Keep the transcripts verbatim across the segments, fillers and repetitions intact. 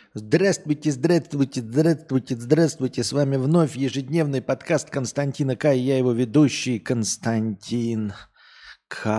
Здравствуйте, здравствуйте, здравствуйте, здравствуйте. С вами вновь ежедневный подкаст Константина К. И я его ведущий Константин К.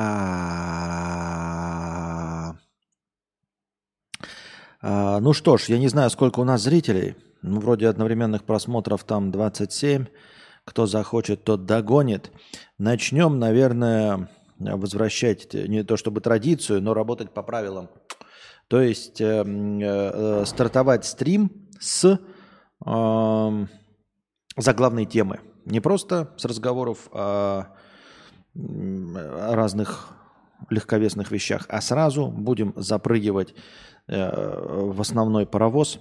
А, ну что ж, я не знаю, сколько у нас зрителей. Ну, вроде одновременных просмотров там двадцать семь. Кто захочет, тот догонит. Начнем, наверное, возвращать не то чтобы традицию, но работать по правилам. То есть э, э, стартовать стрим с э, заглавной темы. Не просто с разговоров о, о разных легковесных вещах, а сразу будем запрыгивать э, в основной паровоз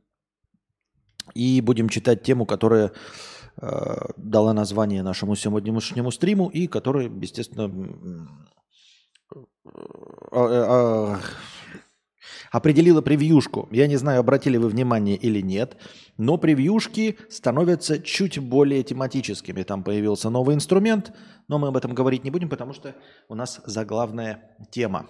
и будем читать тему, которая э, дала название нашему сегодняшнему стриму и которая, естественно, э, э, э, определила превьюшку. Я не знаю, обратили вы внимание или нет, но превьюшки становятся чуть более тематическими. Там появился новый инструмент, но мы об этом говорить не будем, потому что у нас заглавная тема.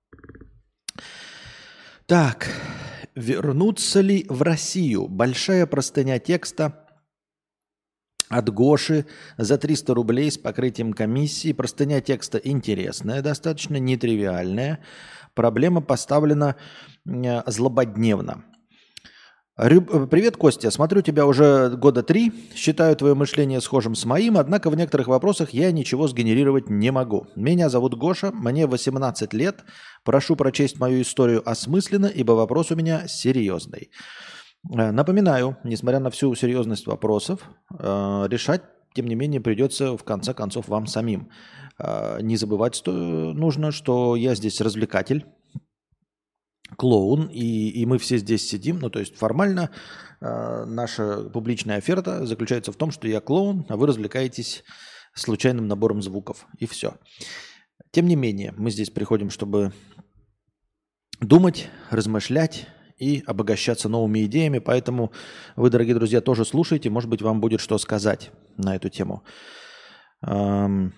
Так, вернуться ли в Россию? Большая простыня текста от Гоши за триста рублей с покрытием комиссии. Простыня текста интересная, достаточно нетривиальная. Проблема поставлена злободневно. Привет, Костя. Смотрю тебя уже года три. Считаю твое мышление схожим с моим, однако в некоторых вопросах я ничего сгенерировать не могу. Меня зовут Гоша, мне восемнадцать лет. Прошу прочесть мою историю осмысленно, ибо вопрос у меня серьезный. Напоминаю, несмотря на всю серьезность вопросов, решать, тем не менее, придется в конце концов вам самим. Не забывать нужно, что я здесь развлекатель, клоун, и, и мы все здесь сидим. Ну, то есть формально э, наша публичная оферта заключается в том, что я клоун, а вы развлекаетесь случайным набором звуков. И все. Тем не менее, мы здесь приходим, чтобы думать, размышлять и обогащаться новыми идеями. Поэтому вы, дорогие друзья, тоже слушайте. Может быть, вам будет что сказать на эту тему. Эм...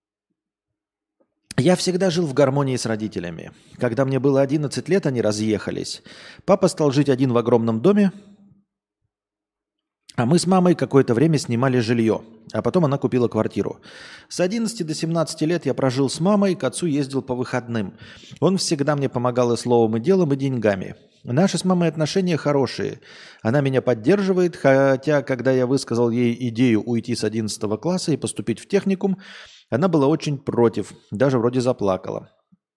Я всегда жил в гармонии с родителями. Когда мне было одиннадцать лет, они разъехались. Папа стал жить один в огромном доме, а мы с мамой какое-то время снимали жилье, а потом она купила квартиру. С одиннадцати до семнадцати лет я прожил с мамой, к отцу ездил по выходным. Он всегда мне помогал и словом, и делом, и деньгами. Наши с мамой отношения хорошие. Она меня поддерживает, хотя, когда я высказал ей идею уйти с одиннадцатого класса и поступить в техникум, она была очень против, даже вроде заплакала.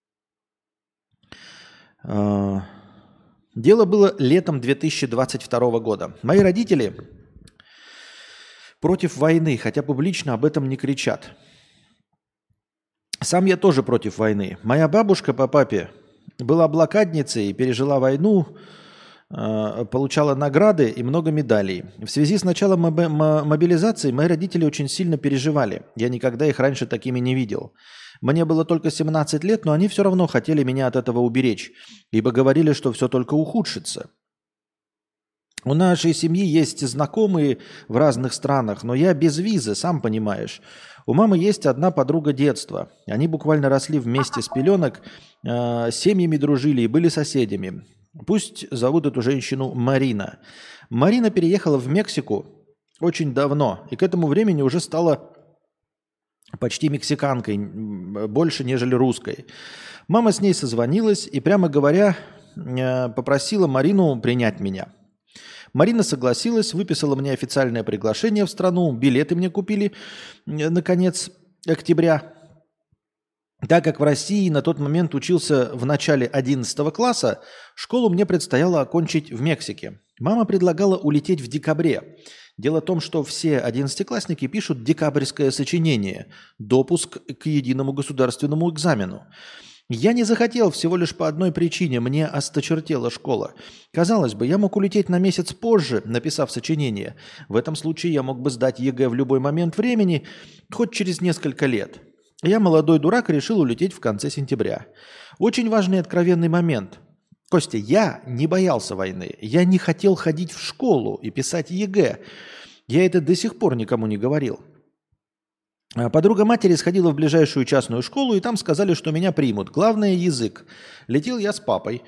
Дело было летом две тысячи двадцать второго года. Мои родители против войны, хотя публично об этом не кричат. Сам я тоже против войны. Моя бабушка по папе была блокадницей, пережила войну, получала награды и много медалей. В связи с началом мобилизации мои родители очень сильно переживали. Я никогда их раньше такими не видел. Мне было только семнадцать лет, но они все равно хотели меня от этого уберечь, ибо говорили, что все только ухудшится. У нашей семьи есть знакомые в разных странах, но я без визы, сам понимаешь. У мамы есть одна подруга детства. Они буквально росли вместе с пеленок, э, семьями дружили и были соседями. Пусть зовут эту женщину Марина. Марина переехала в Мексику очень давно, и к этому времени уже стала почти мексиканкой, больше, нежели русской. Мама с ней созвонилась и, прямо говоря, попросила Марину принять меня. Марина согласилась, выписала мне официальное приглашение в страну, билеты мне купили на конец октября. Так как в России на тот момент учился в начале одиннадцатого класса, школу мне предстояло окончить в Мексике. Мама предлагала улететь в декабре. Дело в том, что все одиннадцатиклассники пишут декабрьское сочинение «Допуск к единому государственному экзамену». Я не захотел всего лишь по одной причине. Мне осточертела школа. Казалось бы, я мог улететь на месяц позже, написав сочинение. В этом случае я мог бы сдать ЕГЭ в любой момент времени, хоть через несколько лет. Я, молодой дурак, решил улететь в конце сентября. Очень важный и откровенный момент. Костя, я не боялся войны. Я не хотел ходить в школу и писать ЕГЭ. Я это до сих пор никому не говорил. Подруга матери сходила в ближайшую частную школу, и там сказали, что меня примут. Главное – язык. Летел я с папой.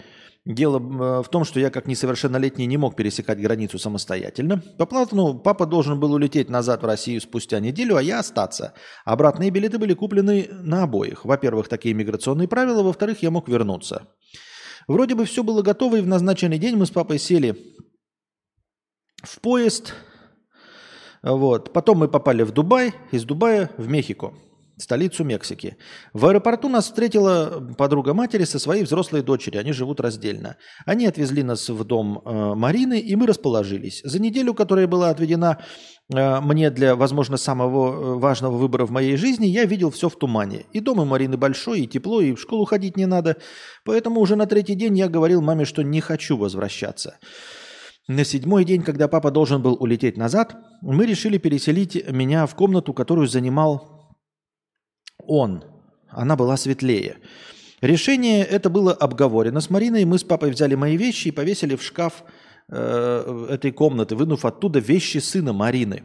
Дело э, в том, что я как несовершеннолетний не мог пересекать границу самостоятельно. По плану папа должен был улететь назад в Россию спустя неделю, а я остаться. Обратные билеты были куплены на обоих. Во-первых, такие миграционные правила, во-вторых, я мог вернуться. Вроде бы все было готово, и в назначенный день мы с папой сели в поезд. Вот. Потом мы попали в Дубай, из Дубая в Мехико, столицу Мексики. В аэропорту нас встретила подруга матери со своей взрослой дочерью. Они живут раздельно. Они отвезли нас в дом э, Марины, и мы расположились. За неделю, которая была отведена э, мне для, возможно, самого важного выбора в моей жизни, я видел все в тумане. И дом у Марины большой, и тепло, и в школу ходить не надо. Поэтому уже на третий день я говорил маме, что не хочу возвращаться. На седьмой день, когда папа должен был улететь назад, мы решили переселить меня в комнату, которую занимал он. Она была светлее. Решение это было обговорено с Мариной. Мы с папой взяли мои вещи и повесили в шкаф э, этой комнаты, вынув оттуда вещи сына Марины.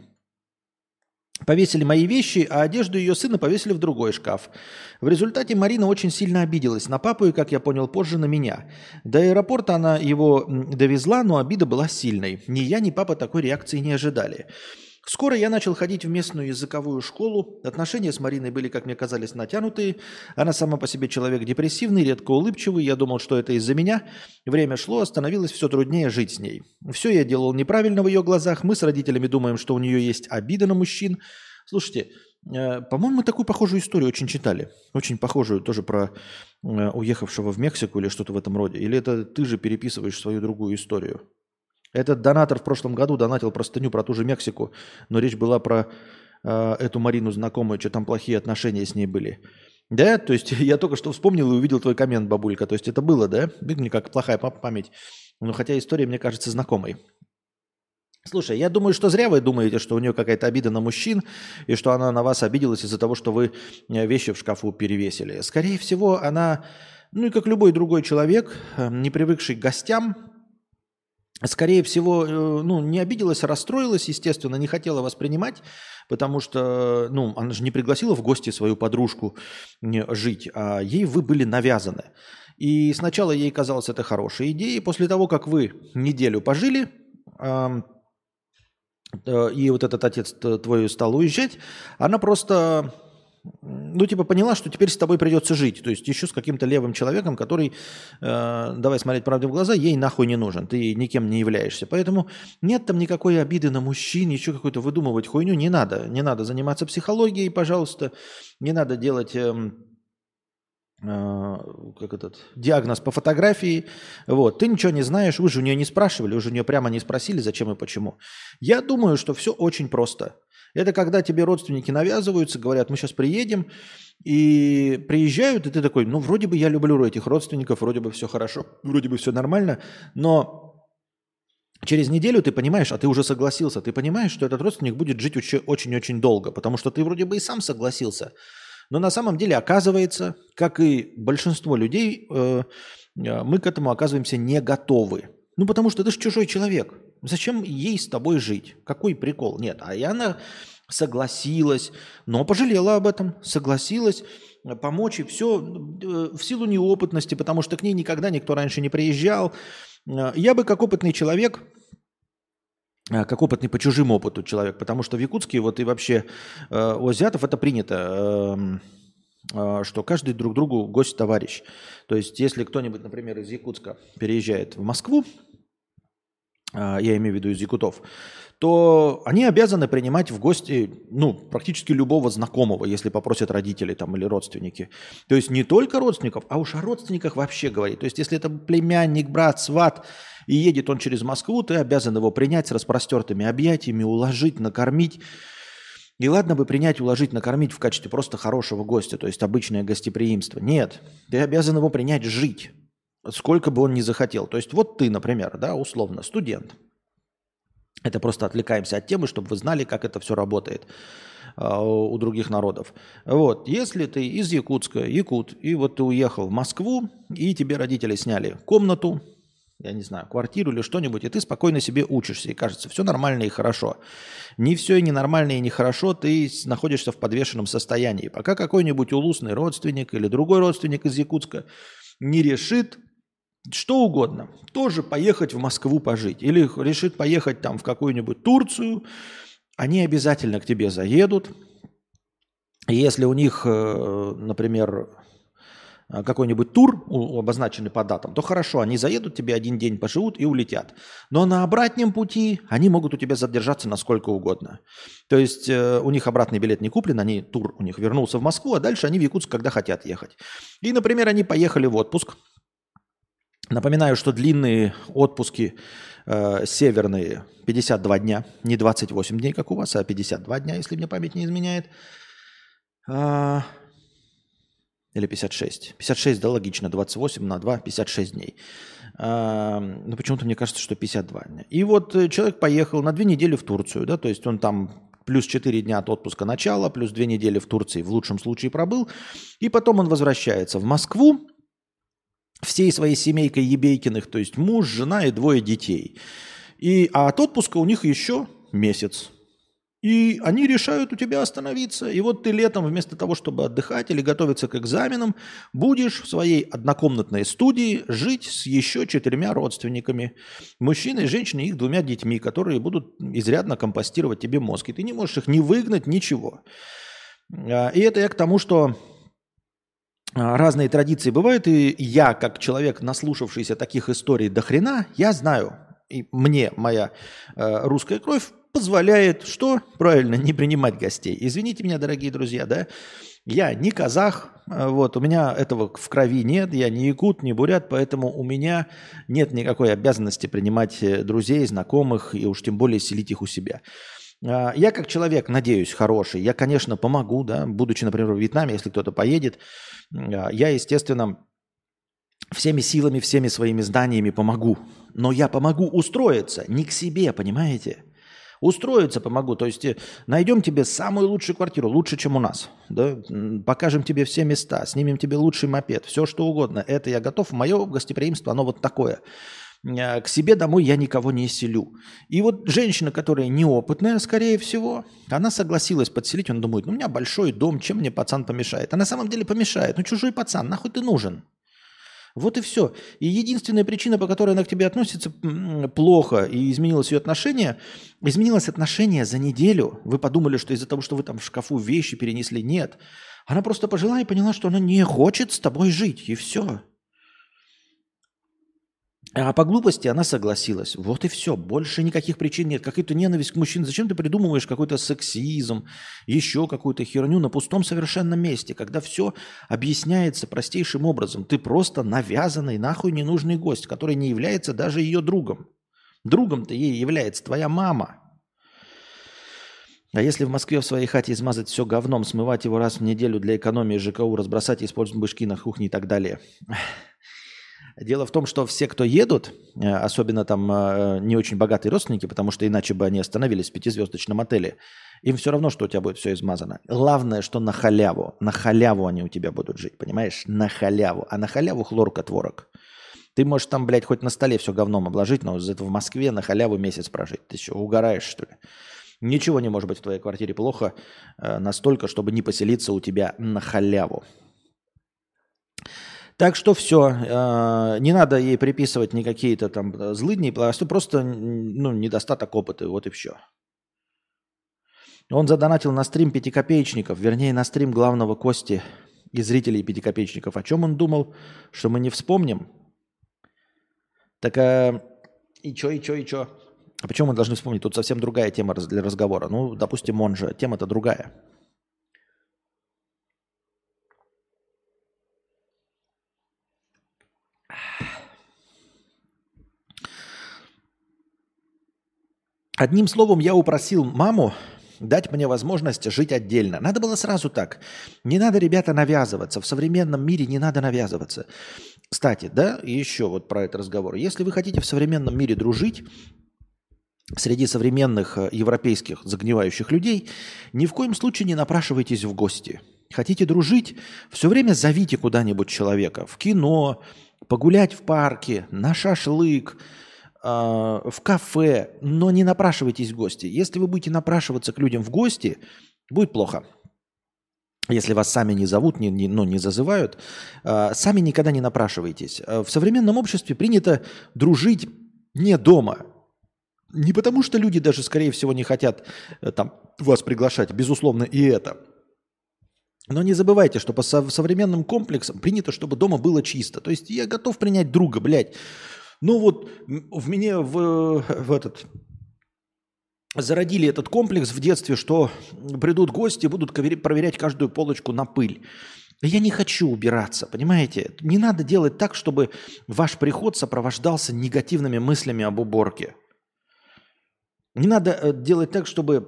Повесили мои вещи, а одежду ее сына повесили в другой шкаф. В результате Марина очень сильно обиделась на папу и, как я понял позже, на меня. До аэропорта она его довезла, но обида была сильной. Ни я, ни папа такой реакции не ожидали. Скоро я начал ходить в местную языковую школу. Отношения с Мариной были, как мне казалось, натянутые. Она сама по себе человек депрессивный, редко улыбчивый. Я думал, что это из-за меня. Время шло, становилось все труднее жить с ней. Все я делал неправильно в ее глазах. Мы с родителями думаем, что у нее есть обида на мужчин. Слушайте, э, по-моему, мы такую похожую историю очень читали. Очень похожую тоже про э, уехавшего в Мексику или что-то в этом роде. Или это ты же переписываешь свою другую историю? Этот донатор в прошлом году донатил простыню про ту же Мексику, но речь была про э, эту Марину знакомую, что там плохие отношения с ней были. Да, то есть я только что вспомнил и увидел твой коммент, бабулька. То есть это было, да? Мне как плохая память. Но хотя история, мне кажется, знакомой. Слушай, я думаю, что зря вы думаете, что у нее какая-то обида на мужчин, и что она на вас обиделась из-за того, что вы вещи в шкафу перевесили. Скорее всего, она, ну и как любой другой человек, не привыкший к гостям, скорее всего, ну, не обиделась, а расстроилась, естественно, не хотела воспринимать, потому что, ну, она же не пригласила в гости свою подружку жить, а ей вы были навязаны. И сначала ей казалось это хорошей идеей. После того, как вы неделю пожили, и вот этот отец твой стал уезжать, она просто... Ну, типа, поняла, что теперь с тобой придется жить. То есть еще с каким-то левым человеком, который, э, давай смотреть правде в глаза, ей нахуй не нужен. Ты никем не являешься. Поэтому нет там никакой обиды на мужчин, еще какую-то выдумывать хуйню не надо. Не надо заниматься психологией, пожалуйста. Не надо делать... Э, как этот, диагноз по фотографии. Вот. Ты ничего не знаешь, вы же у нее не спрашивали, вы же у нее прямо не спросили, зачем и почему. Я думаю, что все очень просто. Это когда тебе родственники навязываются, говорят, мы сейчас приедем, и приезжают, и ты такой, ну, вроде бы я люблю этих родственников, вроде бы все хорошо, вроде бы все нормально, но через неделю ты понимаешь, а ты уже согласился, ты понимаешь, что этот родственник будет жить очень-очень долго, потому что ты вроде бы и сам согласился. Но на самом деле оказывается, как и большинство людей, э, мы к этому оказываемся не готовы. Ну, потому что ты же чужой человек. Зачем ей с тобой жить? Какой прикол? Нет, а и она согласилась, но пожалела об этом, согласилась помочь, и все э, в силу неопытности, потому что к ней никогда никто раньше не приезжал. Я бы как опытный человек... как опытный по чужим опыту человек, потому что в Якутске вот и вообще э, у азиатов это принято, э, э, что каждый друг другу гость-товарищ. То есть если кто-нибудь, например, из Якутска переезжает в Москву, э, я имею в виду из якутов, то они обязаны принимать в гости, ну, практически любого знакомого, если попросят родители там, или родственники. То есть не только родственников, а уж о родственниках вообще говорить. То есть если это племянник, брат, сват, и едет он через Москву, ты обязан его принять с распростертыми объятиями, уложить, накормить. И ладно бы принять, уложить, накормить в качестве просто хорошего гостя, то есть обычное гостеприимство. Нет, ты обязан его принять жить, сколько бы он ни захотел. То есть вот ты, например, да, условно, студент. Это просто отвлекаемся от темы, чтобы вы знали, как это все работает э, у других народов. Вот, если ты из Якутска, якут, и вот ты уехал в Москву, и тебе родители сняли комнату, я не знаю, квартиру или что-нибудь, и ты спокойно себе учишься, и кажется, все нормально и хорошо. Не все и ненормально, и нехорошо, ты находишься в подвешенном состоянии. Пока какой-нибудь улусный родственник или другой родственник из Якутска не решит что угодно. Тоже поехать в Москву пожить. Или решит поехать там в какую-нибудь Турцию. Они обязательно к тебе заедут. Если у них, э, например, какой-нибудь тур обозначенный по датам, то хорошо, они заедут тебе один день, поживут и улетят. Но на обратном пути они могут у тебя задержаться насколько угодно. То есть э, у них обратный билет не куплен, они тур у них вернулся в Москву, а дальше они в Якутск, когда хотят ехать. И, например, они поехали в отпуск. Напоминаю, что длинные отпуски э, северные пятьдесят два дня, не двадцать восемь дней, как у вас, а пятьдесят два дня, если мне память не изменяет. А... Или пятьдесят шесть. пятьдесят шесть, да, логично. двадцать восемь на два, пятьдесят шесть дней. А, ну, почему-то мне кажется, что пятьдесят два дня. И вот человек поехал на две недели в Турцию, да, то есть он там плюс четыре дня от отпуска начала, плюс две недели в Турции в лучшем случае пробыл, и потом он возвращается в Москву всей своей семейкой Ебейкиных, то есть муж, жена и двое детей. И, а от отпуска у них еще месяц. И они решают у тебя остановиться. И вот ты летом вместо того, чтобы отдыхать или готовиться к экзаменам, будешь в своей однокомнатной студии жить с еще четырьмя родственниками. Мужчиной, женщиной и их двумя детьми, которые будут изрядно компостировать тебе мозг. И ты не можешь их ни выгнать, ничего. И это я к тому, что разные традиции бывают. И я, как человек, наслушавшийся таких историй до хрена, я знаю, и мне моя э, русская кровь позволяет, что? Правильно, не принимать гостей. Извините меня, дорогие друзья, да? Я не казах, вот, у меня этого в крови нет, я не якут, не бурят, поэтому у меня нет никакой обязанности принимать друзей, знакомых и уж тем более селить их у себя. Я как человек, надеюсь, хороший, я, конечно, помогу, да, будучи, например, в Вьетнаме, если кто-то поедет, я, естественно, всеми силами, всеми своими знаниями помогу. Но я помогу устроиться, не к себе, понимаете? Устроиться помогу, то есть найдем тебе самую лучшую квартиру, лучше, чем у нас. Да? Покажем тебе все места, снимем тебе лучший мопед, все что угодно. Это я готов, мое гостеприимство, оно вот такое. К себе домой я никого не селю. И вот женщина, которая неопытная, скорее всего, она согласилась подселить, он думает, ну у меня большой дом, чем мне пацан помешает? А на самом деле помешает, ну чужой пацан, нахуй ты нужен? Вот и все. И единственная причина, по которой она к тебе относится плохо и изменилось ее отношение, изменилось отношение за неделю. Вы подумали, что из-за того, что вы там в шкафу вещи перенесли. Нет. Она просто пожила и поняла, что она не хочет с тобой жить. И все. А по глупости она согласилась. Вот и все. Больше никаких причин нет. Какая-то ненависть к мужчине. Зачем ты придумываешь какой-то сексизм, еще какую-то херню на пустом совершенно месте, когда все объясняется простейшим образом. Ты просто навязанный, нахуй ненужный гость, который не является даже ее другом. Другом-то ей является твоя мама. А если в Москве в своей хате измазать все говном, смывать его раз в неделю для экономии ЖКУ, разбросать и использовать бышки на кухне и так далее... Дело в том, что все, кто едут, особенно там не очень богатые родственники, потому что иначе бы они остановились в пятизвездочном отеле, им все равно, что у тебя будет все измазано. Главное, что на халяву. На халяву они у тебя будут жить, понимаешь? На халяву. А на халяву хлорка-творог. Ты можешь там, блядь, хоть на столе все говном обложить, но зато в Москве на халяву месяц прожить. Ты что, угораешь, что ли? Ничего не может быть в твоей квартире плохо настолько, чтобы не поселиться у тебя на халяву. Так что все, э, не надо ей приписывать никакие-то там злыдни, просто ну, недостаток опыта, вот и все. Он задонатил на стрим пятикопеечников, вернее на стрим главного Кости и зрителей пятикопеечников. О чем он думал, что мы не вспомним? Так э, и чё, и чё, и чё? А почему мы должны вспомнить? Тут совсем другая тема для разговора. Ну, допустим, он же, тема-то другая. Одним словом, я упросил маму дать мне возможность жить отдельно. Надо было сразу так. Не надо, ребята, навязываться. В современном мире не надо навязываться. Кстати, да, и еще вот про этот разговор. Если вы хотите в современном мире дружить, среди современных европейских загнивающих людей, ни в коем случае не напрашивайтесь в гости. Хотите дружить, все время зовите куда-нибудь человека. В кино, погулять в парке, на шашлык, в кафе, но не напрашивайтесь в гости. Если вы будете напрашиваться к людям в гости, будет плохо. если вас сами не зовут, не, не, ну, не зазывают, э, сами никогда не напрашиваетесь. Э, В современном обществе принято дружить не дома. Не потому, что люди даже, скорее всего, не хотят э, там, вас приглашать, безусловно, и это. Но не забывайте, что по со- современным комплексам принято, чтобы дома было чисто. То есть я готов принять друга, блядь. Ну вот м, в меня в, в этот... зародили этот комплекс в детстве, что придут гости и будут ковер- проверять каждую полочку на пыль. Да я не хочу убираться, понимаете? Не надо делать так, чтобы ваш приход сопровождался негативными мыслями об уборке. Не надо э, делать так, чтобы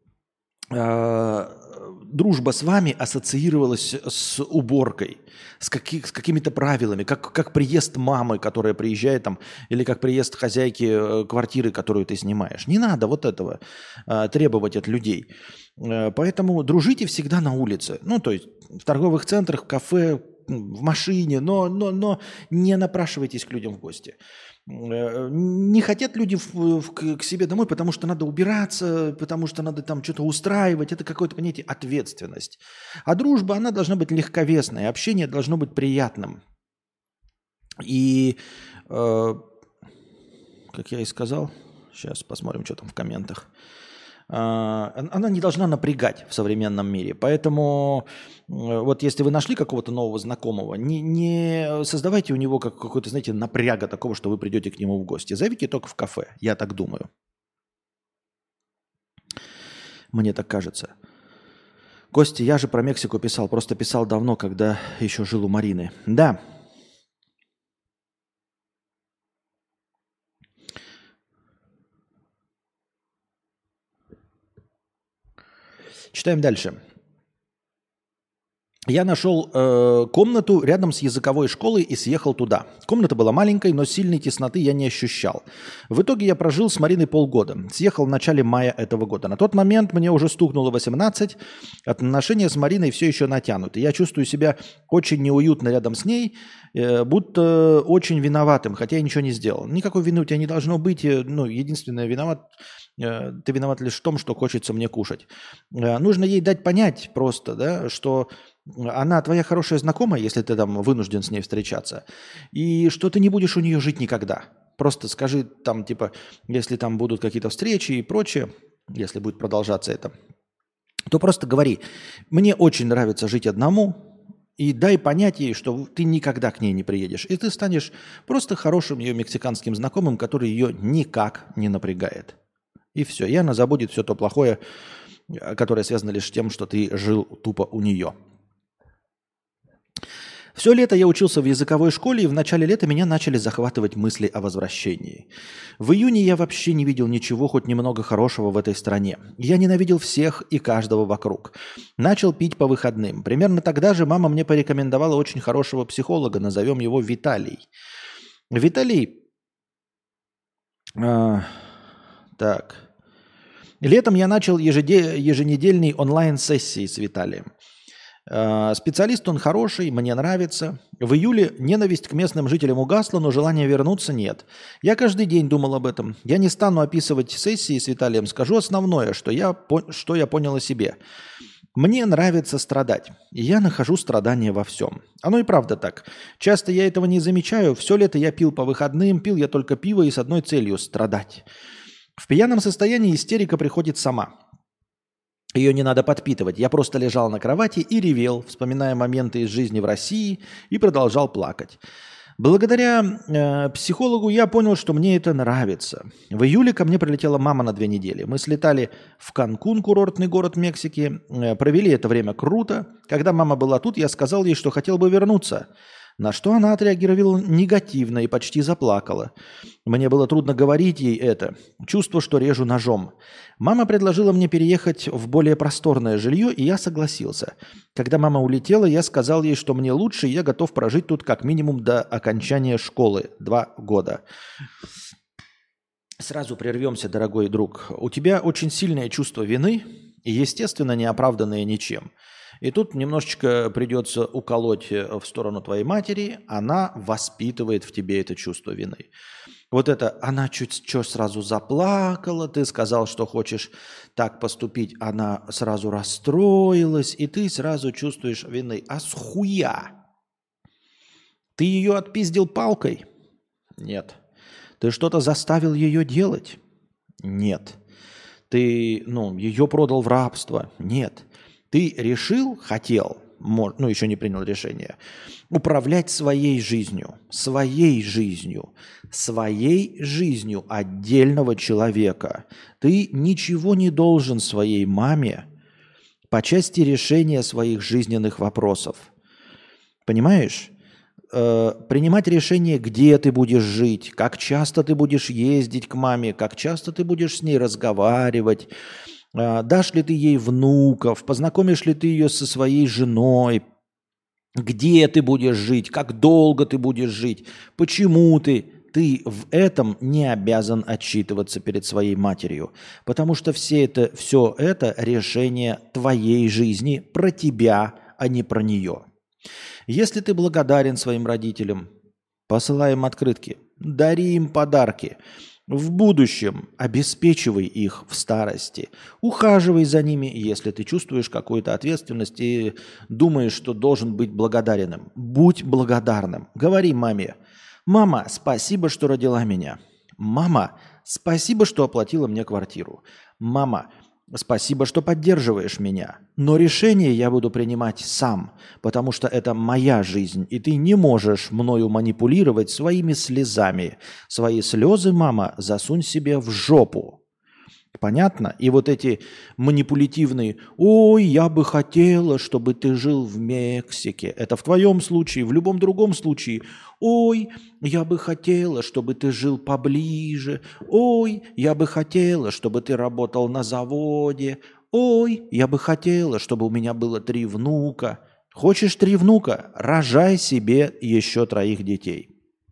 э, дружба с вами ассоциировалась с уборкой, с, каких, с какими-то правилами, как, как приезд мамы, которая приезжает там, или как приезд хозяйки э, квартиры, которую ты снимаешь. Не надо вот этого э, требовать от людей. Э, поэтому дружите всегда на улице. Ну, то есть в торговых центрах, в кафе, в машине, но, но, но не напрашивайтесь к людям в гости. Э, Не хотят люди в- в- к к себе домой, потому что надо убираться, потому что надо там что-то устраивать. Это какое-то, понятие, ответственность. А дружба, она должна быть легковесной, общение должно быть приятным. И, э, как я и сказал, сейчас посмотрим, что там в комментах. А, он- Она не должна напрягать в современном мире. Поэтому э, вот если вы нашли какого-то нового знакомого, не, не создавайте у него как, какой-то, знаете, напряга такого, что вы придете к нему в гости. Зовите только в кафе, я так думаю. Мне так кажется. Костя, я же про Мексику писал, просто писал давно, когда еще жил у Марины. Да, читаем дальше. Я нашел э, комнату рядом с языковой школой и съехал туда. Комната была маленькой, но сильной тесноты я не ощущал. В итоге я прожил с Мариной полгода. Съехал в начале мая этого года. На тот момент мне уже стукнуло восемнадцать. Отношения с Мариной все еще натянуты. Я чувствую себя очень неуютно рядом с ней, э, будто очень виноватым, хотя я ничего не сделал. Никакой вины у тебя не должно быть. э, Ну, единственное, виноват, э, ты виноват лишь в том, что хочется мне кушать. Э, нужно ей дать понять просто, да, что она твоя хорошая знакомая, если ты там вынужден с ней встречаться, и что ты не будешь у нее жить никогда. Просто скажи там, типа, если там будут какие-то встречи и прочее, если будет продолжаться это, то просто говори, мне очень нравится жить одному, и дай понять ей, что ты никогда к ней не приедешь. И ты станешь просто хорошим ее мексиканским знакомым, который ее никак не напрягает. И все. И она забудет все то плохое, э, которое связано лишь с тем, что ты жил тупо у нее. Все лето я учился в языковой школе, и в начале лета меня начали захватывать мысли о возвращении. В июне я вообще не видел ничего, хоть немного хорошего в этой стране. Я ненавидел всех и каждого вокруг. Начал пить по выходным. Примерно тогда же мама мне порекомендовала очень хорошего психолога, назовем его Виталий. Виталий... а, так... Летом я начал ежеде- еженедельные онлайн-сессии с Виталием. Э, Специалист он хороший, мне нравится. В июле ненависть к местным жителям угасла, но желания вернуться нет. Я каждый день думал об этом. Я не стану описывать сессии с Виталием, скажу основное, что я, по- что я понял о себе. Мне нравится страдать, и я нахожу страдания во всем. Оно и правда так. Часто я этого не замечаю. Все лето я пил по выходным, пил я только пиво и с одной целью – страдать. В пьяном состоянии истерика приходит сама. Ее не надо подпитывать. Я просто лежал на кровати и ревел, вспоминая моменты из жизни в России, и продолжал плакать. Благодаря э, психологу я понял, что мне это нравится. В июле ко мне прилетела мама на две недели. Мы слетали в Канкун, курортный город Мексики. Э, провели это время круто. Когда мама была тут, я сказал ей, что хотел бы вернуться. На что она отреагировала негативно и почти заплакала. Мне было трудно говорить ей это. Чувство, что режу ножом. Мама предложила мне переехать в более просторное жилье, и я согласился. Когда мама улетела, я сказал ей, что мне лучше, и я готов прожить тут как минимум до окончания школы. Два года. Сразу прервемся, дорогой друг. У тебя очень сильное чувство вины и, естественно, не оправданное ничем. И тут немножечко придется уколоть в сторону твоей матери. Она воспитывает в тебе это чувство вины. Вот это, она чуть что сразу заплакала, ты сказал, что хочешь так поступить, она сразу расстроилась, и ты сразу чувствуешь вины. А с хуя? Ты ее отпиздил палкой? Нет. Ты что-то заставил ее делать? Нет. Ты, ну, ее продал в рабство? Нет. Ты решил, хотел, ну, еще не принял решение, управлять своей жизнью, своей жизнью, своей жизнью отдельного человека. Ты ничего не должен своей маме по части решения своих жизненных вопросов. Понимаешь? Э, принимать решение, где ты будешь жить, как часто ты будешь ездить к маме, как часто ты будешь с ней разговаривать, дашь ли ты ей внуков, познакомишь ли ты ее со своей женой, где ты будешь жить, как долго ты будешь жить, почему ты. Ты в этом не обязан отчитываться перед своей матерью, потому что все это, все это решение твоей жизни про тебя, а не про нее. Если ты благодарен своим родителям, посылай им открытки, дари им подарки. В будущем обеспечивай их в старости, ухаживай за ними, если ты чувствуешь какую-то ответственность и думаешь, что должен быть благодарным. Будь благодарным. Говори маме: «Мама, спасибо, что родила меня. Мама, спасибо, что оплатила мне квартиру. Мама, спасибо, что поддерживаешь меня. Но решение я буду принимать сам, потому что это моя жизнь, и ты не можешь мною манипулировать своими слезами. Свои слезы, мама, засунь себе в жопу». Понятно? И вот эти манипулятивные «Ой, я бы хотела, чтобы ты жил в Мексике». Это в твоем случае, в любом другом случае. «Ой, я бы хотела, чтобы ты жил поближе». «Ой, я бы хотела, чтобы ты работал на заводе». «Ой, я бы хотела, чтобы у меня было три внука». Хочешь три внука? Рожай себе еще троих детей.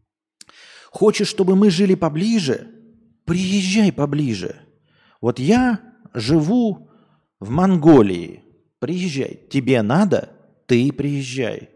Хочешь, чтобы мы жили поближе? Приезжай поближе. Вот я живу в Монголии. Приезжай. Тебе надо? Ты приезжай.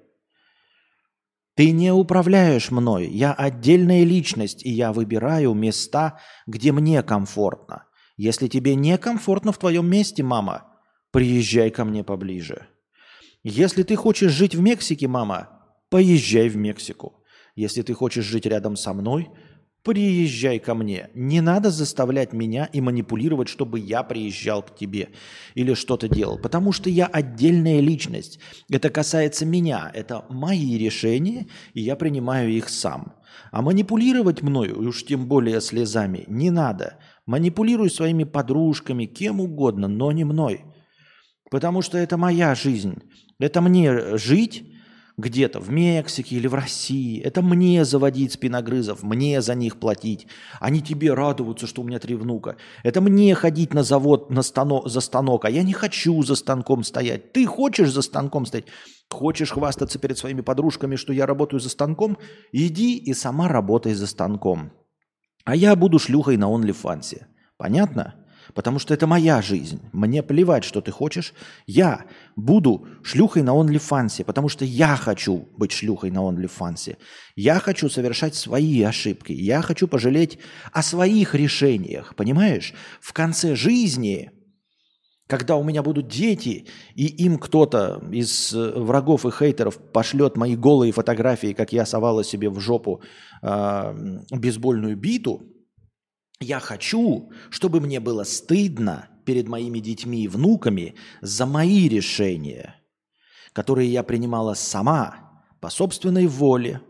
Ты не управляешь мной. Я отдельная личность, и я выбираю места, где мне комфортно. Если тебе не комфортно в твоем месте, мама, приезжай ко мне поближе. Если ты хочешь жить в Мексике, мама, поезжай в Мексику. Если ты хочешь жить рядом со мной, приезжай ко мне. Не надо заставлять меня и манипулировать, чтобы я приезжал к тебе или что-то делал. Потому что я отдельная личность. Это касается меня. Это мои решения, и я принимаю их сам. А манипулировать мною, уж тем более слезами, не надо. Манипулируй своими подружками, кем угодно, но не мной. Потому что это моя жизнь. Это мне жить где-то в Мексике или в России. Это мне заводить спиногрызов, мне за них платить. А не тебе радоваться, что у меня три внука. Это мне ходить на завод на станок, за станок, а я не хочу за станком стоять. Ты хочешь за станком стоять? Хочешь хвастаться перед своими подружками, что я работаю за станком? Иди и сама работай за станком. А я буду шлюхой на OnlyFans. Понятно? Потому что это моя жизнь. Мне плевать, что ты хочешь. Я буду шлюхой на OnlyFans, потому что я хочу быть шлюхой на OnlyFans. Я хочу совершать свои ошибки. Я хочу пожалеть о своих решениях. Понимаешь? В конце жизни, когда у меня будут дети, и им кто-то из врагов и хейтеров пошлет мои голые фотографии, как я совала себе в жопу э, бейсбольную биту, я хочу, чтобы мне было стыдно перед моими детьми и внуками за мои решения, которые я принимала сама, по собственной воле.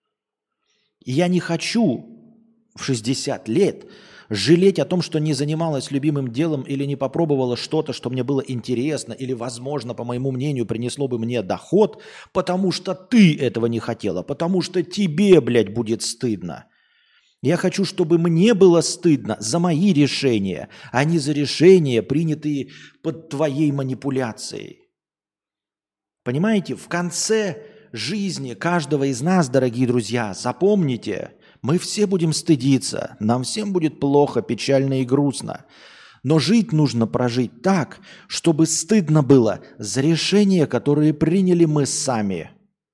И я не хочу в шестьдесят лет жалеть о том, что не занималась любимым делом или не попробовала что-то, что мне было интересно или, возможно, по моему мнению, принесло бы мне доход, потому что ты этого не хотела, потому что тебе, блядь, будет стыдно. Я хочу, чтобы мне было стыдно за мои решения, а не за решения, принятые под твоей манипуляцией. Понимаете, в конце жизни каждого из нас, дорогие друзья, запомните, мы все будем стыдиться, нам всем будет плохо, печально и грустно. Но жить нужно прожить так, чтобы стыдно было за решения, которые приняли мы сами.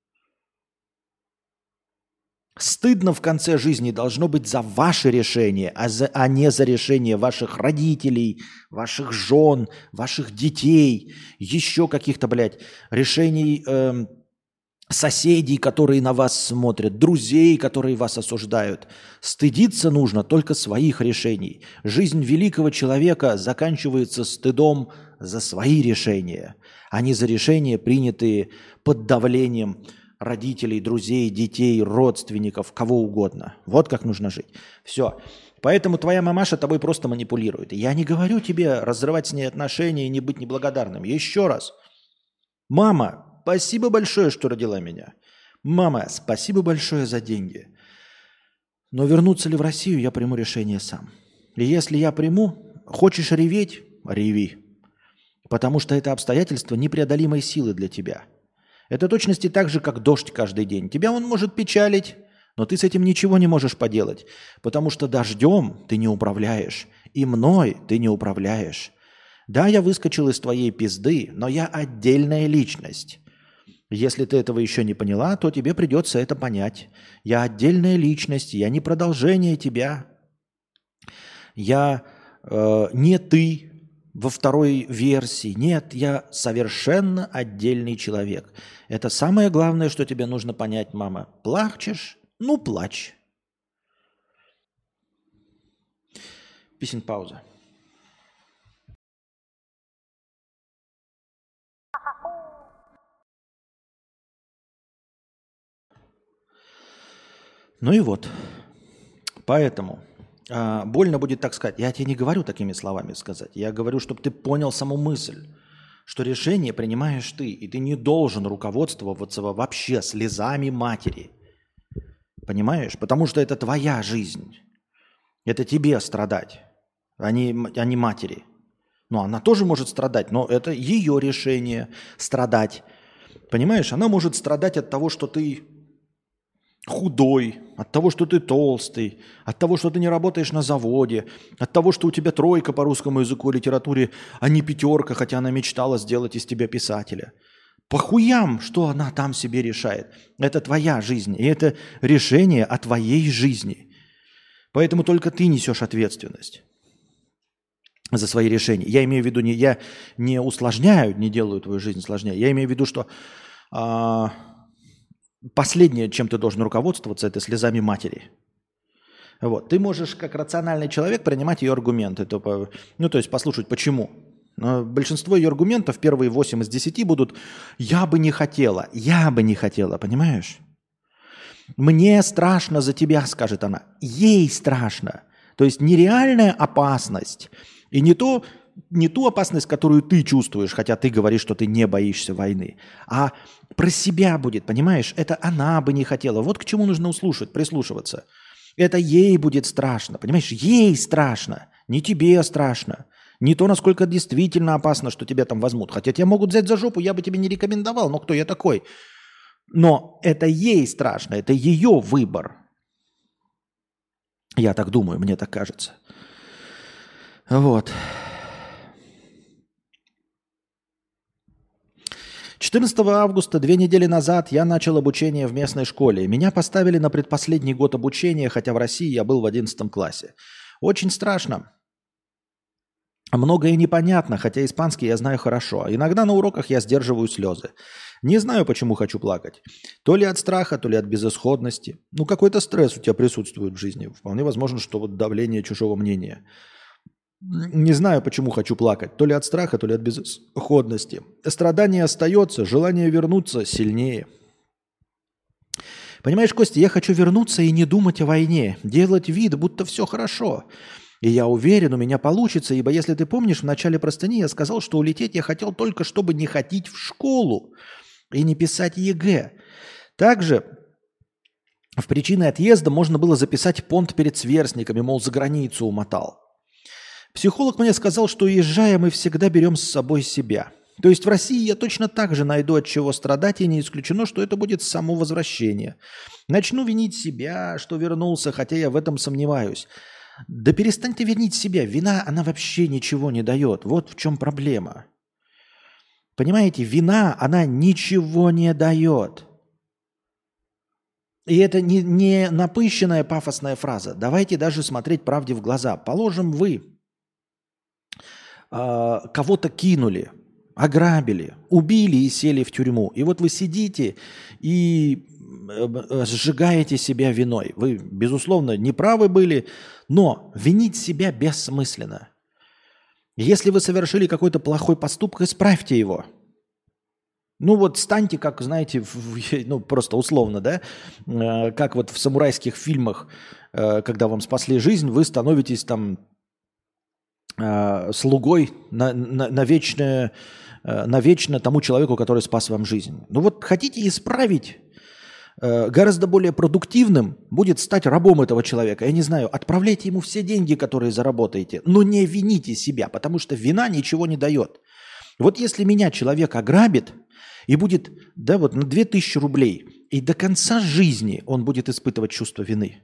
Стыдно в конце жизни должно быть за ваши решения, а, за, а не за решения ваших родителей, ваших жен, ваших детей, еще каких-то, блядь, решений э, соседей, которые на вас смотрят, друзей, которые вас осуждают. Стыдиться нужно только своих решений. Жизнь великого человека заканчивается стыдом за свои решения, а не за решения, принятые под давлением родителей, друзей, детей, родственников, кого угодно. Вот как нужно жить. Все. Поэтому твоя мамаша тобой просто манипулирует. Я не говорю тебе разрывать с ней отношения и не быть неблагодарным. Еще раз. Мама, спасибо большое, что родила меня. Мама, спасибо большое за деньги. Но вернуться ли в Россию, я приму решение сам. И если я приму, хочешь реветь, реви. Потому что это обстоятельство непреодолимой силы для тебя. Это точности так же, как дождь каждый день. Тебя он может печалить, но ты с этим ничего не можешь поделать, потому что дождем ты не управляешь, и мной ты не управляешь. Да, я выскочил из твоей пизды, но я отдельная личность. Если ты этого еще не поняла, то тебе придется это понять. Я отдельная личность, я не продолжение тебя. Я э, не ты. Во второй версии. Нет, я совершенно отдельный человек. Это самое главное, что тебе нужно понять, мама. Плачешь? Ну, плачь. Песен пауза. Ну и вот. Поэтому... А, больно будет так сказать. Я тебе не говорю такими словами сказать. Я говорю, чтобы ты понял саму мысль, что решение принимаешь ты, и ты не должен руководствоваться вообще слезами матери. Понимаешь? Потому что это твоя жизнь. Это тебе страдать, а не, а не матери. Ну, она тоже может страдать, но это ее решение страдать. Понимаешь? Она может страдать от того, что ты худой, от того, что ты толстый, от того, что ты не работаешь на заводе, от того, что у тебя тройка по русскому языку и литературе, а не пятерка, хотя она мечтала сделать из тебя писателя. По хуям, что она там себе решает. Это твоя жизнь, и это решение о твоей жизни. Поэтому только ты несешь ответственность за свои решения. Я имею в виду, не, я не усложняю, не делаю твою жизнь сложнее. Я имею в виду, что... А, последнее, чем ты должен руководствоваться, это слезами матери. Вот. Ты можешь, как рациональный человек, принимать ее аргументы. То, ну, то есть послушать, почему. Но большинство ее аргументов, первые восемь из десяти, будут «я бы не хотела, я бы не хотела», понимаешь? «Мне страшно за тебя», скажет она. Ей страшно. То есть нереальная опасность. И не то... не ту опасность, которую ты чувствуешь, хотя ты говоришь, что ты не боишься войны, а про себя будет, понимаешь? Это она бы не хотела. Вот к чему нужно услышать, прислушиваться. Это ей будет страшно, понимаешь? Ей страшно, не тебе страшно. Не то, насколько действительно опасно, что тебя там возьмут. Хотя тебя могут взять за жопу, я бы тебе не рекомендовал, но кто я такой? Но это ей страшно, это ее выбор. Я так думаю, мне так кажется. Вот. четырнадцатого августа, две недели назад, я начал обучение в местной школе. Меня поставили на предпоследний год обучения, хотя в России я был в одиннадцатом классе. Очень страшно. Многое непонятно, хотя испанский я знаю хорошо. Иногда на уроках я сдерживаю слезы. Не знаю, почему хочу плакать. То ли от страха, то ли от безысходности. Ну, какой-то стресс у тебя присутствует в жизни. Вполне возможно, что вот давление чужого мнения. Не знаю, почему хочу плакать. То ли от страха, то ли от безысходности. Страдание остается, желание вернуться сильнее. Понимаешь, Костя, я хочу вернуться и не думать о войне. Делать вид, будто все хорошо. И я уверен, у меня получится, ибо если ты помнишь, в начале простыни я сказал, что улететь я хотел только, чтобы не ходить в школу и не писать ЕГЭ. Также в причины отъезда можно было записать понт перед сверстниками, мол, за границу умотал. Психолог мне сказал, что уезжая, мы всегда берем с собой себя. То есть в России я точно так же найду от чего страдать, и не исключено, что это будет само возвращение. Начну винить себя, что вернулся, хотя я в этом сомневаюсь. Да перестань ты винить себя. Вина, она вообще ничего не дает. Вот в чем проблема. Понимаете, вина, она ничего не дает. И это не, не напыщенная пафосная фраза. Давайте даже смотреть правде в глаза. Положим, вы э, кого-то кинули, ограбили, убили и сели в тюрьму. И вот вы сидите и э, сжигаете себя виной. Вы, безусловно, неправы были, но винить себя бессмысленно. Если вы совершили какой-то плохой поступок, исправьте его. Ну вот станьте, как, знаете, в, ну просто условно, да, э, как вот в самурайских фильмах, э, когда вам спасли жизнь, вы становитесь там э, слугой на, на, на, вечное, э, навечно тому человеку, который спас вам жизнь. Ну вот хотите исправить, э, гораздо более продуктивным будет стать рабом этого человека. Я не знаю, отправляйте ему все деньги, которые заработаете, но не вините себя, потому что вина ничего не дает. Вот если меня человек ограбит, и будет, да, вот на две тысячи рублей. И до конца жизни он будет испытывать чувство вины.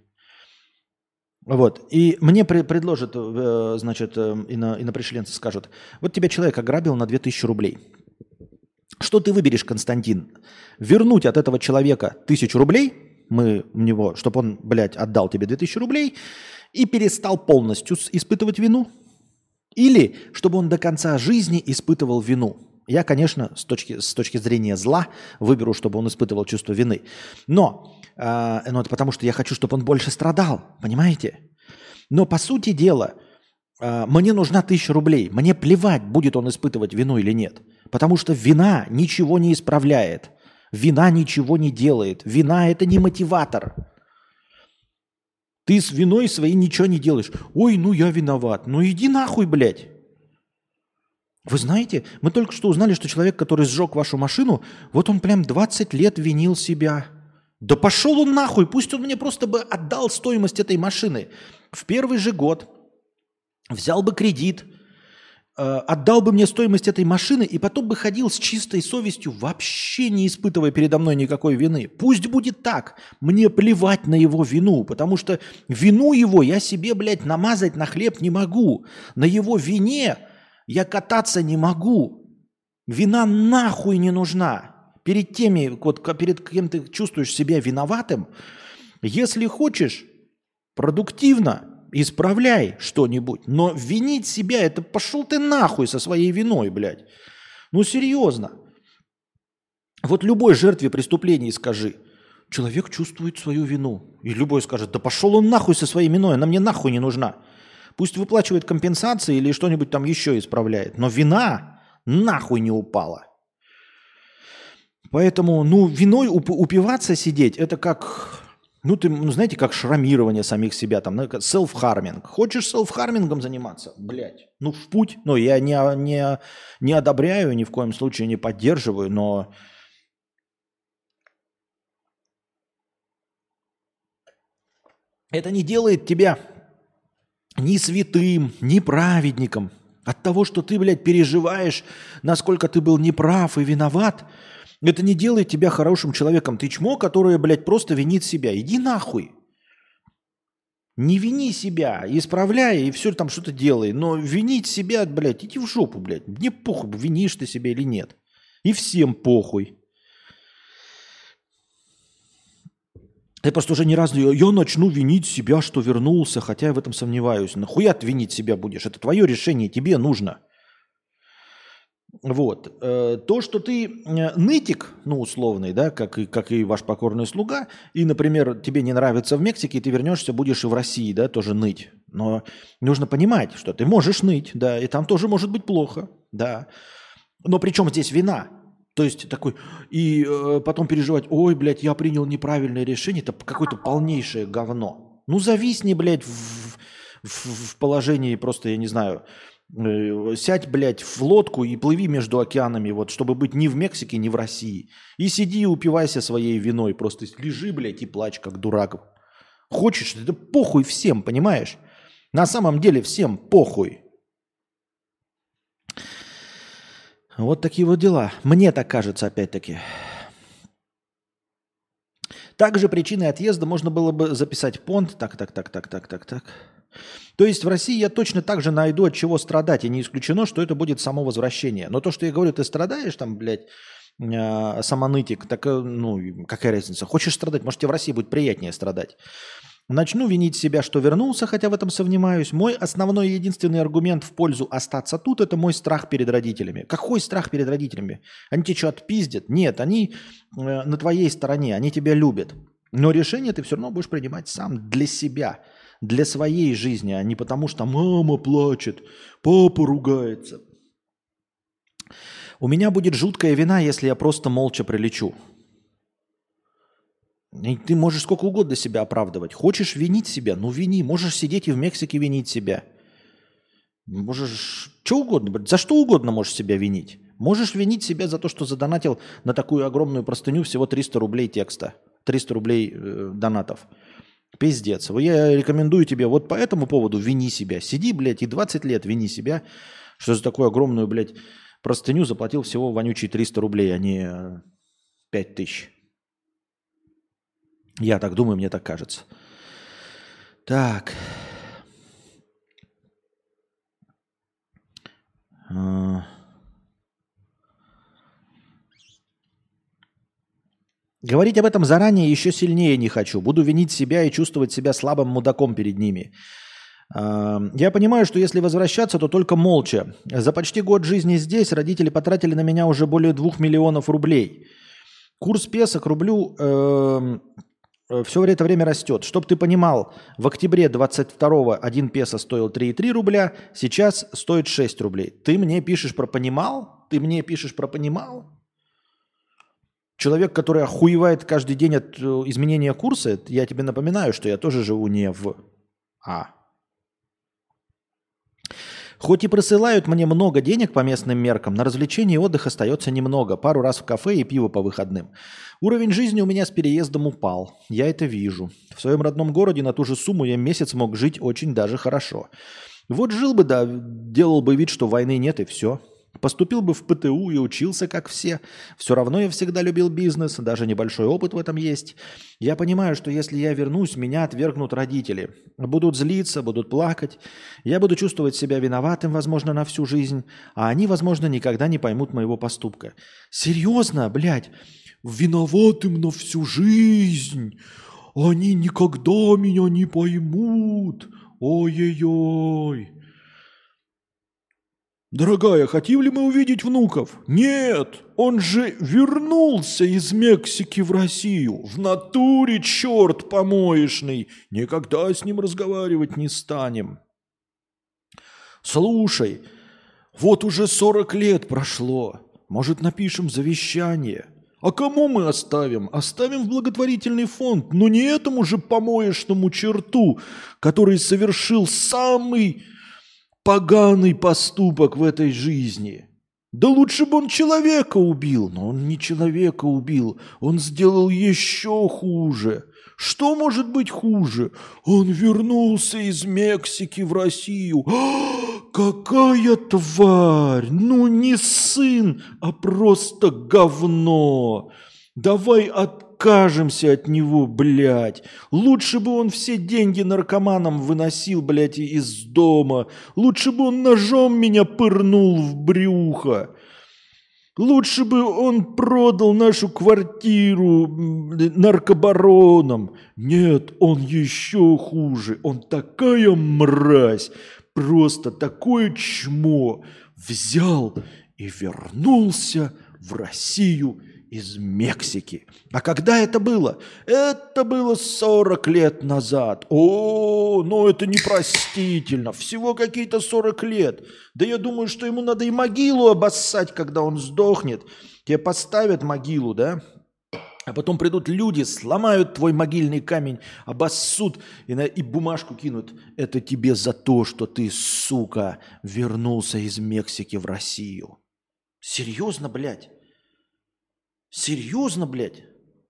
Вот. И мне при- предложат, э, значит, э, ино- инопришеленцы скажут, вот тебя человек ограбил на две тысячи рублей. Что ты выберешь, Константин? Вернуть от этого человека тысячу рублей, мы у него, чтобы он, блядь, отдал тебе две тысячи рублей и перестал полностью испытывать вину? Или чтобы он до конца жизни испытывал вину? Я, конечно, с точки, с точки зрения зла выберу, чтобы он испытывал чувство вины. Но, э, ну, это потому что я хочу, чтобы он больше страдал, понимаете? Но, по сути дела, э, мне нужна тысяча рублей. Мне плевать, будет он испытывать вину или нет. Потому что вина ничего не исправляет. Вина ничего не делает. Вина – это не мотиватор. Ты с виной своей ничего не делаешь. Ой, ну я виноват. Ну иди нахуй, блядь. Вы знаете, мы только что узнали, что человек, который сжег вашу машину, вот он прям двадцать лет винил себя. Да пошел он нахуй, пусть он мне просто бы отдал стоимость этой машины. В первый же год взял бы кредит, э, отдал бы мне стоимость этой машины и потом бы ходил с чистой совестью, вообще не испытывая передо мной никакой вины. Пусть будет так, мне плевать на его вину, потому что вину его я себе, блядь, намазать на хлеб не могу. На его вине... Я кататься не могу. Вина нахуй не нужна. Перед теми, вот перед кем ты чувствуешь себя виноватым, если хочешь, продуктивно исправляй что-нибудь. Но винить себя, это пошел ты нахуй со своей виной, блядь. Ну серьезно. Вот любой жертве преступлений скажи, человек чувствует свою вину. И любой скажет, да пошел он нахуй со своей виной, она мне нахуй не нужна. Пусть выплачивает компенсации или что-нибудь там еще исправляет. Но вина нахуй не упала. Поэтому, ну, виной уп- упиваться сидеть, это как, ну, ты, ну, знаете, как шрамирование самих себя, там, селф-харминг. Хочешь селф-хармингом заниматься? Блядь, ну, в путь. Ну, я не, не, не одобряю, ни в коем случае не поддерживаю, но... Это не делает тебя... ни святым, ни праведником. От того, что ты, блядь, переживаешь, насколько ты был неправ и виноват, это не делает тебя хорошим человеком. Ты чмо, которое, блядь, просто винит себя. Иди нахуй. Не вини себя, исправляй и все там что-то делай. Но винить себя, блядь, иди в жопу, блядь. Мне похуй, винишь ты себя или нет. И всем похуй. Я просто уже ни разу... Я начну винить себя, что вернулся, хотя я в этом сомневаюсь. Нахуя ты винить себя будешь? Это твое решение, тебе нужно. Вот. Э, То, что ты э, нытик, ну, условный, да, как и, как и ваш покорный слуга, и, например, тебе не нравится в Мексике, и ты вернешься, будешь и в России, да, тоже ныть. Но нужно понимать, что ты можешь ныть, да, и там тоже может быть плохо, да. Но при чем здесь вина? То есть такой, и э, потом переживать, ой, блядь, я принял неправильное решение, это какое-то полнейшее говно. Ну, зависни, блядь, в, в, в положении просто, я не знаю, э, сядь, блядь, в лодку и плыви между океанами, вот, чтобы быть ни в Мексике, ни в России. И сиди и упивайся своей виной, просто лежи, блядь, и плачь, как дурак. Хочешь, это похуй всем, понимаешь? На самом деле всем похуй. Вот такие вот дела. Мне так кажется, опять-таки. Также причиной отъезда можно было бы записать понт. Так, так, так, так, так, так, так. То есть в России я точно так же найду от чего страдать, и не исключено, что это будет само возвращение. Но то, что я говорю, ты страдаешь там, блядь, э, самонытик, так, э, ну, какая разница? Хочешь страдать, может, тебе в России будет приятнее страдать. Начну винить себя, что вернулся, хотя в этом сомневаюсь. Мой основной и единственный аргумент в пользу остаться тут – это мой страх перед родителями. Какой страх перед родителями? Они тебе что, отпиздят? Нет, они э, на твоей стороне, они тебя любят. Но решение ты все равно будешь принимать сам для себя, для своей жизни, а не потому, что мама плачет, папа ругается. У меня будет жуткая вина, если я просто молча прилечу. И ты можешь сколько угодно себя оправдывать. Хочешь винить себя? Ну вини. Можешь сидеть и в Мексике винить себя. Можешь что угодно. За что угодно можешь себя винить. Можешь винить себя за то, что задонатил на такую огромную простыню всего триста рублей текста. триста рублей э, донатов. Пиздец. Я рекомендую тебе вот по этому поводу вини себя. Сиди, блядь, и двадцать лет вини себя, что за такую огромную, блядь, простыню заплатил всего вонючие триста рублей, а не пять тысяч. Я так думаю, мне так кажется. Так. Говорить об этом заранее еще сильнее не хочу. Буду винить себя и чувствовать себя слабым мудаком перед ними. Я понимаю, что если возвращаться, то только молча. За почти год жизни здесь родители потратили на меня уже более двух миллионов рублей. Курс песо к рублю э, все это время растет. Чтоб ты понимал, в октябре двадцать второго один песо стоил три и три рубля, сейчас стоит шесть рублей. Ты мне пишешь про понимал? Ты мне пишешь про понимал? Человек, который охуевает каждый день от изменения курса, я тебе напоминаю, что я тоже живу не в А. Хоть и присылают мне много денег по местным меркам, на развлечения и отдых остается немного. Пару раз в кафе и пиво по выходным. Уровень жизни у меня с переездом упал. Я это вижу. В своем родном городе на ту же сумму я месяц мог жить очень даже хорошо. Вот жил бы, да, делал бы вид, что войны нет и все. Поступил бы в ПТУ и учился, как все. Все равно я всегда любил бизнес, даже небольшой опыт в этом есть. Я понимаю, что если я вернусь, меня отвергнут родители. Будут злиться, будут плакать. Я буду чувствовать себя виноватым, возможно, на всю жизнь. А они, возможно, никогда не поймут моего поступка. Серьезно, блядь? Виноватым на всю жизнь. Они никогда меня не поймут. Ой-ой-ой. Дорогая, хотим ли мы увидеть внуков? Нет, он же вернулся из Мексики в Россию. В натуре, черт помоечный. Никогда с ним разговаривать не станем. Слушай, вот уже сорок лет прошло. Может, напишем завещание? А кому мы оставим? Оставим в благотворительный фонд, но не этому же помоечному черту, который совершил самый поганый поступок в этой жизни. Да лучше бы он человека убил, но он не человека убил, он сделал еще хуже. Что может быть хуже? Он вернулся из Мексики в Россию. А, какая тварь! Ну не сын, а просто говно. Давай откажемся от него, блядь. Лучше бы он все деньги наркоманам выносил, блядь, из дома. Лучше бы он ножом меня пырнул в брюхо. Лучше бы он продал нашу квартиру наркобаронам. Нет, он еще хуже. Он такая мразь, просто такое чмо. Взял и вернулся в Россию из Мексики. А когда это было? Это было сорок лет назад. О, ну это непростительно. Всего какие-то сорок лет. Да я думаю, что ему надо и могилу обоссать, когда он сдохнет. Тебе поставят могилу, да? А потом придут люди, сломают твой могильный камень, обоссут и, на, и бумажку кинут. Это тебе за то, что ты, сука, вернулся из Мексики в Россию. Серьезно, блядь? Серьезно, блядь?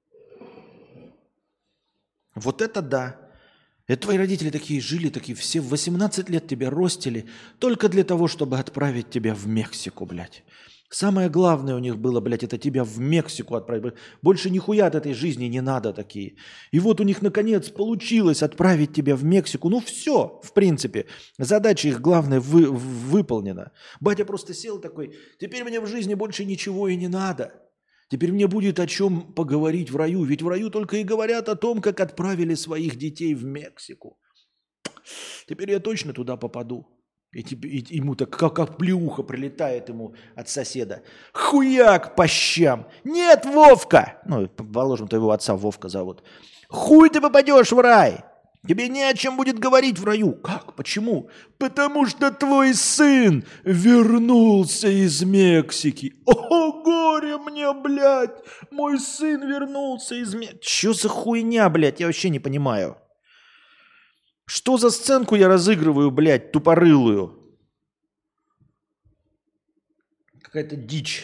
Вот это да. Это твои родители такие жили, такие все в восемнадцать лет тебя ростили только для того, чтобы отправить тебя в Мексику, блядь. Самое главное у них было, блядь, это тебя в Мексику отправить. Больше нихуя от этой жизни не надо такие. И вот у них, наконец, получилось отправить тебя в Мексику. Ну все, в принципе. Задача их главная вы, выполнена. Батя просто сел такой, теперь мне в жизни больше ничего и не надо. Теперь мне будет о чем поговорить в раю. Ведь в раю только и говорят о том, как отправили своих детей в Мексику. Теперь я точно туда попаду. И, тебе, и ему так, как, как плеуха прилетает ему от соседа. Хуяк по щам. Нет, Вовка. Ну, положим, твоего отца Вовка зовут. Хуй ты попадешь в рай. Тебе не о чем будет говорить в раю. Как? Почему? Потому что твой сын вернулся из Мексики. О, горе мне, блядь. Мой сын вернулся из Мексики. Что за хуйня, блядь? Я вообще не понимаю. Что за сценку я разыгрываю, блядь, тупорылую? Какая-то дичь.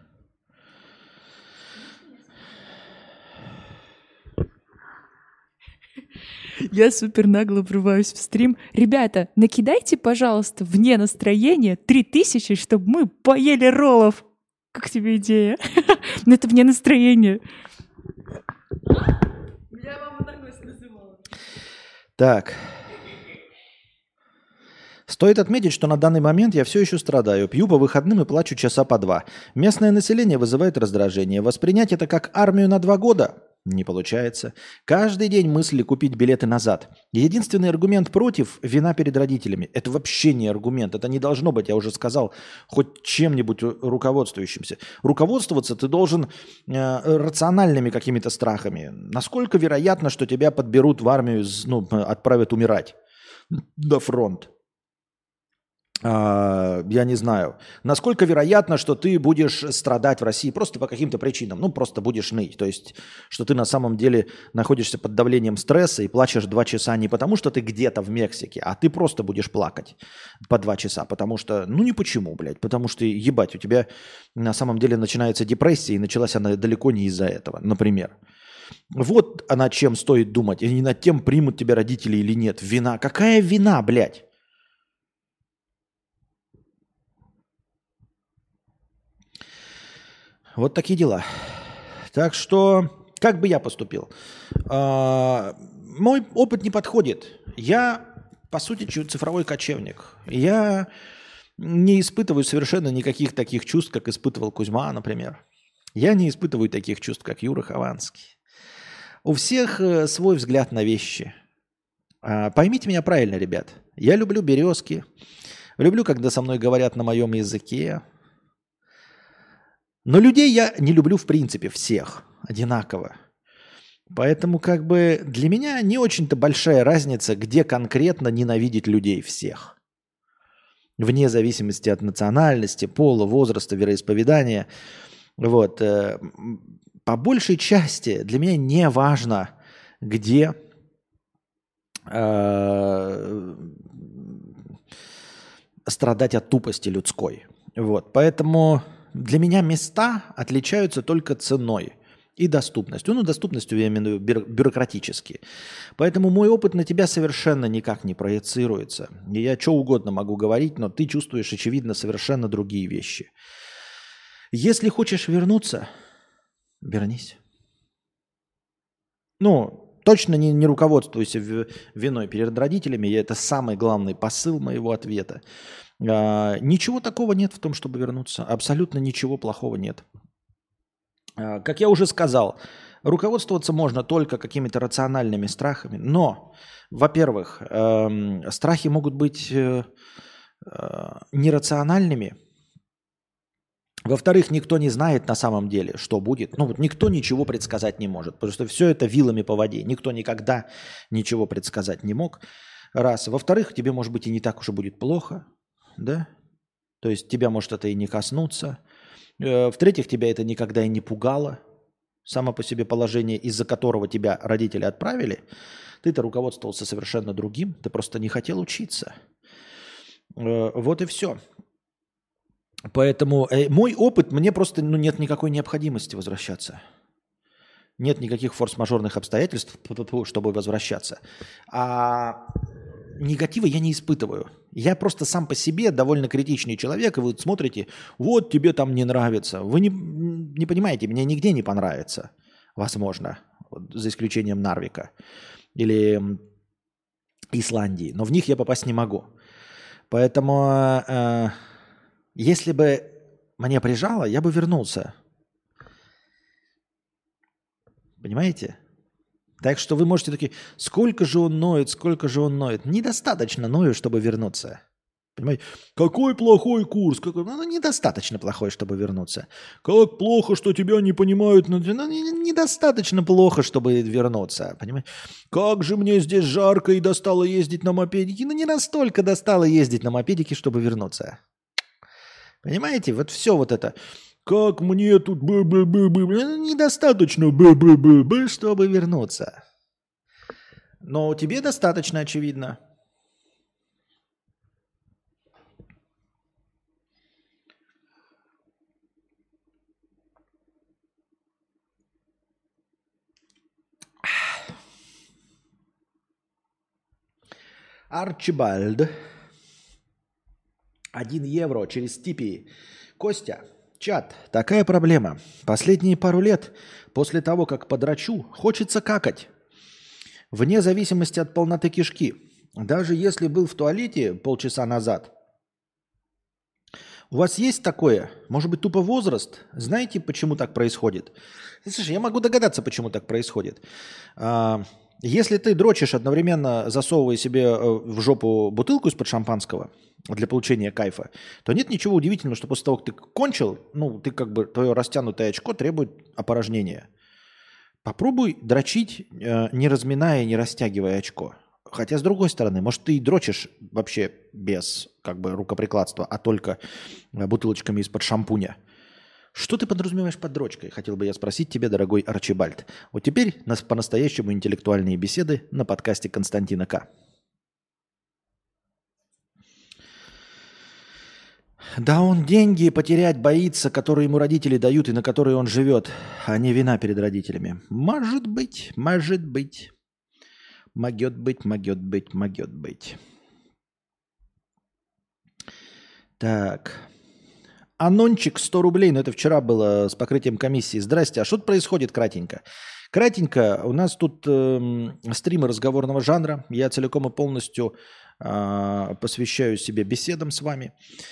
Я супер нагло врываюсь в стрим. Ребята, накидайте, пожалуйста, вне настроения три тысячи, чтобы мы поели роллов. Как тебе идея? Но это вне настроения. Я вам наглость называла. Так. Стоит отметить, что на данный момент я все еще страдаю. Пью по выходным и плачу часа по два. Местное население вызывает раздражение. Воспринять это как армию на два года? Не получается. Каждый день мысли купить билеты назад. Единственный аргумент против – вина перед родителями. Это вообще не аргумент. Это не должно быть, я уже сказал, хоть чем-нибудь руководствующимся. Руководствоваться ты должен э, рациональными какими-то страхами. Насколько вероятно, что тебя подберут в армию, ну, отправят умирать до фронта? Я не знаю, насколько вероятно, что ты будешь страдать в России просто по каким-то причинам, ну просто будешь ныть, то есть, что ты на самом деле находишься под давлением стресса и плачешь два часа не потому, что ты где-то в Мексике, а ты просто будешь плакать по два часа, потому что, ну не почему, блядь, потому что, ебать, у тебя на самом деле начинается депрессия, и началась она далеко не из-за этого, например. Вот над чем стоит думать, и не над тем, примут тебя родители или нет. Вина. Какая вина, блядь? Вот такие дела. Так что, как бы я поступил? А, мой опыт не подходит. Я, по сути, цифровой кочевник. Я не испытываю совершенно никаких таких чувств, как испытывал Кузьма, например. Я не испытываю таких чувств, как Юра Хованский. У всех свой взгляд на вещи. А, поймите меня правильно, ребят. Я люблю березки. Люблю, когда со мной говорят на моем языке. Но людей я не люблю в принципе всех одинаково. Поэтому как бы для меня не очень-то большая разница, где конкретно ненавидеть людей всех. Вне зависимости от национальности, пола, возраста, вероисповедания. Вот. По большей части для меня не важно, где э, страдать от тупости людской. Вот. Поэтому... Для меня места отличаются только ценой и доступностью. Ну, доступностью я имею в виду бюро- бюрократически. Поэтому мой опыт на тебя совершенно никак не проецируется. И я что угодно могу говорить, но ты чувствуешь, очевидно, совершенно другие вещи. Если хочешь вернуться, вернись. Ну, точно не, не руководствуйся виной перед родителями. И это самый главный посыл моего ответа. А, ничего такого нет в том, чтобы вернуться. Абсолютно ничего плохого нет. А, как я уже сказал, руководствоваться можно только какими-то рациональными страхами. Но, во-первых, э, страхи могут быть э, э, нерациональными. Во-вторых, никто не знает на самом деле, что будет. Ну вот никто ничего предсказать не может. Потому что все это вилами по воде. Никто никогда ничего предсказать не мог. Раз. Во-вторых, тебе, может быть, и не так уж и будет плохо. Да? То есть тебя может это и не коснуться. В-третьих, тебя это никогда и не пугало. Само по себе положение, из-за которого тебя родители отправили, ты-то руководствовался совершенно другим. Ты просто не хотел учиться. Вот и все. Поэтому э, мой опыт, мне просто ну, нет никакой необходимости возвращаться. Нет никаких форс-мажорных обстоятельств, чтобы возвращаться. А негатива я не испытываю. Я просто сам по себе довольно критичный человек, и вы смотрите, вот тебе там не нравится. Вы не, не понимаете, мне нигде не понравится, возможно, вот, за исключением Нарвика или Исландии, но в них я попасть не могу. Поэтому, э, если бы мне прижало, я бы вернулся. Понимаете? Так что вы можете такие, сколько же он ноет, сколько же он ноет. Недостаточно ною, чтобы вернуться. Понимаете? Какой плохой курс. Какой... Ну, недостаточно плохой, чтобы вернуться. Как плохо, что тебя не понимают. Ну, недостаточно плохо, чтобы вернуться. Понимаете? Как же мне здесь жарко и достало ездить на мопедике. Ну, не настолько достало ездить на мопедике, чтобы вернуться. Понимаете? Вот все вот это. Как мне тут бы-бы-бы-бы, недостаточно бы-бы-бы-бы, чтобы вернуться. Но тебе достаточно, очевидно. Арчибальд. Один евро через Типи. Костя. Чат, такая проблема. Последние пару лет, после того, как подрачу, хочется какать. Вне зависимости от полноты кишки. Даже если был в туалете полчаса назад. У вас есть такое? Может быть, тупо возраст? Знаете, почему так происходит? Слушай, я могу догадаться, почему так происходит. Если ты дрочишь, одновременно засовывая себе в жопу бутылку из-под шампанского для получения кайфа, то нет ничего удивительного, что после того, как ты кончил, ну, ты как бы, твое растянутое очко требует опорожнения. Попробуй дрочить, не разминая, не растягивая очко. Хотя, с другой стороны, может, ты и дрочишь вообще без как бы рукоприкладства, а только бутылочками из-под шампуня. Что ты подразумеваешь под дрочкой, хотел бы я спросить тебя, дорогой Арчибальд. Вот теперь нас по-настоящему интеллектуальные беседы на подкасте Константина К. Да он деньги потерять боится, которые ему родители дают и на которые он живет, а не вина перед родителями. Может быть, может быть. Могет быть, могет быть, могет быть. Так. Анончик сто рублей, но это вчера было с покрытием комиссии. Здрасте, а что тут происходит кратенько? Кратенько, у нас тут э, стримы разговорного жанра. Я целиком и полностью э, посвящаю себе беседам с вами.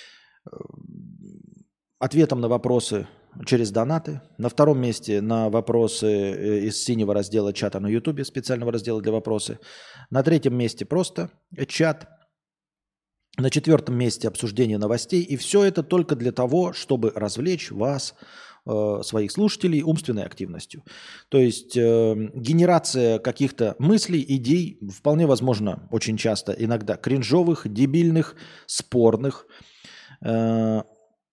Ответом на вопросы через донаты. На втором месте на вопросы из синего раздела чата на Ютубе, специального раздела для вопросов. На третьем месте просто чат. На четвертом месте обсуждение новостей. И все это только для того, чтобы развлечь вас, э, своих слушателей, умственной активностью. То есть э, генерация каких-то мыслей, идей, вполне возможно, очень часто, иногда кринжовых, дебильных, спорных, э,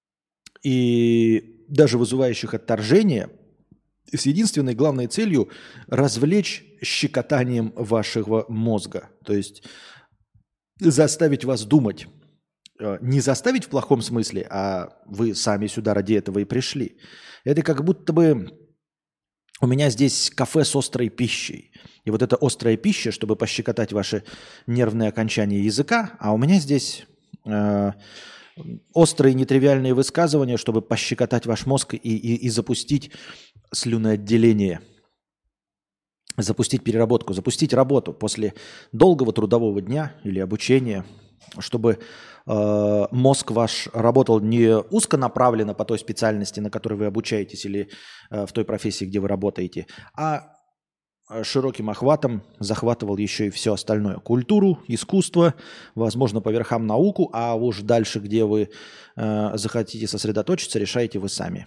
и даже вызывающих отторжение, с единственной главной целью развлечь щекотанием вашего мозга. То есть заставить вас думать. Не заставить в плохом смысле, а вы сами сюда ради этого и пришли. Это как будто бы у меня здесь кафе с острой пищей. И вот эта острая пища, чтобы пощекотать ваши нервные окончания языка, а у меня здесь э, острые нетривиальные высказывания, чтобы пощекотать ваш мозг и, и, и запустить слюноотделение. Запустить переработку, запустить работу после долгого трудового дня или обучения, чтобы э, мозг ваш работал не узконаправленно по той специальности, на которой вы обучаетесь, или э, в той профессии, где вы работаете, а широким охватом захватывал еще и все остальное. Культуру, искусство, возможно, по верхам науку, а уж дальше, где вы э, захотите сосредоточиться, решаете вы сами.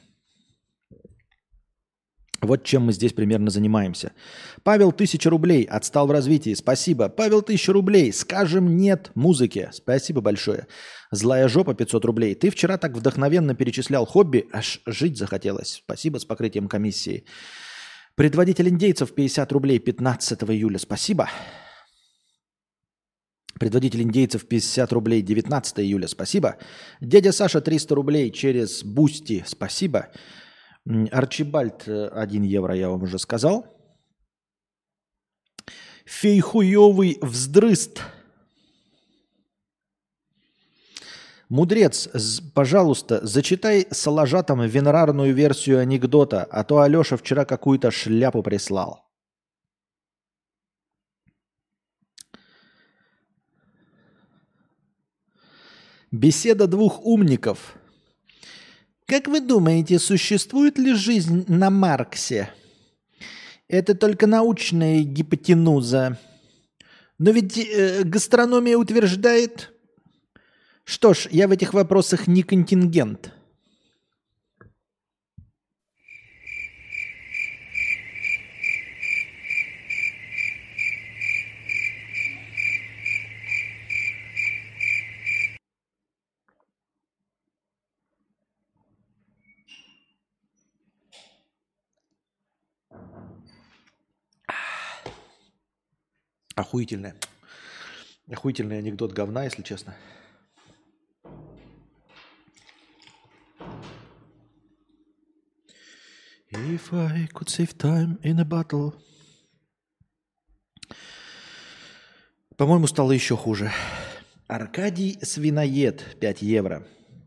Вот чем мы здесь примерно занимаемся. Павел, тысяча рублей, отстал в развитии. Спасибо. Павел, тысяча рублей. Скажем нет музыке. Спасибо большое. Злая жопа, пятьсот рублей. Ты вчера так вдохновенно перечислял хобби, аж жить захотелось. Спасибо с покрытием комиссии. Предводитель индейцев, пятьдесят рублей, пятнадцатого июля. Спасибо. Предводитель индейцев, пятьдесят рублей, девятнадцатого июля. Спасибо. Дядя Саша, триста рублей через Бусти. Спасибо. Арчибальд, один евро, я вам уже сказал. Фейхуевый вздрыст. Мудрец, пожалуйста, зачитай соложатам венерарную версию анекдота, а то Алеша вчера какую-то шляпу прислал. Беседа двух умников. Как вы думаете, существует ли жизнь на Марксе? Это только научная гипотенуза. Но ведь э, гастрономия утверждает... Что ж, я в этих вопросах не контингент. Охуительный. Охуительный анекдот говна, если честно. If I could save time in a battle. По-моему, стало еще хуже. Аркадий Свиноед, пять евро.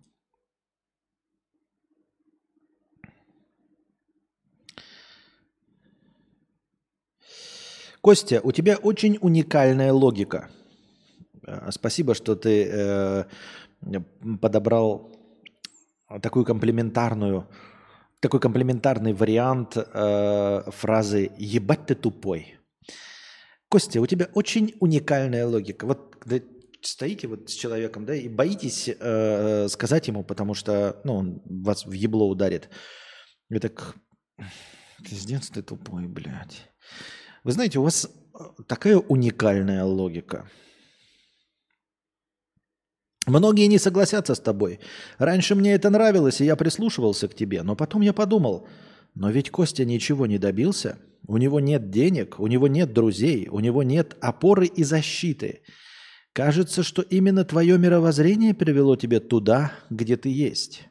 Костя, у тебя очень уникальная логика. Спасибо, что ты э, подобрал такую комплиментарную, такой комплиментарный вариант э, фразы «ебать ты тупой». Костя, у тебя очень уникальная логика. Вот когда стоите вот с человеком, да, и боитесь э, сказать ему, потому что, ну, он вас в ебло ударит. Вы так, пиздец ты тупой, блядь. Вы знаете, у вас такая уникальная логика. Многие не согласятся с тобой. Раньше мне это нравилось, и я прислушивался к тебе. Но потом я подумал, но ведь Костя ничего не добился. У него нет денег, у него нет друзей, у него нет опоры и защиты. Кажется, что именно твое мировоззрение привело тебя туда, где ты есть.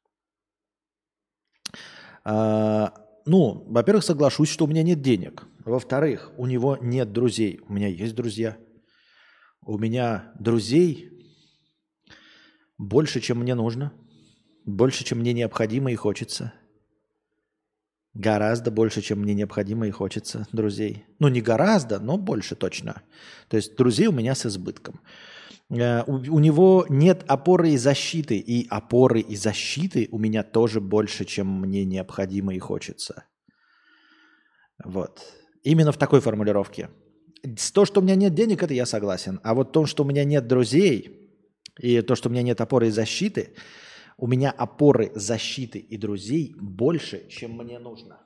А, ну, во-первых, соглашусь, что у меня нет денег. Во-вторых, у него нет друзей. У меня есть друзья. У меня друзей больше, чем мне нужно. Больше, чем мне необходимо и хочется. Гораздо больше, чем мне необходимо и хочется друзей. Ну, не гораздо, но больше точно. То есть друзей у меня с избытком. У, у него нет опоры и защиты. И опоры и защиты у меня тоже больше, чем мне необходимо и хочется. Вот. Именно в такой формулировке. С то, что у меня нет денег, это я согласен. А вот то, что у меня нет друзей, и то, что у меня нет опоры и защиты, у меня опоры, защиты и друзей больше, чем мне нужно.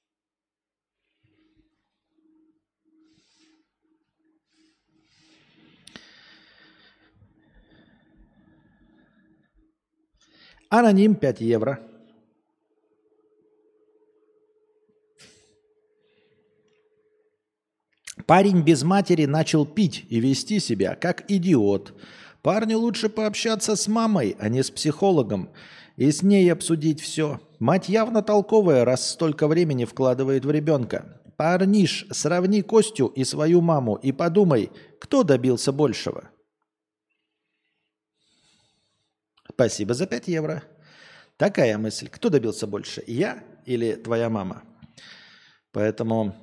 Аноним пять евро. Парень без матери начал пить и вести себя как идиот. Парню лучше пообщаться с мамой, а не с психологом, и с ней обсудить все. Мать явно толковая, раз столько времени вкладывает в ребенка. Парниш, сравни Костю и свою маму и подумай, кто добился большего. Спасибо за пять евро. Такая мысль. Кто добился больше, я или твоя мама? Поэтому...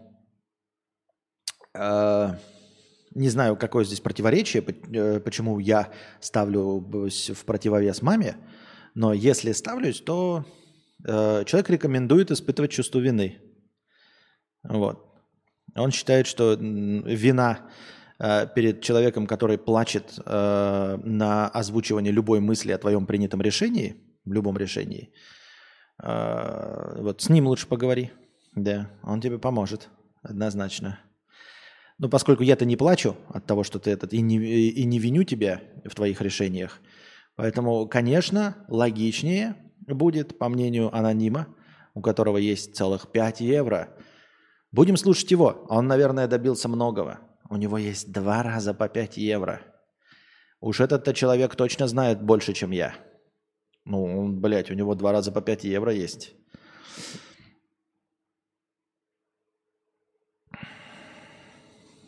Э- Не знаю, какое здесь противоречие, почему я ставлю в противовес маме, но если ставлюсь, то э, человек рекомендует испытывать чувство вины. Вот. Он считает, что вина э, перед человеком, который плачет э, на озвучивание любой мысли о твоем принятом решении, в любом решении, э, вот с ним лучше поговори. Да, он тебе поможет, однозначно. Но поскольку я-то не плачу от того, что ты этот, и не, и не виню тебя в твоих решениях, поэтому, конечно, логичнее будет, по мнению анонима, у которого есть целых пять евро. Будем слушать его. Он, наверное, добился многого. У него есть два раза по пять евро. Уж этот-то человек точно знает больше, чем я. Ну, блядь, у него два раза по пять евро есть.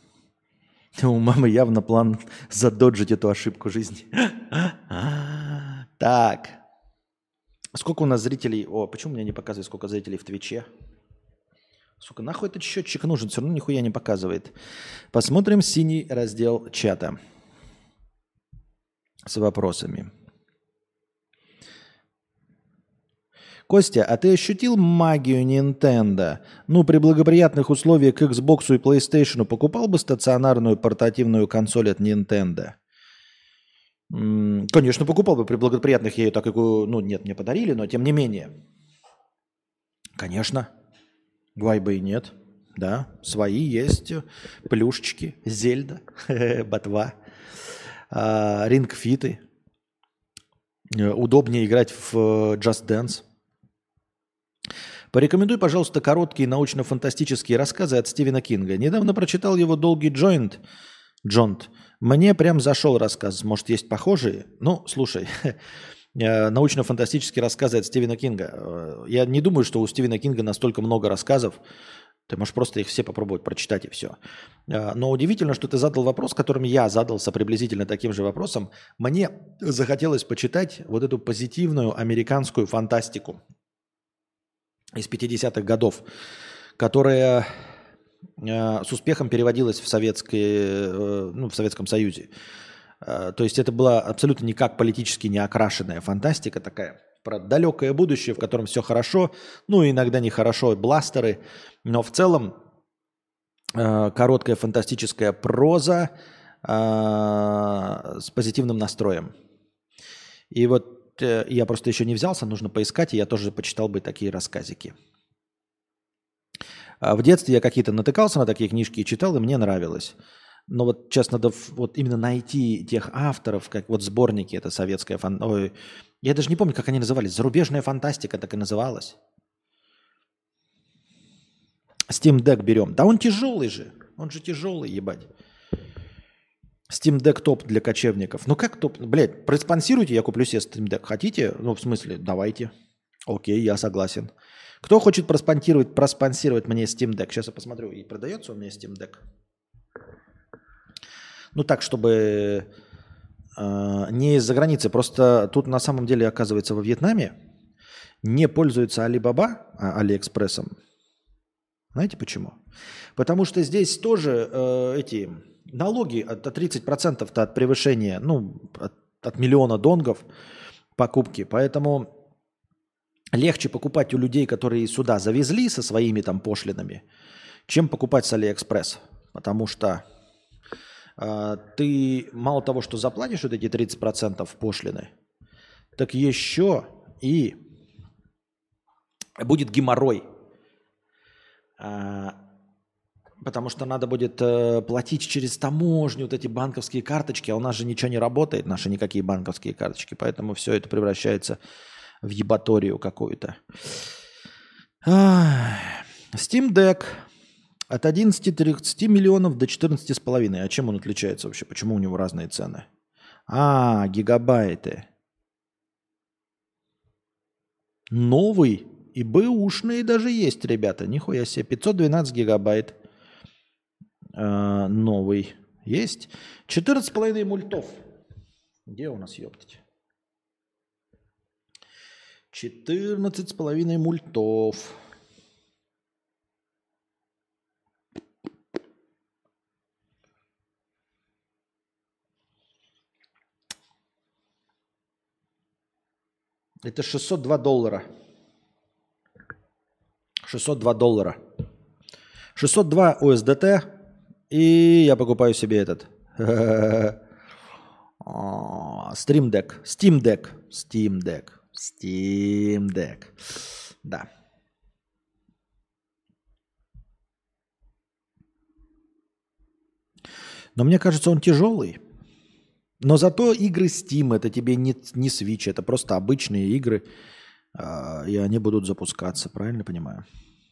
У мамы явно план задоджить эту ошибку жизни. Так. Сколько у нас зрителей? О, почему мне не показывает, сколько зрителей в Твиче? Сука, нахуй этот счетчик нужен? Все равно нихуя не показывает. Посмотрим синий раздел чата с вопросами. Костя, а ты ощутил магию Nintendo? Ну, при благоприятных условиях к Xbox и PlayStation покупал бы стационарную портативную консоль от Nintendo? М, Конечно, покупал бы при благоприятных. Я ее так и... ку- Ну, нет, мне подарили, но тем не менее. Конечно. Вай бы и нет. Да, свои есть. Плюшечки. Зельда. Ботва. а, Рингфиты. Э, Удобнее играть в э, Just Dance. Порекомендуй, пожалуйста, короткие научно-фантастические рассказы от Стивена Кинга. Недавно прочитал его «Долгий Джойнт». Джонт. Мне прям зашел рассказ. Может, есть похожие? Ну, слушай, э, научно-фантастические рассказы от Стивена Кинга. Э, Я не думаю, что у Стивена Кинга настолько много рассказов. Ты можешь просто их все попробовать прочитать и все. Э, Но удивительно, что ты задал вопрос, которым я задался приблизительно таким же вопросом. Мне захотелось почитать вот эту позитивную американскую фантастику из пятидесятых годов, которая э, с успехом переводилась в, советские, э, ну, в Советском Союзе. Э, то есть это была абсолютно никак политически не окрашенная фантастика такая, про далекое будущее, в котором все хорошо, ну иногда нехорошо, бластеры, но в целом э, короткая фантастическая проза э, с позитивным настроем. И вот э, я просто еще не взялся, нужно поискать, и я тоже почитал бы такие рассказики. А в детстве я какие-то натыкался на такие книжки и читал, и мне нравилось. Но вот сейчас надо в- вот именно найти тех авторов, как вот сборники, это советская фан... Ой, я даже не помню, как они назывались. Зарубежная фантастика так и называлась. Steam Deck берем. Да он тяжелый же. Он же тяжелый, ебать. Steam Deck топ для кочевников. Ну как топ? Блядь, проспонсируйте, я куплю себе Steam Deck. Хотите? Ну, в смысле, давайте. Окей, я согласен. Кто хочет проспонсировать, проспонсировать мне Steam Deck? Сейчас я посмотрю, и продается у меня Steam Deck. Ну так, чтобы э, не из-за границы. Просто тут на самом деле, оказывается, во Вьетнаме не пользуется Alibaba, а Алиэкспрессом. Знаете почему? Потому что здесь тоже э, эти налоги от, от тридцать процентов от превышения, ну, от, от миллиона донгов покупки. Поэтому легче покупать у людей, которые сюда завезли со своими там пошлинами, чем покупать с Алиэкспресс. Потому что э, ты мало того, что заплатишь вот эти тридцать процентов пошлины, так еще и будет геморрой. А, Потому что надо будет э, платить через таможню вот эти банковские карточки, а у нас же ничего не работает, наши никакие банковские карточки, поэтому все это превращается в ебаторию какую-то. Ах, Steam Deck от одиннадцати тридцати миллионов до четырнадцати с половиной. А чем он отличается вообще? Почему у него разные цены? А, гигабайты. Новый и бэушные даже есть, ребята. Нихуя себе. пятьсот двенадцать гигабайт. А, новый есть. четырнадцать с половиной мультов. Где у нас, ёптать? четырнадцать с половиной мультов. Это шестьсот два доллара. шестьсот два доллара. шестьсот два ю эс ди ти. И я покупаю себе этот. Stream Deck. Steam Deck. Steam Deck. Steam Deck. Да. Но мне кажется, он тяжелый. Но зато игры Steam, это тебе не, не Switch, это просто обычные игры, а, и они будут запускаться, правильно понимаю?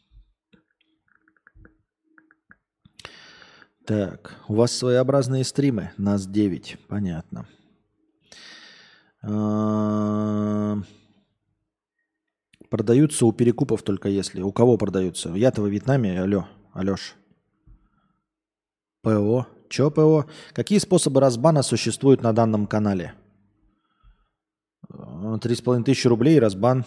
Так, у вас своеобразные стримы, нас девять, понятно. А, Продаются у перекупов только если. У кого продаются? Я-то во Вьетнаме, алло, Алеш. ПО. Чё ПО? Какие способы разбана существуют на данном канале? Три с половиной тысячи рублей, разбан.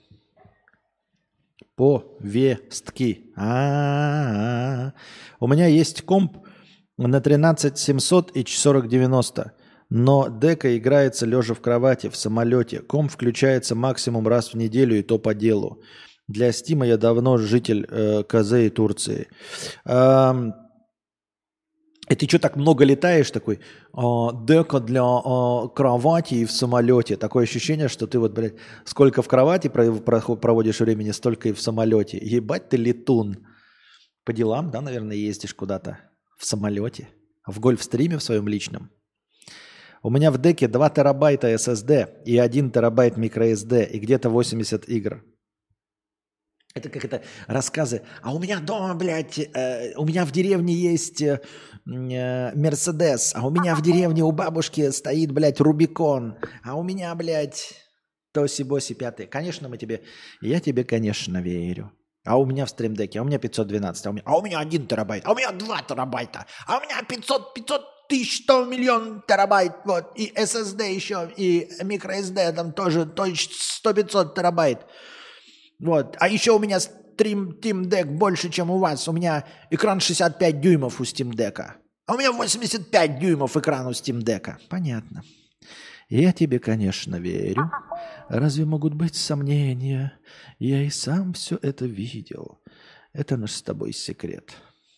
Повестки. А-а-а. У меня есть комп на тринадцать семьсот и сорок девяносто, но дека играется лежа в кровати, в самолете. Комп включается максимум раз в неделю, и то по делу. Для Стима я давно житель э, КЗ и Турции. Эм, и ты что так много летаешь, такой, э, дека для э, кровати и в самолете. Такое ощущение, что ты вот, блядь, сколько в кровати проводишь времени, столько и в самолете. Ебать ты летун. По делам, да, наверное, ездишь куда-то в самолете. В гольф-стриме в своем личном. У меня в деке два терабайта эс эс ди и один терабайт microSD и где-то восемьдесят игр. Это как это рассказы. А у меня дома, блядь, э, у меня в деревне есть э, Мерседес, а у меня в деревне у бабушки стоит, блядь, Рубикон, а у меня, блядь, тоси-боси пятый. Конечно, мы тебе, я тебе, конечно, верю. А у меня в стримдеке, а у меня пятьсот двенадцать, а у меня, а у меня один терабайт, а у меня два терабайта, а у меня пятьсот, пятьсот тысяч, сто миллион терабайт, вот, и эс эс ди еще, и microSD там тоже, то есть сто пятьсот терабайт. Вот. А еще у меня Steam Steam Deck больше, чем у вас. У меня экран шестьдесят пять дюймов у Steam Deck. А у меня восемьдесят пять дюймов экран у Steam Deck. Понятно. Я тебе, конечно, верю. Разве могут быть сомнения? Я и сам все это видел. Это наш с тобой секрет.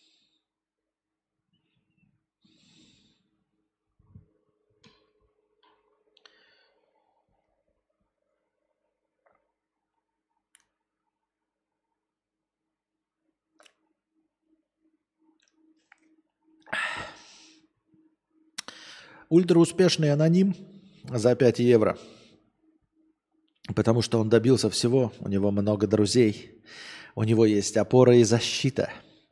Ультрауспешный аноним за пять евро. Потому что он добился всего. У него много друзей. У него есть опора и защита.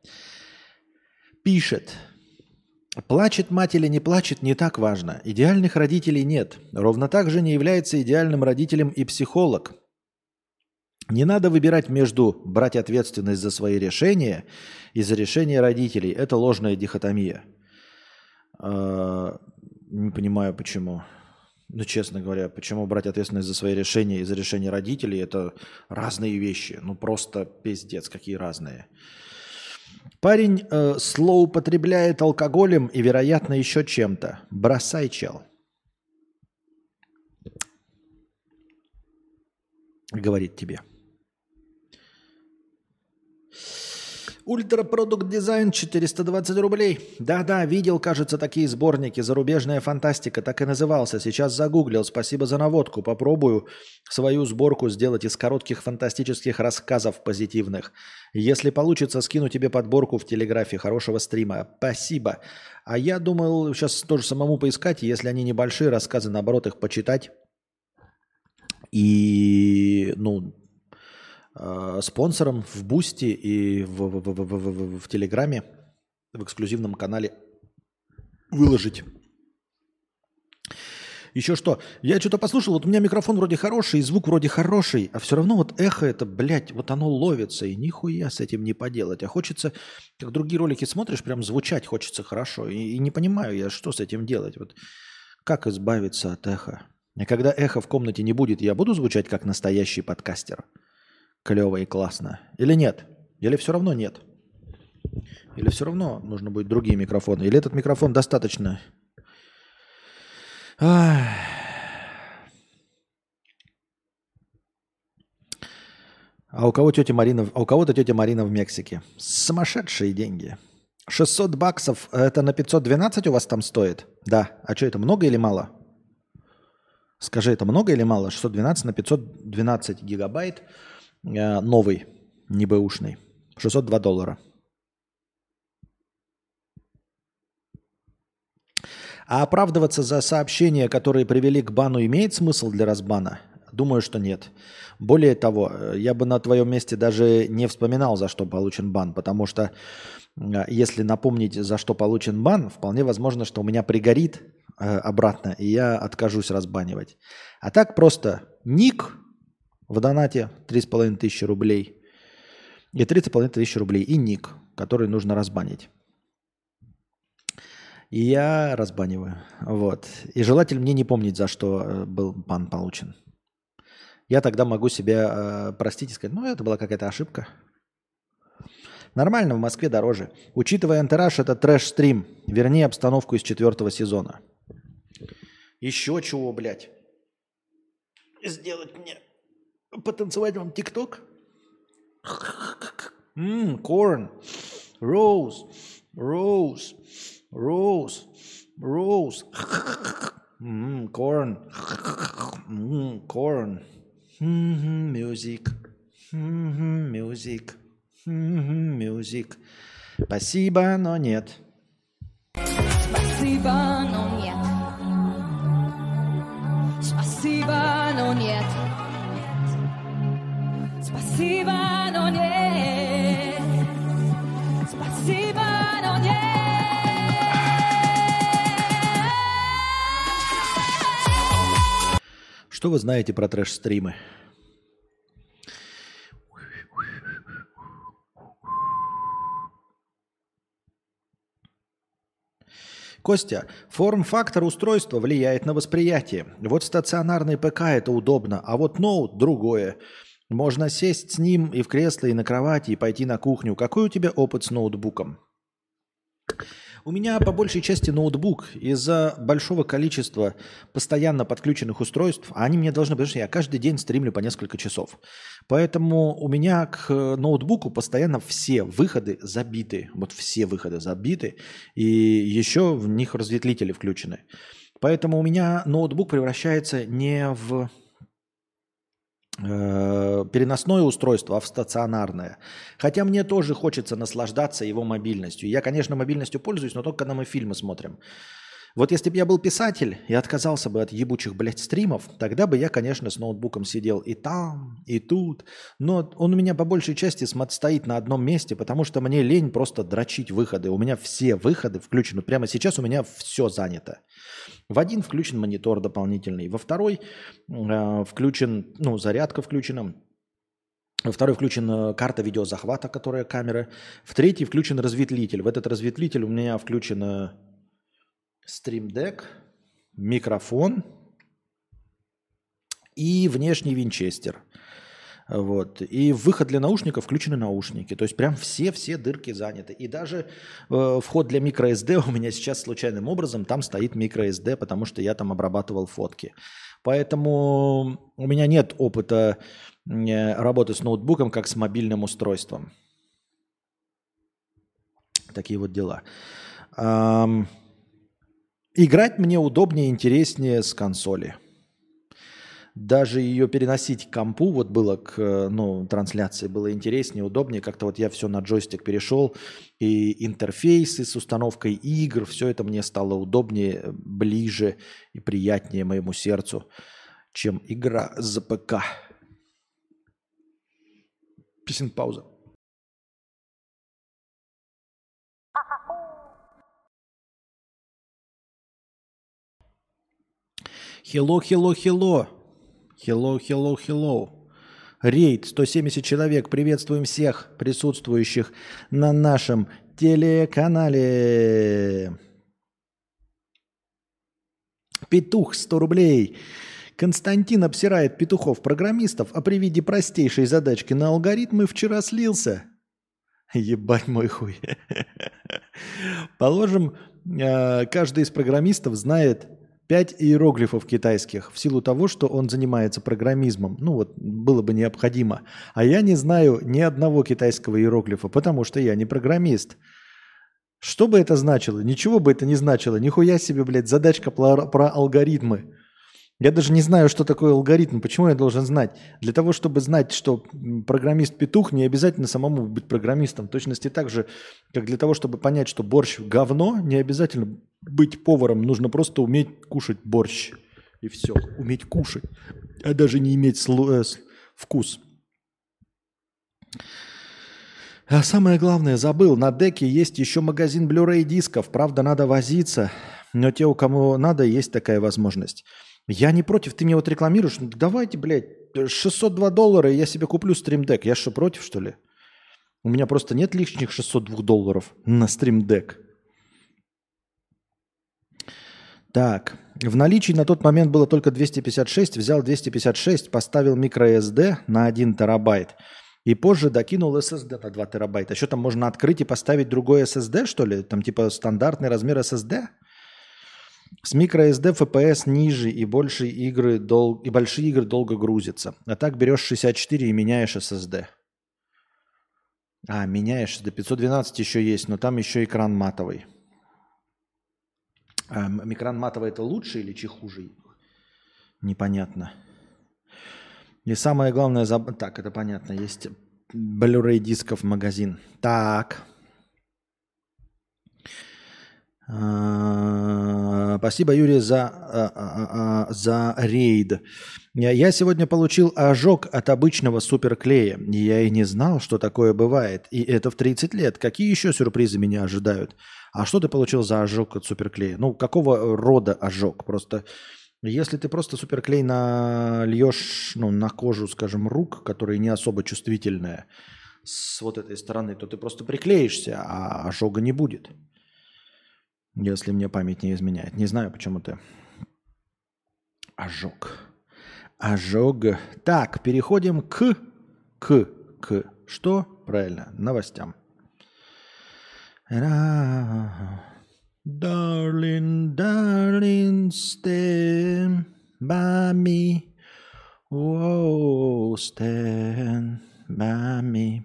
Пишет. Плачет мать или не плачет, не так важно. Идеальных родителей нет. Ровно так же не является идеальным родителем и психолог. Не надо выбирать между брать ответственность за свои решения и за решения родителей. Это ложная дихотомия. Не понимаю, почему. Ну, честно говоря, почему брать ответственность за свои решения и за решения родителей – это разные вещи. Ну, просто пиздец, какие разные. Парень э, злоупотребляет алкоголем и, вероятно, еще чем-то. Бросай, чел. Говорит тебе. Ультрапродукт дизайн четыреста двадцать рублей. Да-да, видел, кажется, такие сборники. Зарубежная фантастика, так и назывался. Сейчас загуглил. Спасибо за наводку. Попробую свою сборку сделать из коротких фантастических рассказов позитивных. Если получится, скину тебе подборку в Телеграфе. Хорошего стрима. Спасибо. А я думал сейчас тоже самому поискать, если они небольшие рассказы, наоборот, их почитать. И, ну... спонсором в Бусти и в, в, в, в, в, в Телеграме в эксклюзивном канале выложить. Еще что? Я что-то послушал, вот у меня микрофон вроде хороший, звук вроде хороший, а все равно вот эхо это, блядь, вот оно ловится, и нихуя с этим не поделать. А хочется, как другие ролики смотришь, прям звучать хочется хорошо. И, и не понимаю я, что с этим делать. Вот как избавиться от эха? И когда эхо в комнате не будет, я буду звучать как настоящий подкастер? Клево и классно. Или нет? Или все равно нет? Или все равно нужно будет другие микрофоны? Или этот микрофон достаточно? Ах. А у кого тетя Марина? А у кого-то тетя Марина в Мексике. Сумасшедшие деньги. шестьсот баксов. Это на пятьсот двенадцать у вас там стоит? Да. А что, это много или мало? Скажи, это много или мало? шестьсот двенадцать на пятьсот двенадцать гигабайт. Новый, не бэушный. шестьсот два доллара. А оправдываться за сообщения, которые привели к бану, имеет смысл для разбана? Думаю, что нет. Более того, я бы на твоем месте даже не вспоминал, за что получен бан, потому что если напомнить, за что получен бан, вполне возможно, что у меня пригорит обратно, и я откажусь разбанивать. А так просто ник в донате три с половиной тысячи рублей и три с половиной тысячи рублей и ник, который нужно разбанить. И я разбаниваю. Вот. И желательно мне не помнить, за что был бан получен. Я тогда могу себя э, простить и сказать, ну, это была какая-то ошибка. Нормально, в Москве дороже. Учитывая антураж, это трэш-стрим. Верни обстановку из четвертого сезона. Еще чего, блядь? Сделать мне... Потанцевать вам ТикТок? Ммм, корн. Роуз. Роуз. Роуз. Роуз. Ммм, корн. Ммм, корн. Мюзик. Мюзик. Мюзик. Спасибо, но нет. Спасибо, но нет. Спасибо, но нет. Спасибо, но нет. Спасибо, но нет. Что вы знаете про трэш-стримы? Костя, форм-фактор устройства влияет на восприятие. Вот стационарный ПК это удобно, а вот ноут другое. Можно сесть с ним и в кресло, и на кровати, и пойти на кухню. Какой у тебя опыт с ноутбуком? У меня по большей части ноутбук из-за большого количества постоянно подключенных устройств, а они мне должны, потому что я каждый день стримлю по несколько часов. Поэтому у меня к ноутбуку постоянно все выходы забиты. Вот все выходы забиты, и еще в них разветвители включены. Поэтому у меня ноутбук превращается не в переносное устройство, а в стационарное. Хотя мне тоже хочется наслаждаться его мобильностью. Я, конечно, мобильностью пользуюсь, но только когда мы фильмы смотрим. Вот если бы я был писатель и отказался бы от ебучих, блядь, стримов, тогда бы я, конечно, с ноутбуком сидел и там, и тут. Но он у меня по большей части стоит на одном месте, потому что мне лень просто дрочить выходы. У меня все выходы включены. Прямо сейчас у меня все занято. В один включен монитор дополнительный, во второй э, включен, ну, зарядка включена. Во второй включена карта видеозахвата, которая камера. В третий включен разветвитель. В этот разветвитель у меня включен Stream Deck, микрофон и внешний винчестер. Вот. И в выход для наушников включены наушники. То есть прям все-все дырки заняты. И даже э, вход для microSD у меня сейчас случайным образом там стоит microSD, потому что я там обрабатывал фотки. Поэтому у меня нет опыта э, работы с ноутбуком как с мобильным устройством. Такие вот дела. Эм, играть мне удобнее и интереснее с консоли. Даже ее переносить к компу, вот было к ну, трансляции, было интереснее, удобнее. Как-то вот я все на джойстик перешел, и интерфейсы с установкой игр, все это мне стало удобнее, ближе и приятнее моему сердцу, чем игра за ПК. Писинг пауза. Hello, hello, hello. Hello, hello, hello. Рейд, сто семьдесят человек. Приветствуем всех присутствующих на нашем телеканале. Петух, сто рублей. Константин обсирает петухов-программистов, а при виде простейшей задачки на алгоритмы вчера слился. Ебать мой хуй. Положим, каждый из программистов знает пять иероглифов китайских в силу того, что он занимается программизмом. Ну вот, было бы необходимо. А я не знаю ни одного китайского иероглифа, потому что я не программист. Что бы это значило? Ничего бы это не значило. Нихуя себе, блядь, задачка про, про алгоритмы. Я даже не знаю, что такое алгоритм. Почему я должен знать? Для того, чтобы знать, что программист-петух, не обязательно самому быть программистом. В точности так же, как для того, чтобы понять, что борщ говно, не обязательно быть поваром. Нужно просто уметь кушать борщ. И все. Уметь кушать. А даже не иметь сло- э, вкус. А самое главное, забыл. На деке есть еще магазин Blu-ray дисков. Правда, надо возиться. Но те, у кого надо, есть такая возможность. Я не против, ты мне вот рекламируешь, ну, давайте, блядь, шестьсот два доллара, и я себе куплю Stream Deck. Я что, против, что ли? У меня просто нет лишних шестьсот два долларов на Stream Deck. Так, в наличии на тот момент было только двести пятьдесят шесть, взял двести пятьдесят шесть, поставил microSD на один терабайт и позже докинул эс эс ди на два терабайта. Что там можно открыть и поставить другой эс эс ди, что ли? Там типа стандартный размер эс эс ди? С microSD эф пи эс ниже и, больше игры дол... и большие игры долго грузятся. А так берешь шестьдесят четыре и меняешь эс эс ди. А, меняешь, до пятьсот двенадцать еще есть, но там еще экран матовый. А, экран матовый это лучше или че хуже? Непонятно. И самое главное, заб... так, это понятно, есть Blu-ray дисков магазин. Так. А, спасибо, Юрий, за, а, а, а, за рейд. Я сегодня получил ожог от обычного суперклея. Я и не знал, что такое бывает. И это в тридцать лет. Какие еще сюрпризы меня ожидают? А что ты получил за ожог от суперклея? Ну, какого рода ожог? Просто если ты просто суперклей нальешь, ну, на кожу, скажем, рук, которая не особо чувствительная, с вот этой стороны, то ты просто приклеишься, а ожога не будет. Если мне память не изменяет. Не знаю, почему ты. Ожог. Ожог. Так, переходим к, к, к, что? Правильно, новостям. Darling, darling, stand by me. Oh, stand by me.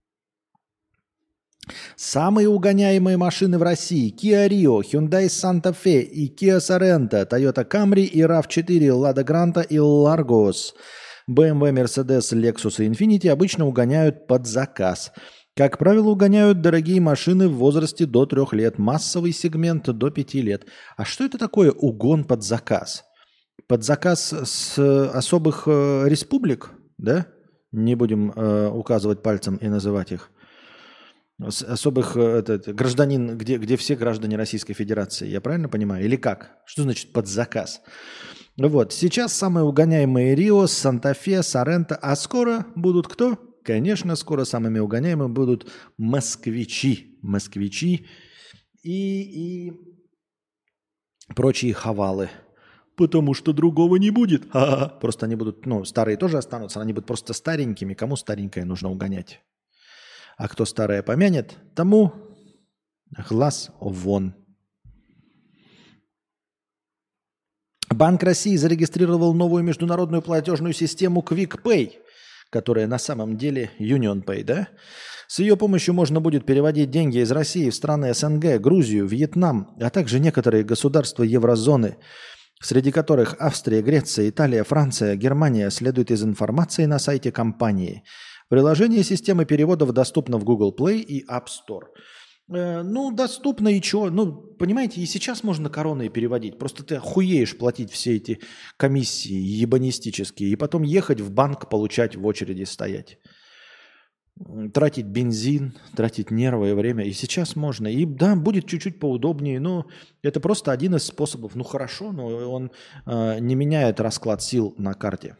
Самые угоняемые машины в России: Kia Rio, Hyundai Santa Fe и Kia Sorento, Toyota Camry и рав четыре, Lada Granta и Largos. бэ эм вэ, Mercedes, Lexus и Infiniti обычно угоняют под заказ. Как правило, угоняют дорогие машины в возрасте до трех лет, массовый сегмент до пяти лет. А что это такое угон под заказ? Под заказ с особых э, республик, да? Не будем э, указывать пальцем и называть их. С особых это, это, гражданин, где, где все граждане Российской Федерации, я правильно понимаю? Или как? Что значит под заказ? Вот, сейчас самые угоняемые Рио, Санта-Фе, Соренто, а скоро будут кто? Конечно, скоро самыми угоняемыми будут москвичи, москвичи и, и прочие хавалы. Потому что другого не будет. Ха-ха. Просто они будут, ну, старые тоже останутся, они будут просто старенькими. Кому старенькое нужно угонять? А кто старое помянет, тому глаз вон. Банк России зарегистрировал новую международную платежную систему QuickPay, которая на самом деле UnionPay, да? С ее помощью можно будет переводить деньги из России в страны СНГ, Грузию, Вьетнам, а также некоторые государства еврозоны, среди которых Австрия, Греция, Италия, Франция, Германия, следует из информации на сайте компании. Приложение системы переводов доступно в Google Play и App Store. Э, ну, доступно и что? Ну, понимаете, и сейчас можно короной переводить. Просто ты охуеешь платить все эти комиссии ебанистические и потом ехать в банк, получать, в очереди стоять. Тратить бензин, тратить нервы и время. И сейчас можно. И да, будет чуть-чуть поудобнее, но это просто один из способов. Ну, хорошо, но он э, не меняет расклад сил на карте.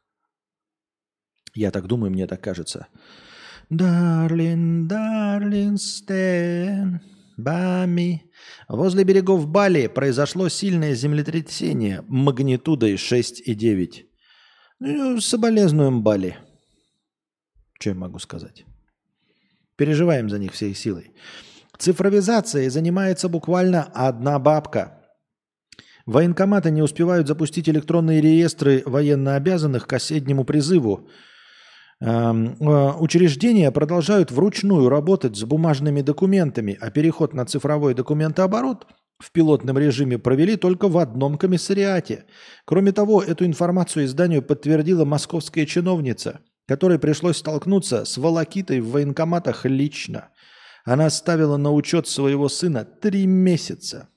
Я так думаю, мне так кажется. Darling, darling, stand by me. Возле берегов Бали произошло сильное землетрясение магнитудой шесть и девять. Ну, соболезнуем Бали. Что я могу сказать? Переживаем за них всей силой. Цифровизацией занимается буквально одна бабка. Военкоматы не успевают запустить электронные реестры военнообязанных к осеннему призыву. Учреждения продолжают вручную работать с бумажными документами, а переход на цифровой документооборот в пилотном режиме провели только в одном комиссариате. Кроме того, эту информацию изданию подтвердила московская чиновница, которой пришлось столкнуться с волокитой в военкоматах лично. Она ставила на учет своего сына три месяца.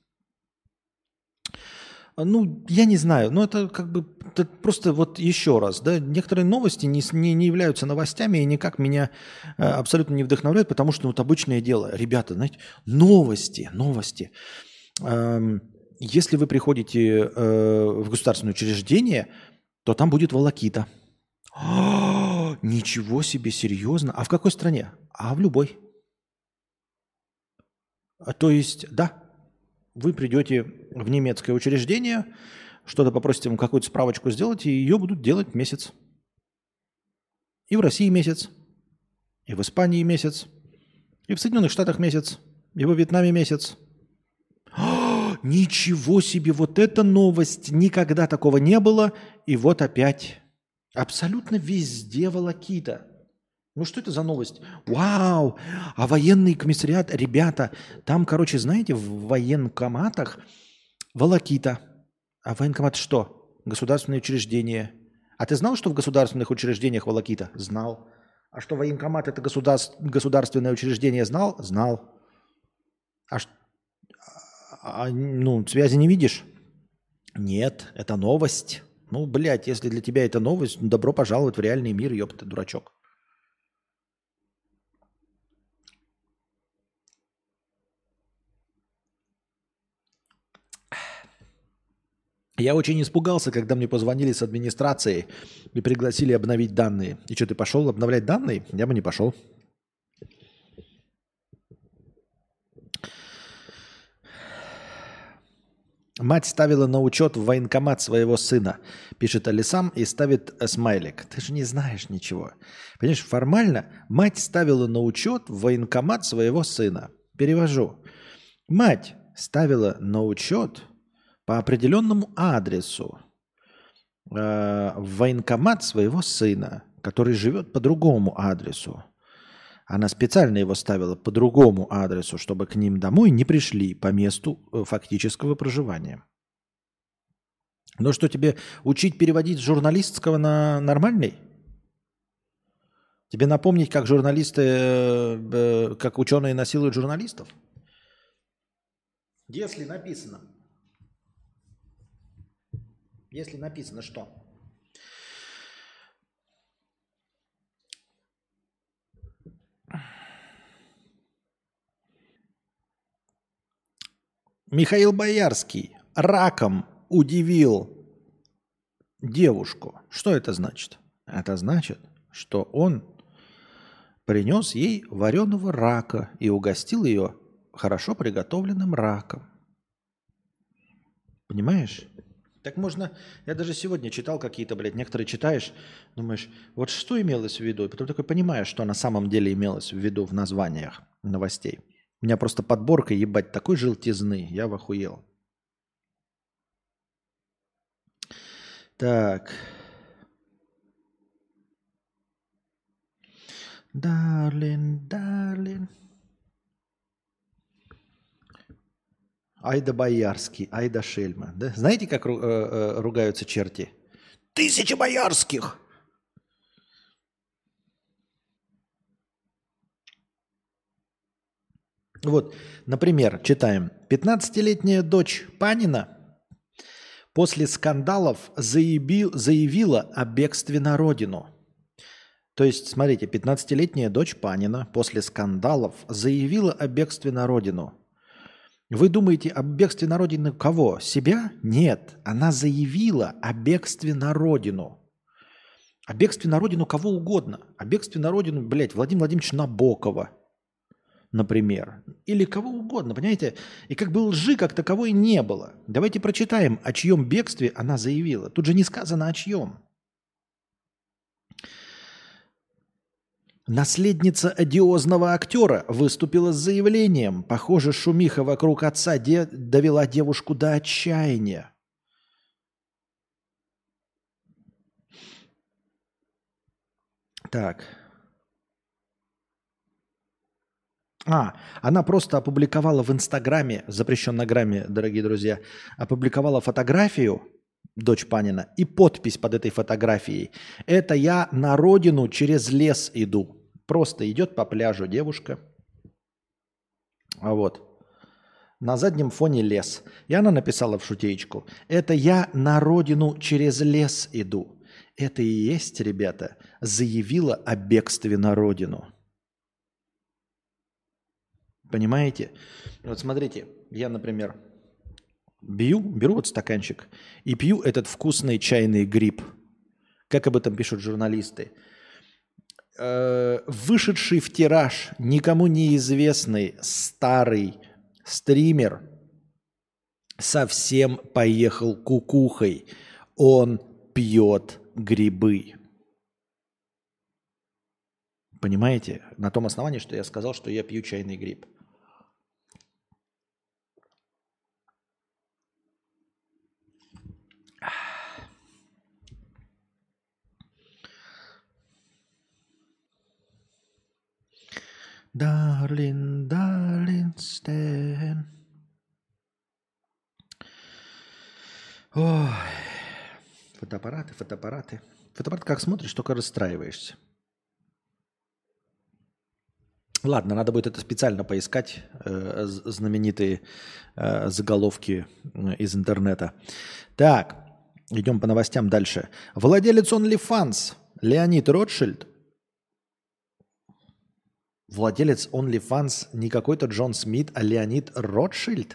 Ну, я не знаю, но это как бы это просто вот еще раз, да, некоторые новости не, не, не являются новостями и никак меня э, абсолютно не вдохновляют, потому что вот обычное дело. Ребята, знаете, новости, новости. Эм, если вы приходите э, в государственное учреждение, то там будет волокита. О, ничего себе, серьезно? А в какой стране? А в любой. А, то есть, да. вы придете в немецкое учреждение, что-то попросите им какую-то справочку сделать, и ее будут делать месяц. И в России месяц, и в Испании месяц, и в Соединенных Штатах месяц, и во Вьетнаме месяц. О, ничего себе, вот эта новость, никогда такого не было, и вот опять абсолютно везде волокита. Ну что это за новость? Вау, а военный комиссариат, ребята, там, короче, знаете, в военкоматах волокита. А военкомат что? Государственные учреждения. А ты знал, что в государственных учреждениях волокита? Знал. А что военкомат – это государств... государственное учреждение? Знал? Знал. А, ш... а ну, связи не видишь? Нет, это новость. Ну, блядь, если для тебя это новость, добро пожаловать в реальный мир, ёпта, дурачок. Я очень испугался, когда мне позвонили с администрации и пригласили обновить данные. И что, ты пошел обновлять данные? Я бы не пошел. Мать ставила на учет в военкомат своего сына, пишет Алисам и ставит смайлик. Ты же не знаешь ничего. Понимаешь, формально мать ставила на учет в военкомат своего сына. Перевожу. Мать ставила на учет по определенному адресу э, в военкомат своего сына, который живет по другому адресу. Она специально его ставила по другому адресу, чтобы к ним домой не пришли по месту фактического проживания. Ну что, тебе учить переводить с журналистского на нормальный? Тебе напомнить, как журналисты, э, э, как ученые насилуют журналистов? Если написано... Если написано что? Михаил Боярский раком удивил девушку. Что это значит? Это значит, что он принес ей вареного рака и угостил ее хорошо приготовленным раком. Понимаешь? Так можно... Я даже сегодня читал какие-то, блядь, некоторые читаешь, думаешь, вот что имелось в виду? И потом такой понимаешь, что на самом деле имелось в виду в названиях новостей. У меня просто подборка, ебать, такой желтизны. Я охуел. Так. Дарлин, дарлин. Айда Боярский, Айда Шельма. Да? Знаете, как ру, э, э, ругаются черти? Тысяча боярских! Вот, например, читаем. пятнадцатилетняя дочь Панина после скандалов заявил, заявила о бегстве на родину. То есть, смотрите, пятнадцатилетняя дочь Панина после скандалов заявила о бегстве на родину. Вы думаете о бегстве на родину кого? Себя? Нет. Она заявила о бегстве на родину. О бегстве на родину кого угодно. О бегстве на родину, блядь, Владимира Владимировича Набокова, например. Или кого угодно, понимаете? И как бы лжи как таковой не было. Давайте прочитаем, о чьем бегстве она заявила. Тут же не сказано о чьем. Наследница одиозного актера выступила с заявлением. Похоже, шумиха вокруг отца де- довела девушку до отчаяния. Так. А, она просто опубликовала в Инстаграме, запрещенной грамме, дорогие друзья, опубликовала фотографию, дочь Панина, и подпись под этой фотографией. Это я на родину через лес иду. Просто идет по пляжу девушка. А вот. На заднем фоне лес. И она написала в шутеечку. Это я на родину через лес иду. Это и есть, ребята, заявила о бегстве на родину. Понимаете? Вот смотрите, я, например, бью, беру вот стаканчик и пью этот вкусный чайный гриб. Как об этом пишут журналисты. Э, вышедший в тираж никому неизвестный старый стример совсем поехал кукухой. Он пьет грибы. Понимаете? На том основании, что я сказал, что я пью чайный гриб. Darling, darling, stand. Ой. Фотоаппараты, фотоаппараты. Фотоаппарат как смотришь, только расстраиваешься. Ладно, надо будет это специально поискать, э, знаменитые э, заголовки из интернета. Так, идем по новостям дальше. Владелец OnlyFans Леонид Ротшильд. Владелец OnlyFans не какой-то Джон Смит, а Леонид Ротшильд.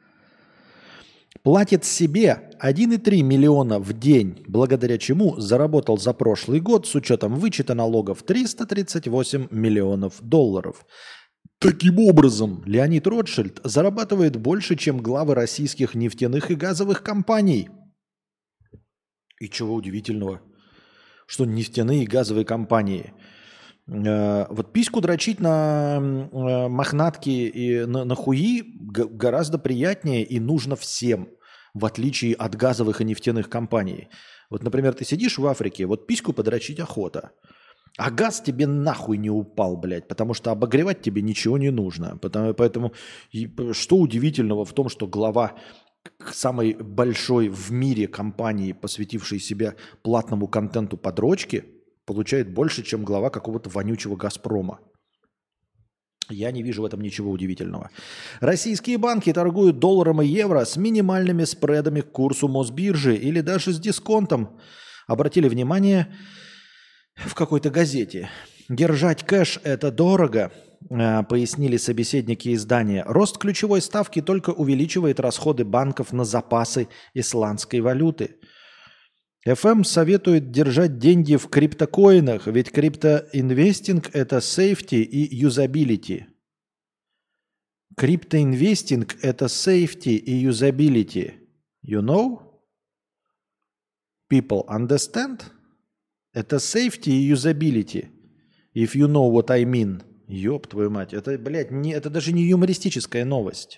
Платит себе один и три миллиона в день, благодаря чему заработал за прошлый год с учетом вычета налогов триста тридцать восемь миллионов долларов. Таким образом, Леонид Ротшильд зарабатывает больше, чем главы российских нефтяных и газовых компаний. И чего удивительного, что нефтяные и газовые компании. Э, вот письку дрочить на э, мохнатки и на, на хуи г- гораздо приятнее и нужно всем, в отличие от газовых и нефтяных компаний. Вот, например, ты сидишь в Африке, вот письку подрочить охота, а газ тебе нахуй не упал, блядь, потому что обогревать тебе ничего не нужно. Потому, поэтому что удивительного в том, что глава самой большой в мире компании, посвятившей себя платному контенту по дрочке, получает больше, чем глава какого-то вонючего «Газпрома». Я не вижу в этом ничего удивительного. Российские банки торгуют долларом и евро с минимальными спредами к курсу Мосбиржи или даже с дисконтом. Обратили внимание в какой-то газете. Держать кэш – это дорого, пояснили собеседники издания. Рост ключевой ставки только увеличивает расходы банков на запасы исландской валюты. эф эм советует держать деньги в криптокоинах, ведь криптоинвестинг – это сейфти и юзабилити. Криптоинвестинг – это сейфти и юзабилити. You know? People understand? Это сейфти и юзабилити. If you know what I mean. Ёб твою мать. Это, блядь, не, это даже не юмористическая новость.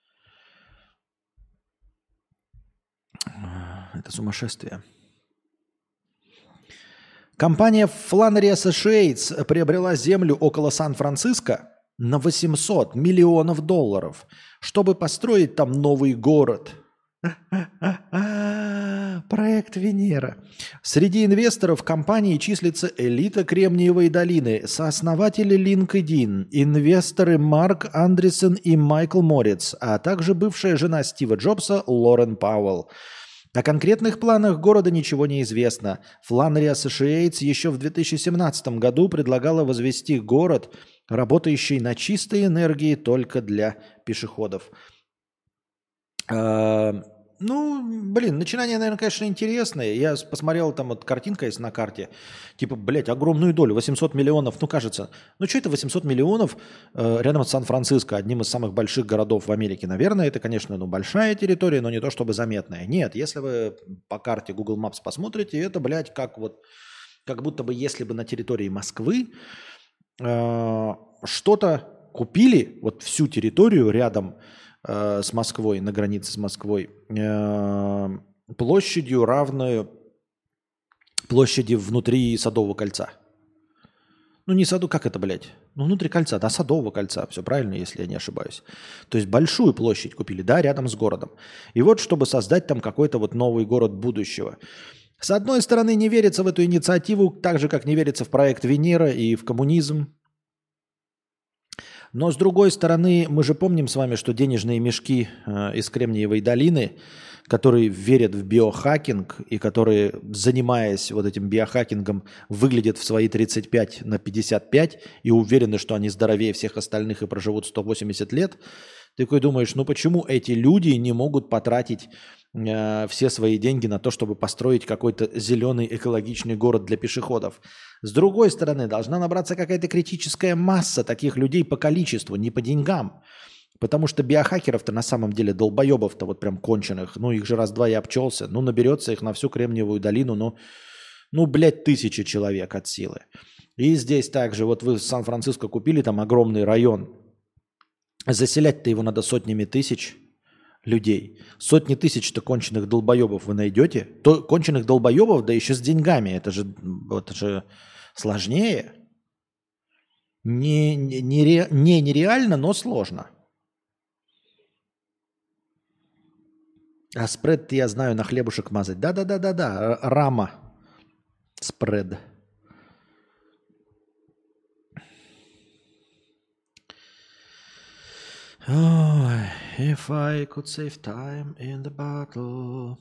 Это сумасшествие. Компания Flannery Associates приобрела землю около Сан-Франциско на восемьсот миллионов долларов, чтобы построить там новый город. Проект Венера. Среди инвесторов компании числится элита Кремниевой долины, сооснователи LinkedIn, инвесторы Марк Андресен и Майкл Морец, а также бывшая жена Стива Джобса Лорен Пауэлл. О конкретных планах города ничего не известно. Flannery Associates еще в две тысячи семнадцатом году предлагала возвести город, работающий на чистой энергии только для пешеходов. А, ну, блин, начинание, наверное, конечно, интересное. Я посмотрел, там вот картинка есть на карте. Типа, блядь, огромную долю, восемьсот миллионов. Ну, кажется, ну что это восемьсот миллионов э, рядом с Сан-Франциско, одним из самых больших городов в Америке. Наверное, это, конечно, ну, большая территория, но не то чтобы заметная. Нет, если вы по карте Google Maps посмотрите, это, блядь, как вот, как будто бы если бы на территории Москвы э, что-то купили, вот всю территорию рядом с Москвой, на границе с Москвой, площадью, равную площади внутри Садового кольца. Ну, не Саду, как это, блядь? Ну, внутри кольца, да, Садового кольца, все правильно, если я не ошибаюсь. То есть большую площадь купили, да, рядом с городом. И вот, чтобы создать там какой-то вот новый город будущего. С одной стороны, не верится в эту инициативу, так же, как не верится в проект Венера и в коммунизм. Но с другой стороны, мы же помним с вами, что денежные мешки э, из Кремниевой долины, которые верят в биохакинг и которые, занимаясь вот этим биохакингом, выглядят в свои тридцать пять на пятьдесят пять и уверены, что они здоровее всех остальных и проживут сто восемьдесят лет, ты такой думаешь, ну почему эти люди не могут потратить э, все свои деньги на то, чтобы построить какой-то зеленый экологичный город для пешеходов? С другой стороны, должна набраться какая-то критическая масса таких людей по количеству, не по деньгам. Потому что биохакеров-то на самом деле, долбоебов-то вот прям конченых, ну их же раз-два и обчелся, ну наберется их на всю Кремниевую долину, ну, ну блядь, тысячи человек от силы. И здесь также, вот вы в Сан-Франциско купили там огромный район, заселять-то его надо сотнями тысяч людей. Сотни тысяч-то конченых долбоебов вы найдете. То, конченых долбоебов, да еще с деньгами, это же, это же сложнее. Не, не, не, не нереально, но сложно. А спред я знаю на хлебушек мазать. Да-да-да-да-да. Рама. Спред. Oh, if I could save time in the battle.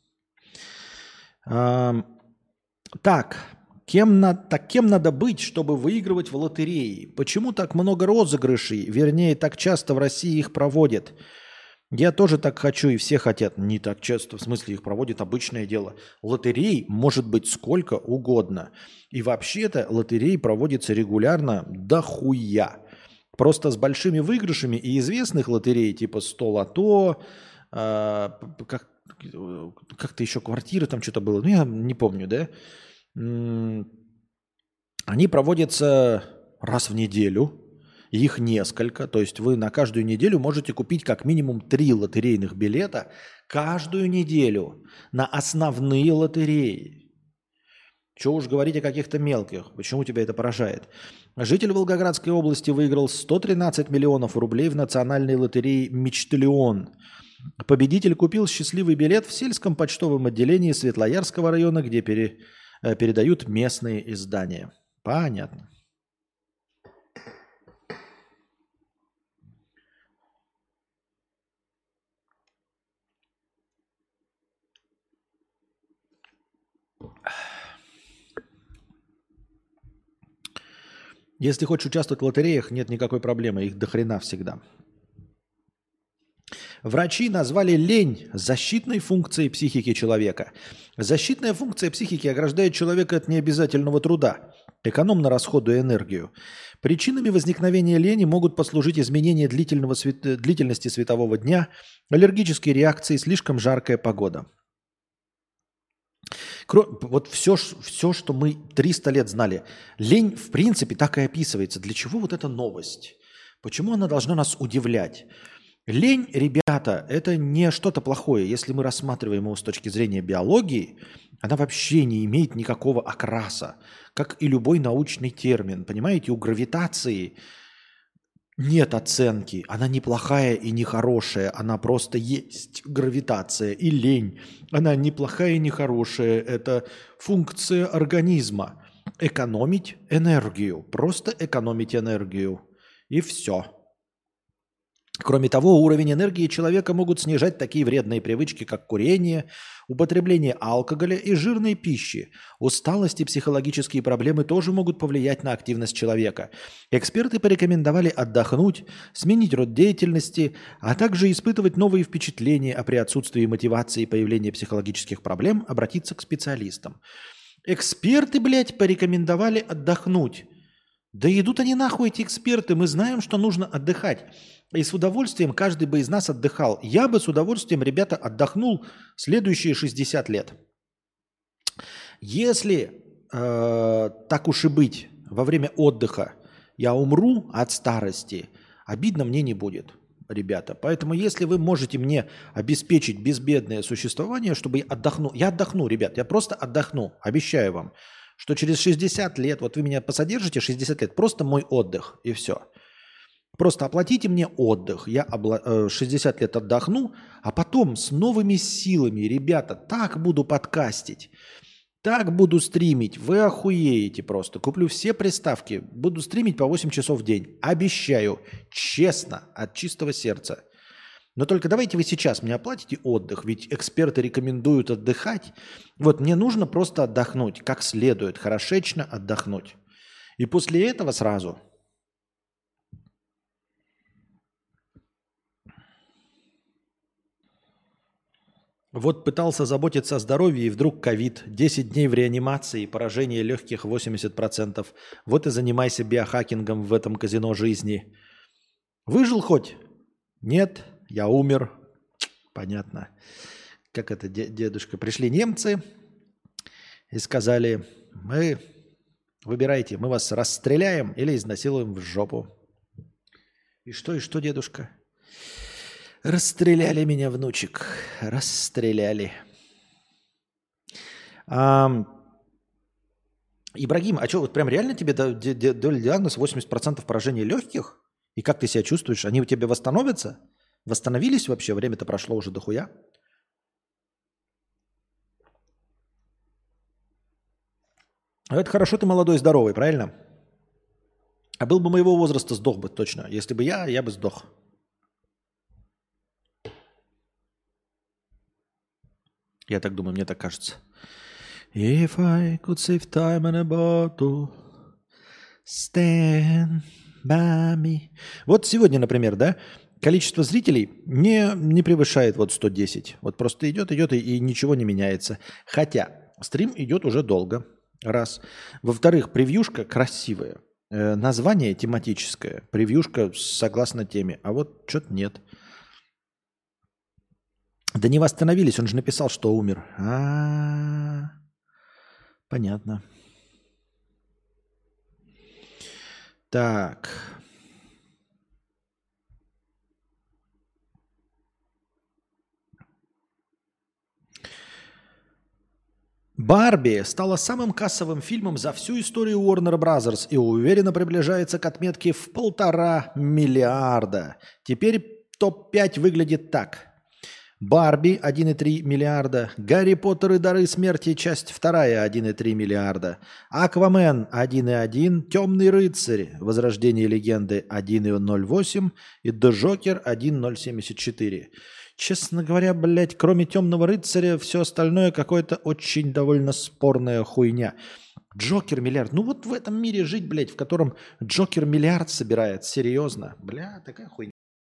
Um, так, кем, на, так, кем надо быть, чтобы выигрывать в лотереи? Почему так много розыгрышей? Вернее, так часто в России их проводят. Я тоже так хочу, и все хотят. Не так часто, в смысле их проводят, обычное дело. Лотерей может быть сколько угодно. И вообще-то лотереи проводятся регулярно дохуя. Просто с большими выигрышами и известных лотерей, типа сто лото, э, как, как-то еще квартиры, там что-то было, ну я не помню, да? М- Они проводятся раз в неделю. Их несколько, то есть вы на каждую неделю можете купить как минимум три лотерейных билета каждую неделю на основные лотереи. Чего уж говорить о каких-то мелких, почему тебя это поражает? Житель Волгоградской области выиграл сто тринадцать миллионов рублей в национальной лотерее «Мечталион». Победитель купил счастливый билет в сельском почтовом отделении Светлоярского района, где пере, э, передают местные издания. Понятно. Если хочешь участвовать в лотереях, нет никакой проблемы, их дохрена всегда. Врачи назвали лень защитной функцией психики человека. Защитная функция психики ограждает человека от необязательного труда, экономно расходуя энергию. Причинами возникновения лени могут послужить изменение длительного свет... длительности светового дня, аллергические реакции, слишком жаркая погода. Вот все, все, что мы триста лет знали. Лень, в принципе, так и описывается. Для чего вот эта новость? Почему она должна нас удивлять? Лень, ребята, это не что-то плохое. Если мы рассматриваем его с точки зрения биологии, она вообще не имеет никакого окраса. Как и любой научный термин. Понимаете, у гравитации нет оценки. Она не плохая и не хорошая. Она просто есть гравитация. И лень. Она не плохая и не хорошая. Это функция организма. Экономить энергию. Просто экономить энергию. И все. Кроме того, уровень энергии человека могут снижать такие вредные привычки, как курение, употребление алкоголя и жирной пищи. Усталость и психологические проблемы тоже могут повлиять на активность человека. Эксперты порекомендовали отдохнуть, сменить род деятельности, а также испытывать новые впечатления, а при отсутствии мотивации и появления психологических проблем обратиться к специалистам. Эксперты, блядь, порекомендовали отдохнуть. Да идут они нахуй, эти эксперты. Мы знаем, что нужно отдыхать. И с удовольствием каждый бы из нас отдыхал. Я бы с удовольствием, ребята, отдохнул следующие шестьдесят лет. Если э, так уж и быть, во время отдыха я умру от старости, обидно мне не будет, ребята. Поэтому если вы можете мне обеспечить безбедное существование, чтобы я отдохнул, я отдохну, ребят, я просто отдохну, обещаю вам, что через шестьдесят лет, вот вы меня посодержите шестьдесят лет, просто мой отдых и все. Просто оплатите мне отдых, я обла- шестьдесят лет отдохну, а потом с новыми силами, ребята, так буду подкастить, так буду стримить, вы охуеете просто. Куплю все приставки, буду стримить по восемь часов в день, обещаю, честно, от чистого сердца. Но только давайте вы сейчас мне оплатите отдых, ведь эксперты рекомендуют отдыхать. Вот мне нужно просто отдохнуть, как следует, хорошечно отдохнуть. И после этого сразу... Вот пытался заботиться о здоровье, и вдруг ковид. десять дней в реанимации, поражение легких восемьдесят процентов. Вот и занимайся биохакингом в этом казино жизни. Выжил хоть? Нет, я умер. Понятно. Как это, дедушка? Пришли немцы и сказали, мы, выбирайте, мы вас расстреляем или изнасилуем в жопу. И что, и что, дедушка? Расстреляли меня, внучек. Расстреляли. А, Ибрагим, а что, вот прям реально тебе дали диагноз восемьдесят процентов поражения легких? И как ты себя чувствуешь? Они у тебя восстановятся? Восстановились вообще? Время-то прошло уже дохуя. А это хорошо, ты молодой, здоровый, правильно? А был бы моего возраста, сдох бы точно. Если бы я, я бы сдох. Я так думаю, мне так кажется. If I could save time in a bottle, stand by me. Вот сегодня, например, да, количество зрителей не, не превышает вот сто десять. Вот просто идет, идет и, и ничего не меняется. Хотя стрим идет уже долго. Раз. Во-вторых, превьюшка красивая. Э, название тематическое. Превьюшка согласно теме. А вот что-то нет. Да не восстановились. Он же написал, что умер. А-а-а. Понятно. Так. «Барби» стала самым кассовым фильмом за всю историю Warner Bros. И уверенно приближается к отметке в полтора миллиарда. Теперь топ пять выглядит так. «Барби» – один и три миллиарда, «Гарри Поттер и дары смерти. Часть вторая» – один и три миллиарда, «Аквамен» – один и один, «Темный рыцарь. Возрождение легенды» – один и ноль восемь и «The Joker» – один и ноль семьдесят четыре. Честно говоря, блядь, кроме «Темного рыцаря» все остальное какое-то очень довольно спорная хуйня. Джокер миллиард. Ну вот в этом мире жить, блядь, в котором Джокер миллиард собирает. Серьезно. Бля, такая хуйня.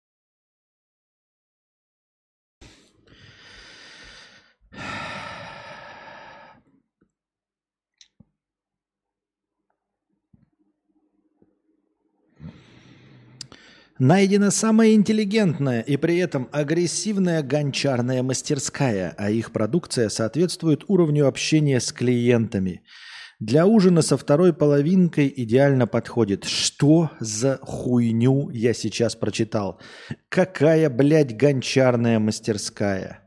Найдена самая интеллигентная и при этом агрессивная гончарная мастерская, а их продукция соответствует уровню общения с клиентами. Для ужина со второй половинкой идеально подходит. Что за хуйню я сейчас прочитал? Какая, блядь, гончарная мастерская?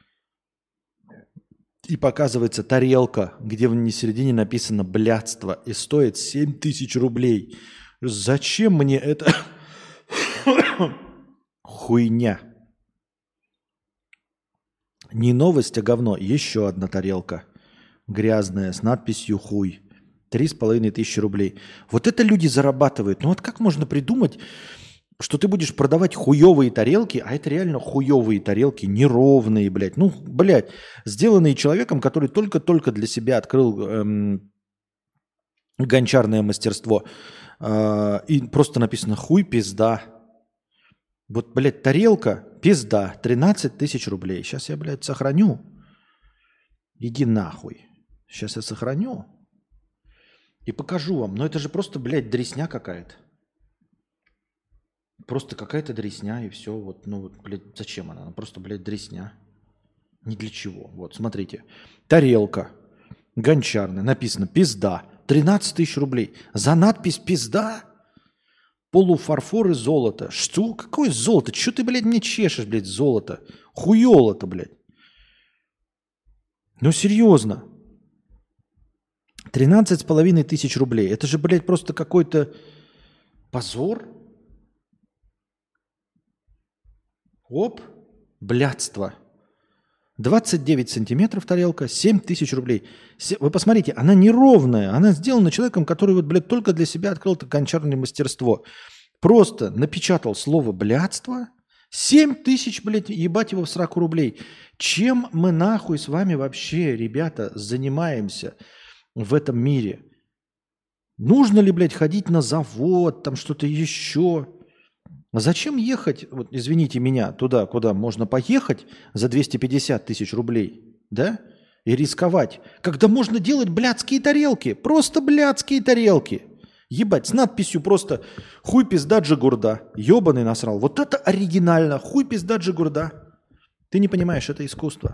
И показывается тарелка, где в середине написано «блядство» и стоит семь тысяч рублей. Зачем мне это... Хуйня. Не новость, а говно. Еще одна тарелка. Грязная, с надписью «Хуй». Три с половиной тысячи рублей. Вот это люди зарабатывают. Ну вот как можно придумать, что ты будешь продавать хуевые тарелки, а это реально хуевые тарелки, неровные, блядь. Ну, блядь, сделанные человеком, который только-только для себя открыл эм, гончарное мастерство. Э, и просто написано «Хуй, пизда». Вот, блядь, тарелка, пизда, тринадцать тысяч рублей. Сейчас я, блядь, сохраню. Иди нахуй. Сейчас я сохраню и покажу вам. Но это же просто, блядь, дресня какая-то. Просто какая-то дресня и все. Вот, ну, вот, блядь, зачем она? Она просто, блядь, дресня. Ни для чего. Вот, смотрите. Тарелка гончарная, написано «пизда». тринадцать тысяч рублей. За надпись «пизда»? Полуфарфор и золото. Что? Какое золото? Че ты, блядь, мне чешешь, блядь, золото? Хуёло-то, блядь. Ну, серьезно. тринадцать с половиной тысяч рублей. Это же, блядь, просто какой-то позор. Оп. Блядство. двадцать девять сантиметров тарелка, семь тысяч рублей. Вы посмотрите, она неровная. Она сделана человеком, который вот, блядь, только для себя открыл это гончарное мастерство. Просто напечатал слово «блядство». семь тысяч, блядь, ебать его в сраку рублей. Чем мы нахуй с вами вообще, ребята, занимаемся в этом мире? Нужно ли, блядь, ходить на завод, там что-то еще? А зачем ехать, вот, извините меня, туда, куда можно поехать за двести пятьдесят тысяч рублей, да, и рисковать, когда можно делать блядские тарелки, просто блядские тарелки. Ебать, с надписью просто «Хуй пизда Джигурда». Ебаный насрал. Вот это оригинально. Хуй пизда Джигурда. Ты не понимаешь, это искусство.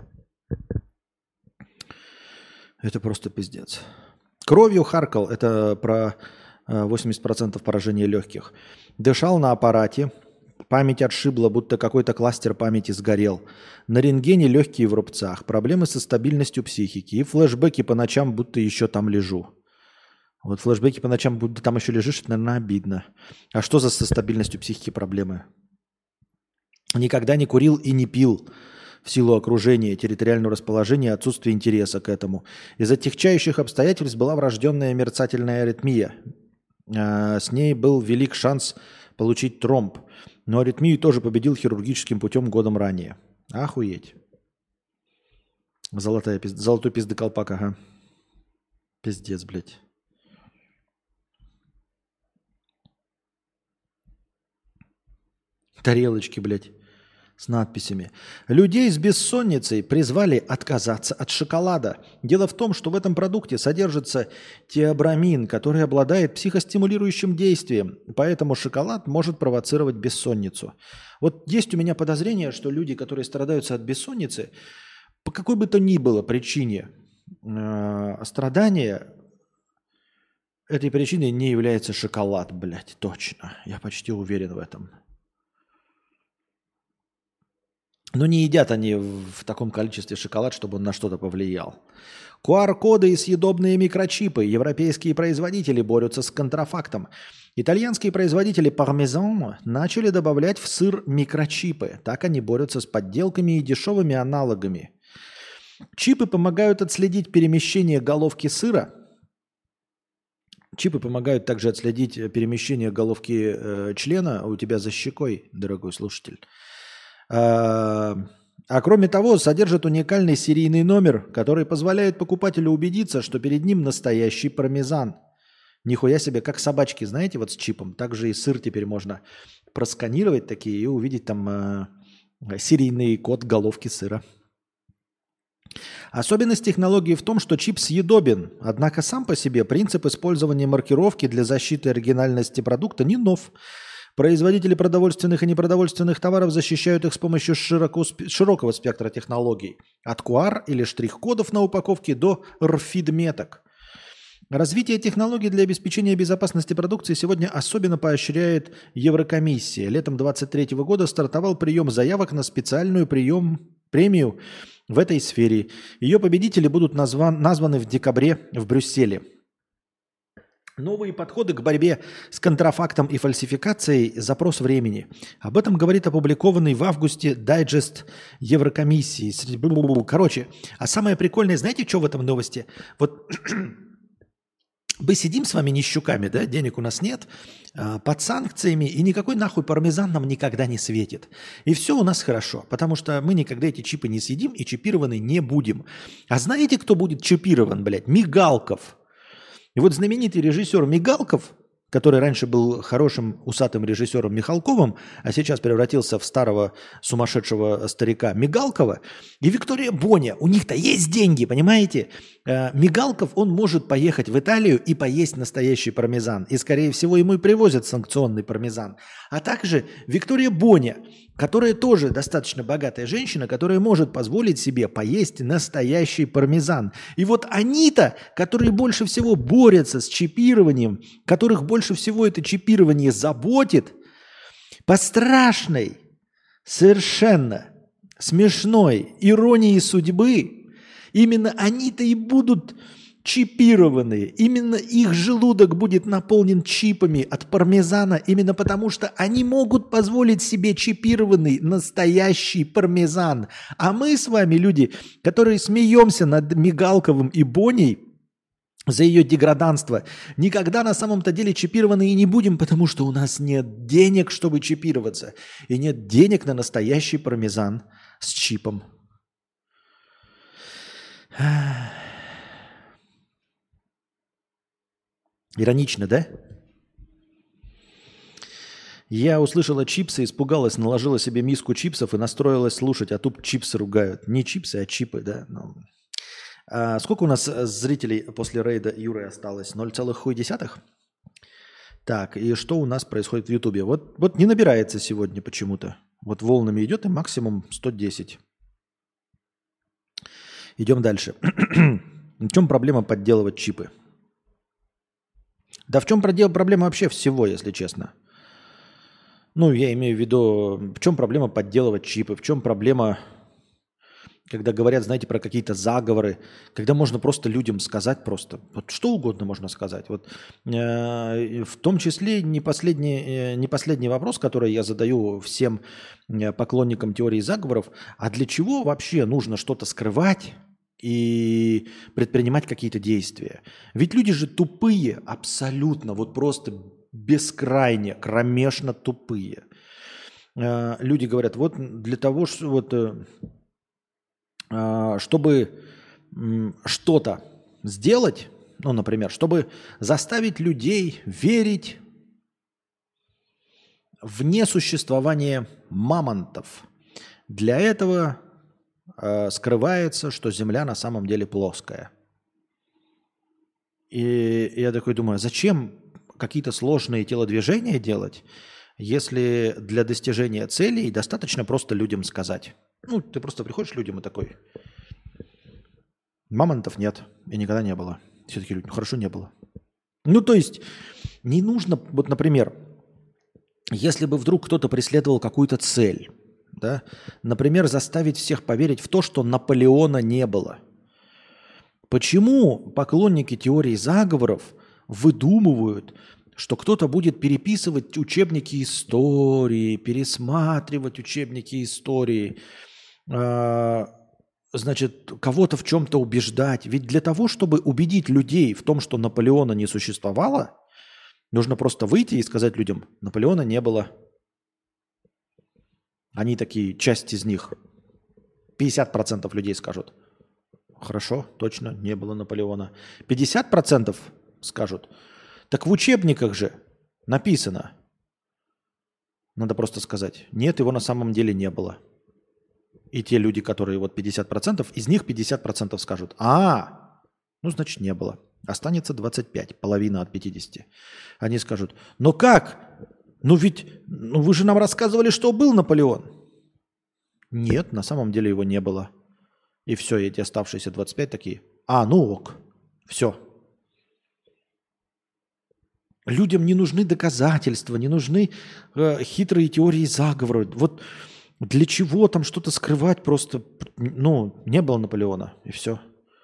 Это просто пиздец. Кровью харкал. Это про э, восемьдесят процентов поражения легких. Дышал на аппарате. Память отшибла, будто какой-то кластер памяти сгорел. На рентгене легкие в рубцах. Проблемы со стабильностью психики. И флешбеки по ночам, будто еще там лежу. Вот флешбеки по ночам, будто там еще лежишь, это, наверное, обидно. А что за со стабильностью психики проблемы? Никогда не курил и не пил в силу окружения, территориального расположения, отсутствия интереса к этому. Из отягчающих обстоятельств была врожденная мерцательная аритмия. С ней был велик шанс получить тромб. Но аритмию тоже победил хирургическим путем годом ранее. Охуеть. Золотая пизд... Золотой пиздоколпак, ага. Пиздец, блядь. Тарелочки, блядь, с надписями. Людей с бессонницей призвали отказаться от шоколада. Дело в том, что в этом продукте содержится теобрамин, который обладает психостимулирующим действием, поэтому шоколад может провоцировать бессонницу. Вот есть у меня подозрение, что люди, которые страдают от бессонницы, по какой бы то ни было причине э, страдания, этой причиной не является шоколад, блядь, точно. Я почти уверен в этом. Но не едят они в таком количестве шоколад, чтобы он на что-то повлиял. ку ар-коды и съедобные микрочипы. Европейские производители борются с контрафактом. Итальянские производители пармезан начали добавлять в сыр микрочипы. Так они борются с подделками и дешевыми аналогами. Чипы помогают отследить перемещение головки сыра. Чипы помогают также отследить перемещение головки э, члена у тебя за щекой, дорогой слушатель. А кроме того, содержит уникальный серийный номер, который позволяет покупателю убедиться, что перед ним настоящий пармезан. Нихуя себе, как собачки, знаете, вот с чипом. Также и сыр теперь можно просканировать такие и увидеть там э, серийный код головки сыра. Особенность технологии в том, что чип съедобен, однако сам по себе принцип использования маркировки для защиты оригинальности продукта не нов. Производители продовольственных и непродовольственных товаров защищают их с помощью широко, широкого спектра технологий. От ку ар или штрих-кодов на упаковке до эр эф ай-ди-меток. Развитие технологий для обеспечения безопасности продукции сегодня особенно поощряет Еврокомиссия. Летом две тысячи двадцать третьего года стартовал прием заявок на специальную прием, премию в этой сфере. Ее победители будут назван, названы в декабре в Брюсселе. Новые подходы к борьбе с контрафактом и фальсификацией – запрос времени. Об этом говорит опубликованный в августе дайджест Еврокомиссии. Короче, а самое прикольное, знаете, что в этом новости? Вот мы сидим с вами не щуками, да, денег у нас нет, под санкциями, и никакой нахуй пармезан нам никогда не светит. И все у нас хорошо, потому что мы никогда эти чипы не съедим и чипированы не будем. А знаете, кто будет чипирован, блядь? Мигалков. И вот знаменитый режиссер Мигалков, который раньше был хорошим усатым режиссером Михалковым, а сейчас превратился в старого сумасшедшего старика Мигалкова, и Виктория Боня, у них-то есть деньги, понимаете? Мигалков, он может поехать в Италию и поесть настоящий пармезан. И, скорее всего, ему и привозят санкционный пармезан. А также Виктория Боня, которая тоже достаточно богатая женщина, которая может позволить себе поесть настоящий пармезан. И вот они-то, которые больше всего борются с чипированием, которых больше всего это чипирование заботит, по страшной, совершенно смешной иронии судьбы, именно они-то и будут чипированы. Именно их желудок будет наполнен чипами от пармезана, именно потому что они могут позволить себе чипированный настоящий пармезан. А мы с вами, люди, которые смеемся над Мигалковым и Боней за ее деграданство, никогда на самом-то деле чипированы и не будем, потому что у нас нет денег, чтобы чипироваться. И нет денег на настоящий пармезан с чипом. Иронично, да? Я услышала чипсы, испугалась, наложила себе миску чипсов и настроилась слушать, а тут чипсы ругают. Не чипсы, а чипы, да? Ну. А сколько у нас зрителей после рейда Юры осталось? ноль целых десять? Так, и что у нас происходит в Ютубе? Вот, вот не набирается сегодня почему-то. Вот волнами идет и максимум сто десять. Идем дальше. В чем проблема подделывать чипы? Да в чем продел- проблема вообще всего, если честно? Ну, я имею в виду, в чем проблема подделывать чипы? В чем проблема, когда говорят, знаете, про какие-то заговоры, когда можно просто людям сказать просто, вот что угодно можно сказать. Вот, э, в том числе не последний, э, не последний вопрос, который я задаю всем э, поклонникам теории заговоров, а для чего вообще нужно что-то скрывать и предпринимать какие-то действия? Ведь люди же тупые, абсолютно, вот просто бескрайне, кромешно тупые. Э, Люди говорят, вот для того, что вот э, а, чтобы м, что-то сделать, ну, например, чтобы заставить людей верить в несуществование мамонтов. Для этого э, скрывается, что Земля на самом деле плоская. И я такой думаю, а зачем какие-то сложные телодвижения делать, если для достижения целей достаточно просто людям сказать? Ну, ты просто приходишь к людям и такой, мамонтов нет и никогда не было. Все-таки люди, ну хорошо, не было. Ну, то есть не нужно, вот, например, если бы вдруг кто-то преследовал какую-то цель, да, например, заставить всех поверить в то, что Наполеона не было. Почему поклонники теории заговоров выдумывают, что кто-то будет переписывать учебники истории, пересматривать учебники истории, а, значит, кого-то в чем-то убеждать? Ведь для того, чтобы убедить людей в том, что Наполеона не существовало, нужно просто выйти и сказать людям, Наполеона не было. Они такие, часть из них, пятьдесят процентов людей скажут, хорошо, точно, не было Наполеона. пятьдесят процентов скажут, так в учебниках же написано. Надо просто сказать, нет, его на самом деле не было. И те люди, которые вот пятьдесят процентов, из них пятьдесят процентов скажут, а, ну, значит, не было. Останется двадцать пять, половина от пятидесяти. Они скажут, но как? Ну ведь, ну вы же нам рассказывали, что был Наполеон. Нет, на самом деле его не было. И все, эти оставшиеся двадцать пять такие, а, ну ок, все. Людям не нужны доказательства, не нужны э, хитрые теории заговора. Вот для чего там что-то скрывать просто? Ну, не было Наполеона, и все.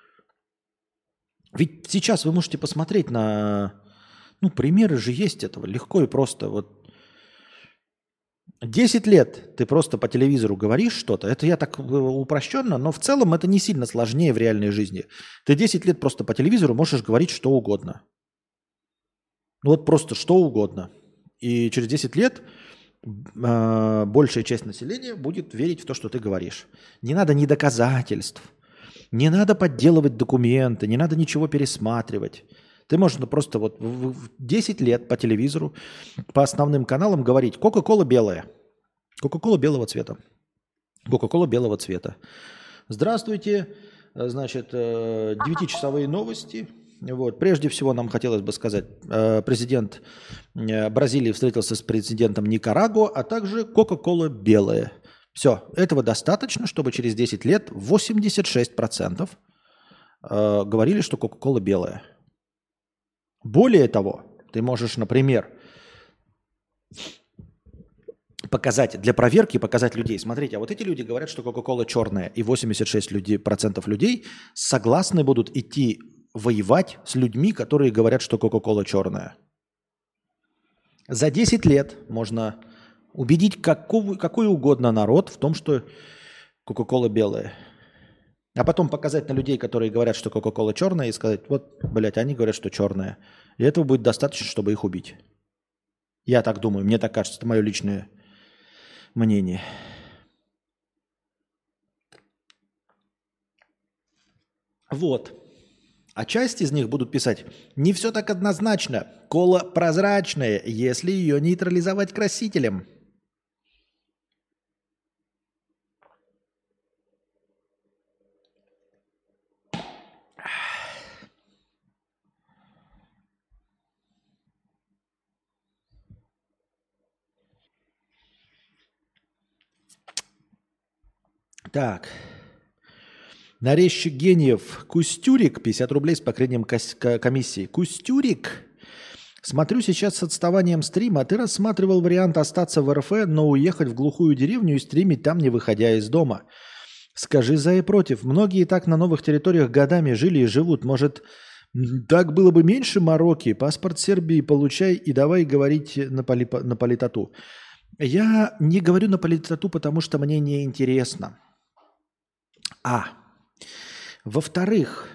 Ведь сейчас вы можете посмотреть на... Ну, примеры же есть этого, легко и просто. Вот десять лет ты просто по телевизору говоришь что-то, это я так э, упрощенно, но в целом это не сильно сложнее в реальной жизни. Ты десять лет просто по телевизору можешь говорить что угодно. Ну вот просто что угодно. И через десять лет э, большая часть населения будет верить в то, что ты говоришь. Не надо ни доказательств, не надо подделывать документы, не надо ничего пересматривать. Ты можешь ну, просто вот в в десять лет по телевизору, по основным каналам говорить «Кока-кола белая». Кока-кола белого цвета. Кока-кола белого цвета. Здравствуйте. Э, Значит, э, девятичасовые новости. Вот. Прежде всего нам хотелось бы сказать, э, президент э, Бразилии встретился с президентом Никарагуа, а также Кока-кола белая. Все, этого достаточно, чтобы через десять лет восемьдесят шесть процентов э, говорили, что Кока-кола белая. Более того, ты можешь, например, показать, для проверки показать людей. Смотрите, а вот эти люди говорят, что Кока-кола черная, и восемьдесят шесть людей, процентов людей согласны будут идти воевать с людьми, которые говорят, что Кока-кола черная. За десять лет можно убедить какого, какой угодно народ в том, что Кока-кола белая. А потом показать на людей, которые говорят, что Кока-кола черная, и сказать, вот, блядь, они говорят, что черная. И этого будет достаточно, чтобы их убить. Я так думаю, мне так кажется, это мое личное мнение. Вот. А часть из них будут писать, не все так однозначно. Кола прозрачная, если ее нейтрализовать красителем. Так. Нарезчик гениев Кустюрик, пятьдесят рублей с покрытием кос- ко- комиссии. Кустюрик, смотрю сейчас с отставанием стрима, а ты рассматривал вариант остаться в РФ, но уехать в глухую деревню и стримить там, не выходя из дома. Скажи за и против. Многие и так на новых территориях годами жили и живут. Может, м, так было бы меньше мороки? Паспорт Сербии получай и давай говорить на, поли- на политоту. Я не говорю на политоту, потому что мне не интересно. А. Во-вторых,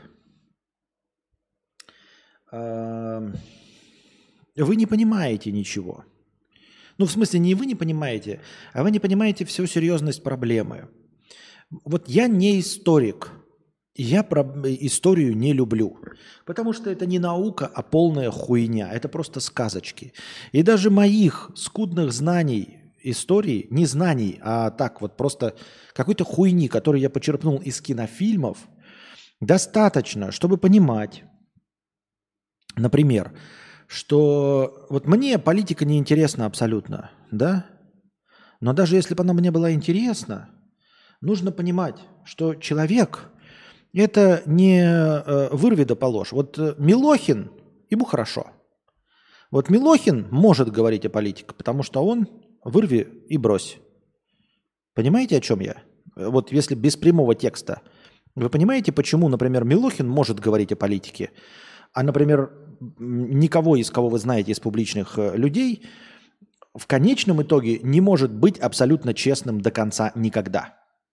эм, вы не понимаете ничего. Ну, в смысле, не вы не понимаете, а вы не понимаете всю серьезность проблемы. Вот я не историк, и я про историю не люблю, потому что это не наука, а полная хуйня, это просто сказочки. И даже моих скудных знаний истории, не знаний, а так вот просто какой-то хуйни, которую я почерпнул из кинофильмов, достаточно, чтобы понимать, например, что вот мне политика не интересна абсолютно, да? Но даже если бы она мне была интересна, нужно понимать, что человек – это не э, вырви да положь. Вот э, Милохин, ему хорошо. Вот Милохин может говорить о политике, потому что он вырви и брось. Понимаете, о чем я? Вот если без прямого текста. Вы понимаете, почему, например, Милохин может говорить о политике, а, например, никого из кого вы знаете из публичных э, людей в конечном итоге не может быть абсолютно честным до конца никогда.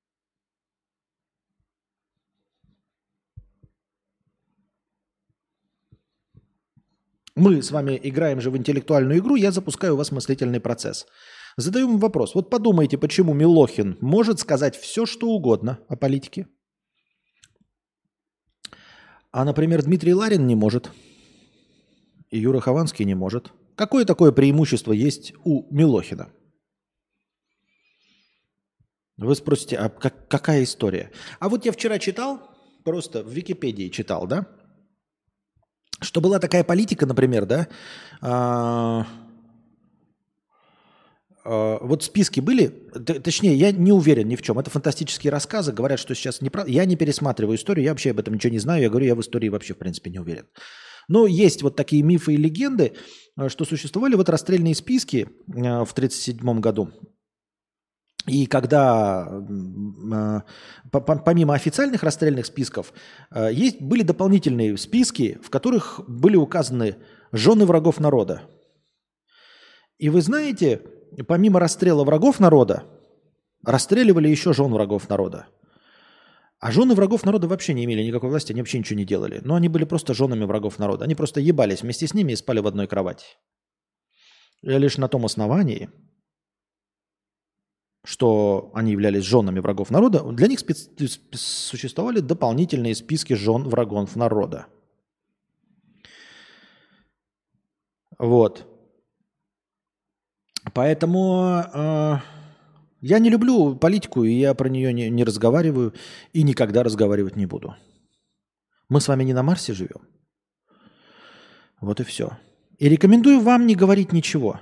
Мы с вами играем же в интеллектуальную игру, я запускаю у вас мыслительный процесс. Задаю вам вопрос. Вот подумайте, почему Милохин может сказать все, что угодно о политике, а, например, Дмитрий Ларин не может, и Юра Хованский не может. Какое такое преимущество есть у Милохина? Вы спросите, а как, какая история? А вот я вчера читал, просто в Википедии читал, да, что была такая политика, например, да, а, а, вот списки были, т- точнее, я не уверен ни в чем, это фантастические рассказы, говорят, что сейчас неправда, я не пересматриваю историю, я вообще об этом ничего не знаю, я говорю, я в истории вообще, в принципе, не уверен. Но есть вот такие мифы и легенды, а, что существовали вот расстрельные списки а, в тридцать седьмом году. И когда м, а, по- по- помимо официальных расстрельных списков а, есть, были дополнительные списки, в которых были указаны жены врагов народа. И вы знаете, помимо расстрела врагов народа, расстреливали еще жен врагов народа. А жены врагов народа вообще не имели никакой власти, они вообще ничего не делали. Но они были просто женами врагов народа. Они просто ебались вместе с ними и спали в одной кровати. И лишь на том основании, что они являлись женами врагов народа, для них спец- спец- существовали дополнительные списки жен врагов народа. Вот. Поэтому э, я не люблю политику, и я про нее не, не разговариваю, и никогда разговаривать не буду. Мы с вами не на Марсе живем. Вот и все. И рекомендую вам не говорить ничего.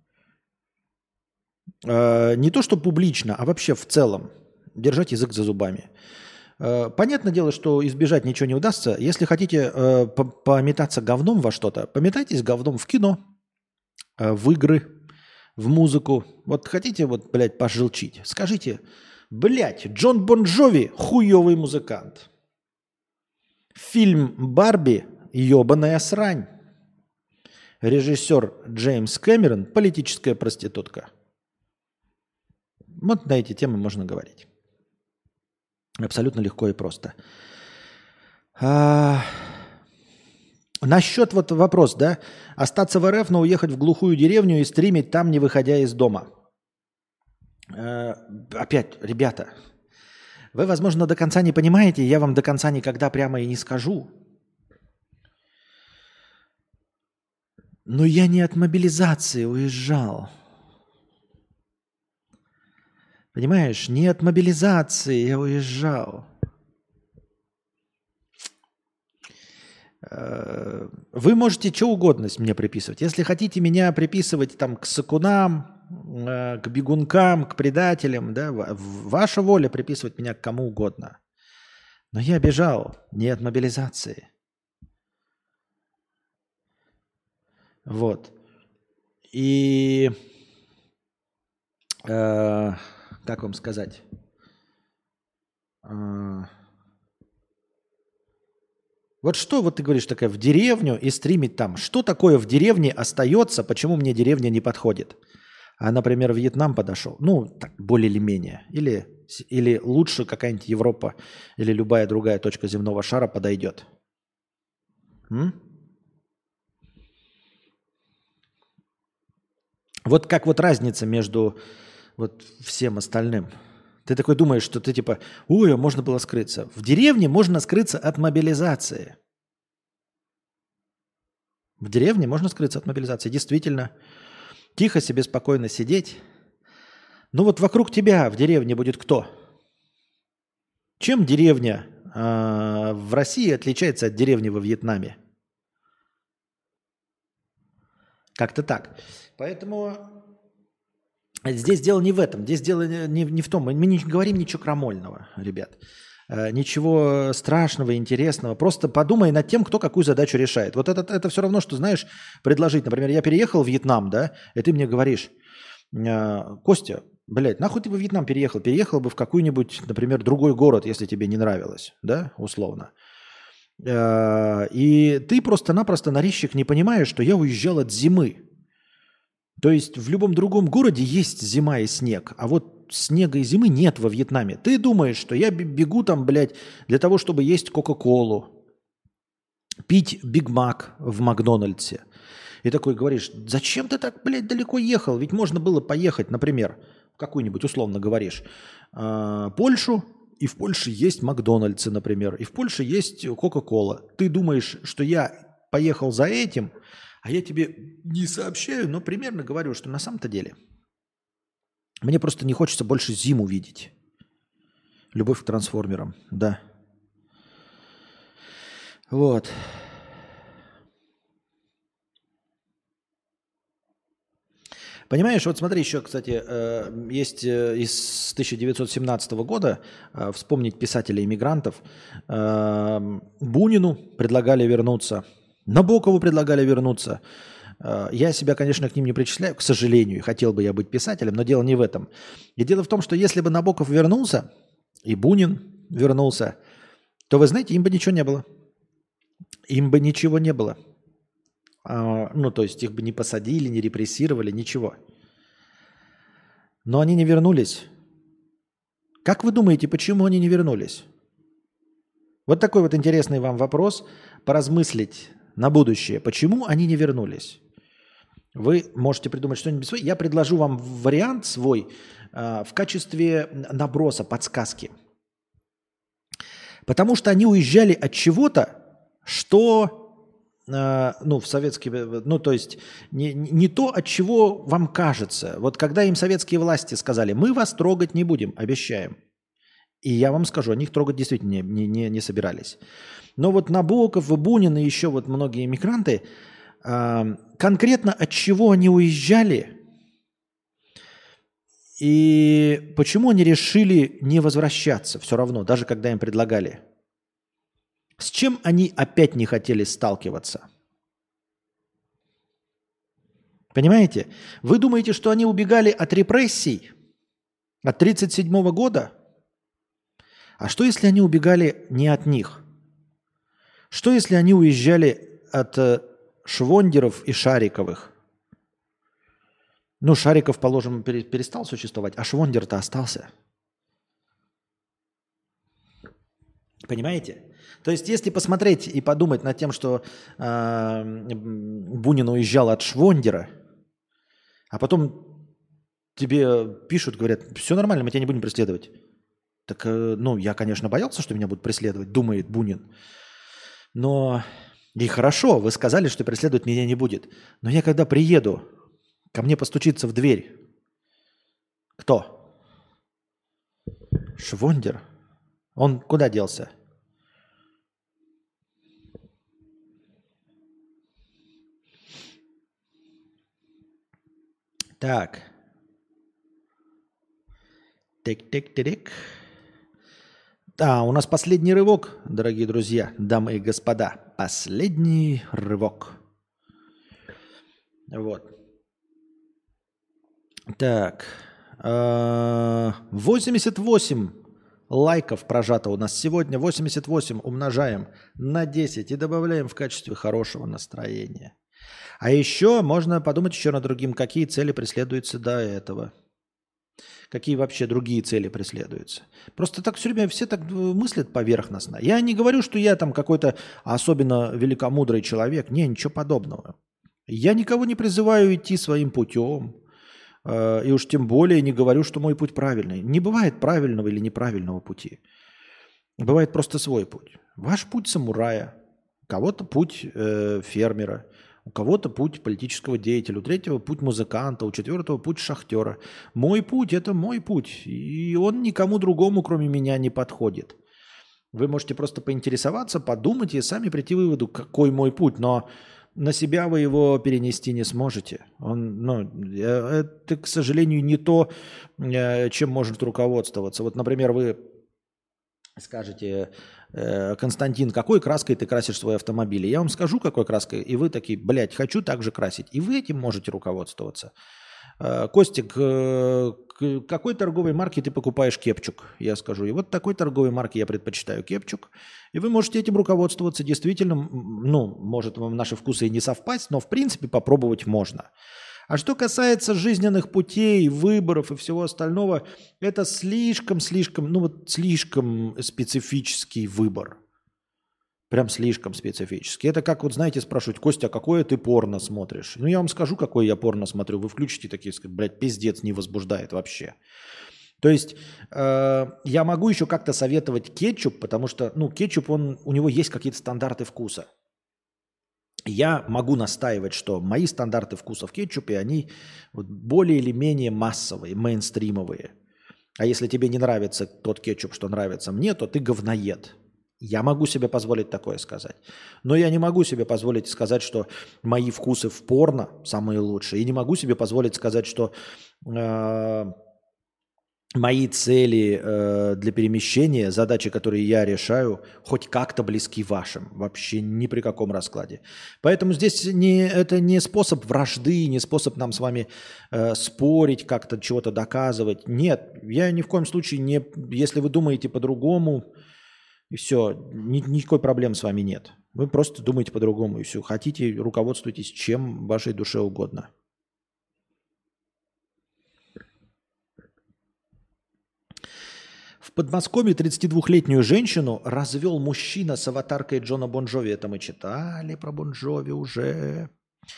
Э, не то, что публично, а вообще в целом. Держать язык за зубами. Э, понятное дело, что избежать ничего не удастся. Если хотите э, по- пометаться говном во что-то, пометайтесь говном в кино, э, в игры, в музыку. Вот хотите, вот, блядь, пожелчить. Скажите, блядь, Джон Бон Джови хуёвый музыкант. Фильм «Барби» ебаная срань. Режиссер Джеймс Кэмерон политическая проститутка. Вот на эти темы можно говорить. Абсолютно легко и просто. А... Насчет вот вопрос, да? Остаться в РФ, но уехать в глухую деревню и стримить там, не выходя из дома. Э, опять, ребята, вы, возможно, до конца не понимаете, я вам до конца никогда прямо и не скажу. Но я не от мобилизации уезжал. Понимаешь, не от мобилизации я уезжал. Вы можете что угодно мне приписывать. Если хотите меня приписывать там к сакунам, э, к бегункам, к предателям, да, ва- в- ваша воля приписывать меня к кому угодно. Но я бежал не от мобилизации. Вот. И э, как вам сказать? Э, Вот что вот ты говоришь такая в деревню и стримить там? Что такое в деревне остается? Почему мне деревня не подходит? А, например, Вьетнам подошел. Ну, так, более или менее. Или, с- или лучше какая-нибудь Европа или любая другая точка земного шара подойдет. М? Вот как вот разница между вот всем остальным. Ты такой думаешь, что ты типа, ой, а можно было скрыться. В деревне можно скрыться от мобилизации. В деревне можно скрыться от мобилизации. Действительно, тихо себе спокойно сидеть. Ну вот вокруг тебя в деревне будет кто? Чем деревня а, в России отличается от деревни во Вьетнаме? Как-то так. Поэтому здесь дело не в этом. Здесь дело не, не- не в том. Мы не говорим ничего крамольного, ребят. Э, Ничего страшного, интересного. Просто подумай над тем, кто какую задачу решает. Вот это, это все равно, что, знаешь, предложить. Например, я переехал в Вьетнам, да, и ты мне говоришь, э, Костя, блядь, нахуй ты во Вьетнам переехал? Переехал бы в какой-нибудь, например, другой город, если тебе не нравилось, да, условно. Э, И ты просто-напросто, нарезчик, не понимаешь, что я уезжал от зимы. То есть в любом другом городе есть зима и снег, а вот снега и зимы нет во Вьетнаме. Ты думаешь, что я бе- бегу там, блядь, для того, чтобы есть Кока-Колу, пить Биг Мак в Макдональдсе. И такой говоришь, зачем ты так, блядь, далеко ехал? Ведь можно было поехать, например, в какую-нибудь, условно говоришь, а, Польшу, и в Польше есть Макдональдсы, например, и в Польше есть Кока-Кола. Ты думаешь, что я поехал за этим, а я тебе не сообщаю, но примерно говорю, что на самом-то деле мне просто не хочется больше зиму видеть. Любовь к трансформерам, да. Вот. Понимаешь, вот смотри, еще, кстати, э, есть э, из тысяча девятьсот семнадцатого года, э, вспомнить писателей-иммигрантов, э, Бунину предлагали вернуться, Набокову предлагали вернуться. Э, Я себя, конечно, к ним не причисляю, к сожалению, и хотел бы я быть писателем, но дело не в этом. И дело в том, что если бы Набоков вернулся, и Бунин вернулся, то, вы знаете, им бы ничего не было. Им бы ничего не было. А, Ну, то есть их бы не посадили, не репрессировали, ничего. Но они не вернулись. Как вы думаете, почему они не вернулись? Вот такой вот интересный вам вопрос, поразмыслить на будущее. Почему они не вернулись? Вы можете придумать что-нибудь свое. Я предложу вам вариант свой а, в качестве наброса, подсказки. Потому что они уезжали от чего-то, что, э, ну, в советские, ну, то есть не, не то, от чего вам кажется. Вот когда им советские власти сказали, мы вас трогать не будем, обещаем. И я вам скажу, они их трогать действительно не, не, не, не собирались. Но вот Набоков, Бунин и еще вот многие иммигранты, э, конкретно от чего они уезжали и почему они решили не возвращаться все равно, даже когда им предлагали. С чем они опять не хотели сталкиваться? Понимаете? Вы думаете, что они убегали от репрессий от тридцать седьмого года? А что, если они убегали не от них? Что, если они уезжали от э, Швондеров и Шариковых? Ну, Шариков, положим, пере- перестал существовать, а Швондер-то остался. Понимаете? То есть, если посмотреть и подумать над тем, что э, м, Бунин уезжал от Швондера, а потом тебе пишут, говорят, все нормально, мы тебя не будем преследовать. Так, э, ну, я, конечно, боялся, что меня будут преследовать, думает Бунин. Но и хорошо, вы сказали, что преследовать меня не будет. Но я когда приеду, ко мне постучится в дверь. Кто? Швондер? Он куда делся? Так. Тик-тик-тик. А, у нас последний рывок, дорогие друзья, дамы и господа. Последний рывок. Вот. Так. э, восемьдесят восемь лайков прожато у нас сегодня. восемьдесят восемь умножаем на десять и добавляем в качестве хорошего настроения. А еще можно подумать еще над другим, какие цели преследуются до этого. Какие вообще другие цели преследуются. Просто так все время все так мыслят поверхностно. Я не говорю, что я там какой-то особенно великомудрый человек. Не, ничего подобного. Я никого не призываю идти своим путем. И уж тем более не говорю, что мой путь правильный. Не бывает правильного или неправильного пути. Бывает просто свой путь. Ваш путь самурая. У кого-то путь э, фермера. У кого-то путь политического деятеля, у третьего путь музыканта, у четвертого путь шахтера. Мой путь – это мой путь, и он никому другому, кроме меня, не подходит. Вы можете просто поинтересоваться, подумать и сами прийти к выводу, какой мой путь, но на себя вы его перенести не сможете. Он, ну, это, к сожалению, не то, чем может руководствоваться. Вот, например, вы скажете: Константин, какой краской ты красишь свой автомобиль? Я вам скажу, какой краской, и вы такие: блядь, хочу так же красить. И вы этим можете руководствоваться. Костик, какой торговой марки ты покупаешь кепчук? Я скажу: и вот такой торговой марки я предпочитаю кепчук. И вы можете этим руководствоваться. Действительно, ну, может вам наши вкусы и не совпасть, но в принципе попробовать можно. А что касается жизненных путей, выборов и всего остального, это слишком-слишком, ну вот слишком специфический выбор. Прям слишком специфический. Это как, вот знаете, спрашивают: Костя, а какое ты порно смотришь? Ну я вам скажу, какое я порно смотрю. Вы включите такие, блядь, пиздец, не возбуждает вообще. То есть э, я могу еще как-то советовать кетчуп, потому что, ну, кетчуп, он, у него есть какие-то стандарты вкуса. Я могу настаивать, что мои стандарты вкуса в кетчупе, они вот более или менее массовые, мейнстримовые. А если тебе не нравится тот кетчуп, что нравится мне, то ты говноед. Я могу себе позволить такое сказать. Но я не могу себе позволить сказать, что мои вкусы в порно самые лучшие. И не могу себе позволить сказать, что э, мои цели э, для перемещения, задачи, которые я решаю, хоть как-то близки вашим. Вообще ни при каком раскладе. Поэтому здесь не, это не способ вражды, не способ нам с вами э, спорить, как-то чего-то доказывать. Нет, я ни в коем случае не... Если вы думаете по-другому, и все, ни, никакой проблемы с вами нет. Вы просто думаете по-другому, и все. Хотите, руководствуйтесь чем вашей душе угодно. В Подмосковье тридцатидвухлетнюю женщину развел мужчина с аватаркой Джона Бон Джови. Это мы читали про Бон Джови уже.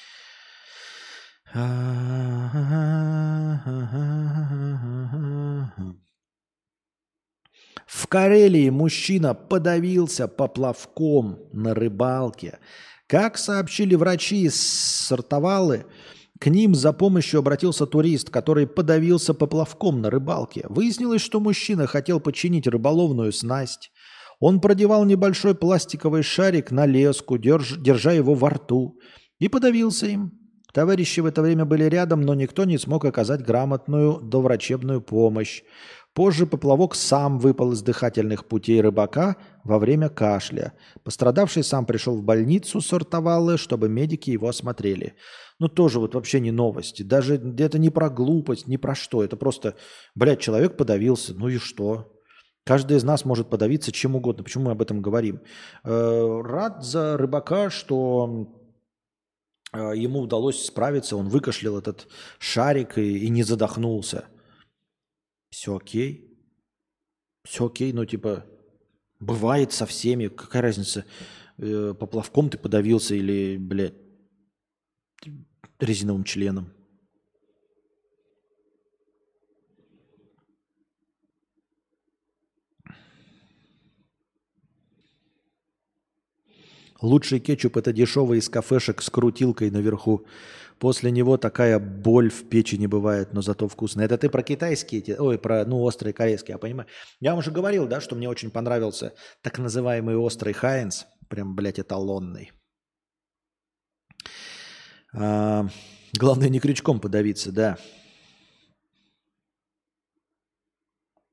В Карелии мужчина подавился поплавком на рыбалке. Как сообщили врачи из Сартовалы, к ним за помощью обратился турист, который подавился поплавком на рыбалке. Выяснилось, что мужчина хотел починить рыболовную снасть. Он продевал небольшой пластиковый шарик на леску, держ, держа его во рту, и подавился им. Товарищи в это время были рядом, но никто не смог оказать грамотную доврачебную помощь. Позже поплавок сам выпал из дыхательных путей рыбака во время кашля. Пострадавший сам пришел в больницу Сартовалы, чтобы медики его осмотрели. Ну, тоже вот вообще не новости. Даже это не про глупость, не про что. Это просто, блядь, человек подавился. Ну и что? Каждый из нас может подавиться чем угодно. Почему мы об этом говорим? Э, рад за рыбака, что э, ему удалось справиться. Он выкашлял этот шарик и, и не задохнулся. Все окей. Все окей, ну типа, бывает со всеми. Какая разница, э, поплавком ты подавился или, блядь, резиновым членом. Лучший кетчуп – это дешевый из кафешек с крутилкой наверху. После него такая боль в печени бывает, но зато вкусно. Это ты про китайские, эти, ой, про, ну, острые корейские, я понимаю. Я вам уже говорил, да, что мне очень понравился так называемый острый Хайнц. Прям, блядь, эталонный. А, главное, не крючком подавиться, да.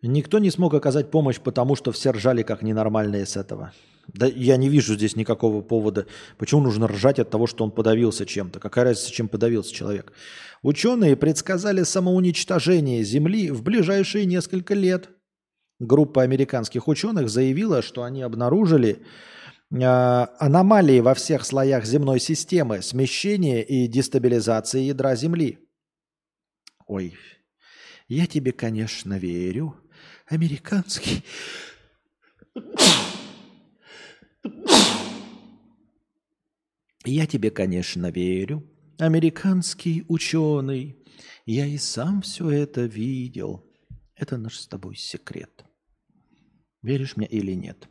Никто не смог оказать помощь, потому что все ржали как ненормальные с этого. Да я не вижу здесь никакого повода. Почему нужно ржать от того, что он подавился чем-то? Какая разница, чем подавился человек? Ученые предсказали самоуничтожение Земли в ближайшие несколько лет. Группа американских ученых заявила, что они обнаружили э, аномалии во всех слоях земной системы, смещение и дестабилизации ядра Земли. Ой, я тебе, конечно, верю. Американский... Я тебе, конечно, верю. Американский ученый. Я и сам все это видел. Это наш с тобой секрет. Веришь мне или нет?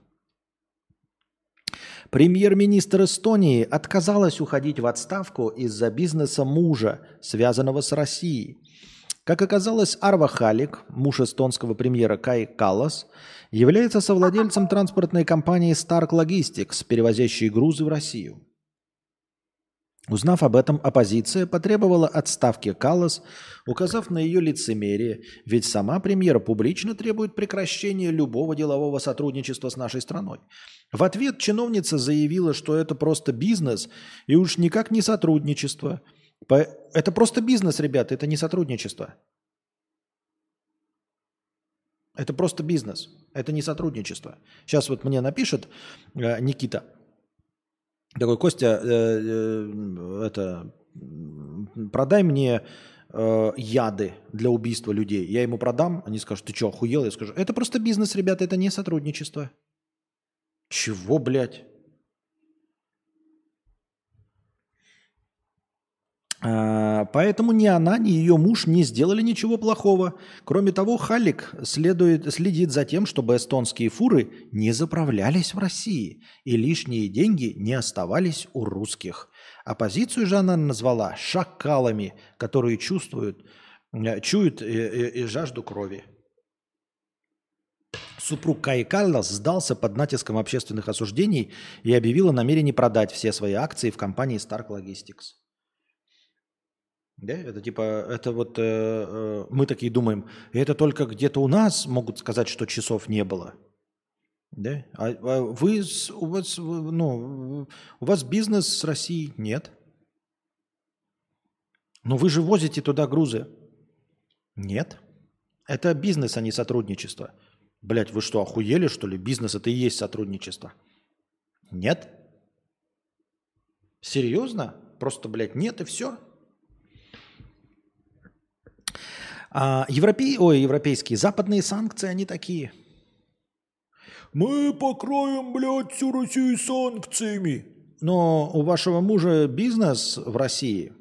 Премьер-министр Эстонии отказалась уходить в отставку из-за бизнеса мужа, связанного с Россией. Как оказалось, Арво Халик, муж эстонского премьера Каи Каллас, является совладельцем транспортной компании Stark Logistics, перевозящей грузы в Россию. Узнав об этом, оппозиция потребовала отставки Каллас, указав на ее лицемерие, ведь сама премьера публично требует прекращения любого делового сотрудничества с нашей страной. В ответ чиновница заявила, что это просто бизнес и уж никак не сотрудничество. Это просто бизнес, ребята, это не сотрудничество. Это просто бизнес, это не сотрудничество. Сейчас вот мне напишет э, Никита, такой: Костя, э, э, это, продай мне э, яды для убийства людей. Я ему продам, они скажут: ты что, охуел? Я скажу: это просто бизнес, ребята, это не сотрудничество. Чего, блядь? Поэтому ни она, ни ее муж не сделали ничего плохого. Кроме того, Халик следует, следит за тем, чтобы эстонские фуры не заправлялись в России и лишние деньги не оставались у русских. Оппозицию же она назвала шакалами, которые чувствуют, чуют и, и, и жажду крови. Супруг Каи Каллас сдался под натиском общественных осуждений и объявил о намерении продать все свои акции в компании Stark Logistics. Да, это типа, это вот э, э, мы такие думаем, это только где-то у нас могут сказать, что часов не было. Да? А, а вы, у вас, ну, у вас бизнес с Россией? Нет. Но вы же возите туда грузы? Нет. Это бизнес, а не сотрудничество. Блять, вы что, охуели, что ли? Бизнес – это и есть сотрудничество. Нет. Серьезно? Просто, блядь, нет и все. А европей... Ой, европейские, западные санкции, они такие. Мы покроем, блядь, всю Россию санкциями. Но у вашего мужа бизнес в России?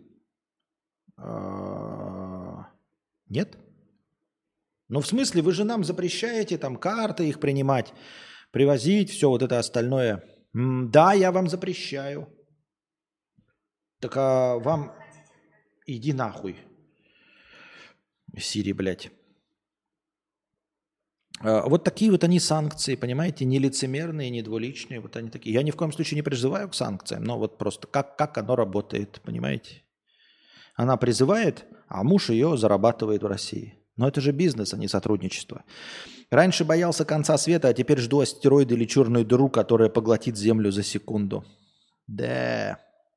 А... Нет? Ну, в смысле, вы же нам запрещаете там карты их принимать, привозить, все вот это остальное. М, да, я вам запрещаю. Так а вам... Иди нахуй. Сири, блядь. А, вот такие вот они санкции, понимаете, не лицемерные, не двуличные, вот они такие. Я ни в коем случае не призываю к санкциям, но вот просто как, как оно работает, понимаете. Она призывает, а муж ее зарабатывает в России. Но это же бизнес, а не сотрудничество. Раньше боялся конца света, а теперь жду астероида или черную дыру, которая поглотит Землю за секунду. Да.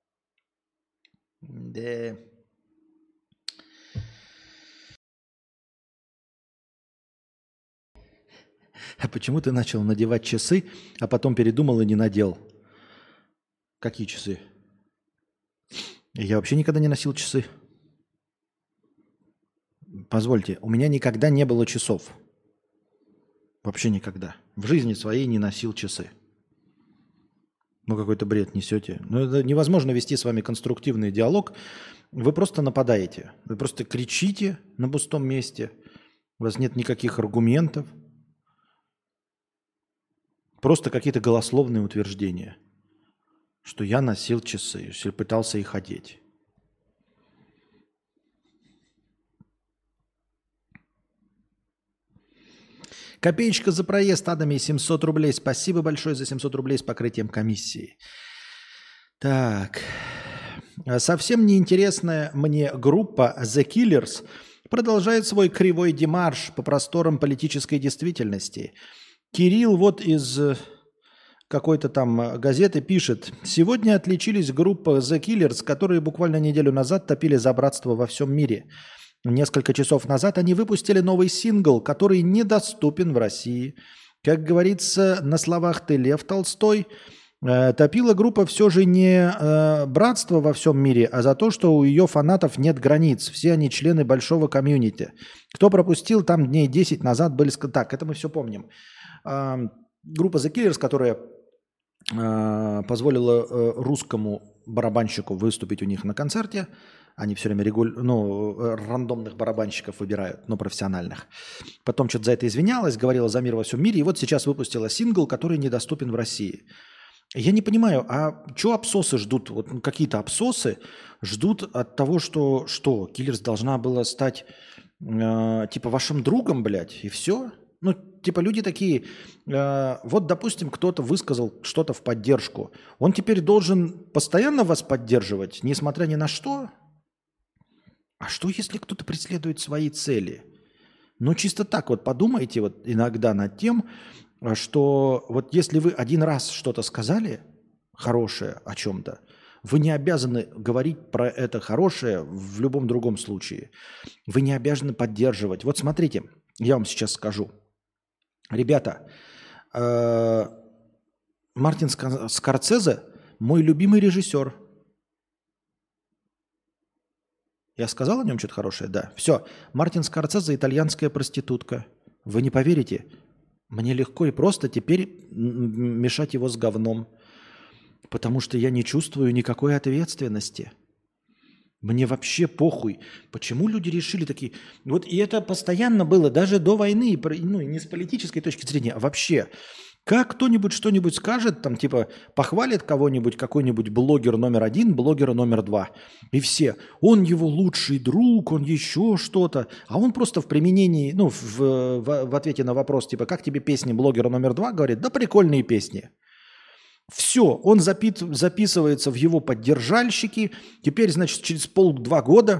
Да. А почему ты начал надевать часы, а потом передумал и не надел? Какие часы? Я вообще никогда не носил часы. Позвольте, у меня никогда не было часов. Вообще никогда. В жизни своей не носил часы. Ну, какой-то бред несете. Ну, это невозможно вести с вами конструктивный диалог. Вы просто нападаете. Вы просто кричите на пустом месте. У вас нет никаких аргументов. Просто какие-то голословные утверждения, что я носил часы, если пытался их одеть. Копеечка за проезд, Адаме, семьсот рублей. Спасибо большое за семьсот рублей с покрытием комиссии. Так. Совсем неинтересная мне группа The Killers продолжает свой кривой демарш по просторам политической действительности. Кирилл вот из э, какой-то там э, газеты пишет. Сегодня отличились группа The Killers, которые буквально неделю назад топили за братство во всем мире. Несколько часов назад они выпустили новый сингл, который недоступен в России. Как говорится, на словах «Ты, Лев Толстой», э, топила группа все же не э, братство во всем мире, а за то, что у ее фанатов нет границ. Все они члены большого комьюнити. Кто пропустил, там дней десять назад были... ск- Так, это мы все помним. Э, группа The Killers, которая э, позволила э, русскому барабанщику выступить у них на концерте. Они все время регуль... ну, э, рандомных барабанщиков выбирают, но профессиональных. Потом что-то за это извинялась, говорила за мир во всем мире. И вот сейчас выпустила сингл, который недоступен в России. Я не понимаю, а что абсосы ждут? Вот ну, какие-то абсосы ждут от того, что, что Killers должна была стать э, типа вашим другом, блядь, и все? Ну, типа люди такие, э, вот, допустим, кто-то высказал что-то в поддержку. Он теперь должен постоянно вас поддерживать, несмотря ни на что? А что, если кто-то преследует свои цели? Ну, чисто так вот подумайте вот иногда над тем, что вот если вы один раз что-то сказали хорошее о чем-то, вы не обязаны говорить про это хорошее в любом другом случае. Вы не обязаны поддерживать. Вот смотрите, я вам сейчас скажу. Ребята, э, Мартин Ска- Скорсезе мой любимый режиссер. Я сказал о нем что-то хорошее? Да. Все. Мартин Скорсезе – итальянская проститутка. Вы не поверите? Мне легко и просто теперь м, мешать его с говном. Потому что я не чувствую никакой ответственности. Мне вообще похуй. Почему люди решили такие... Вот и это постоянно было, даже до войны, про- ну, не с политической точки зрения, а вообще. Как кто-нибудь что-нибудь скажет, там типа похвалит кого-нибудь, какой-нибудь блогер номер один, блогера номер два. И все. Он его лучший друг, он еще что-то. А он просто в применении, ну, в, в, в ответе на вопрос, типа, как тебе песни блогера номер два, говорит, да прикольные песни. Все, он запит, записывается в его поддержальщики. Теперь, значит, через полтора года,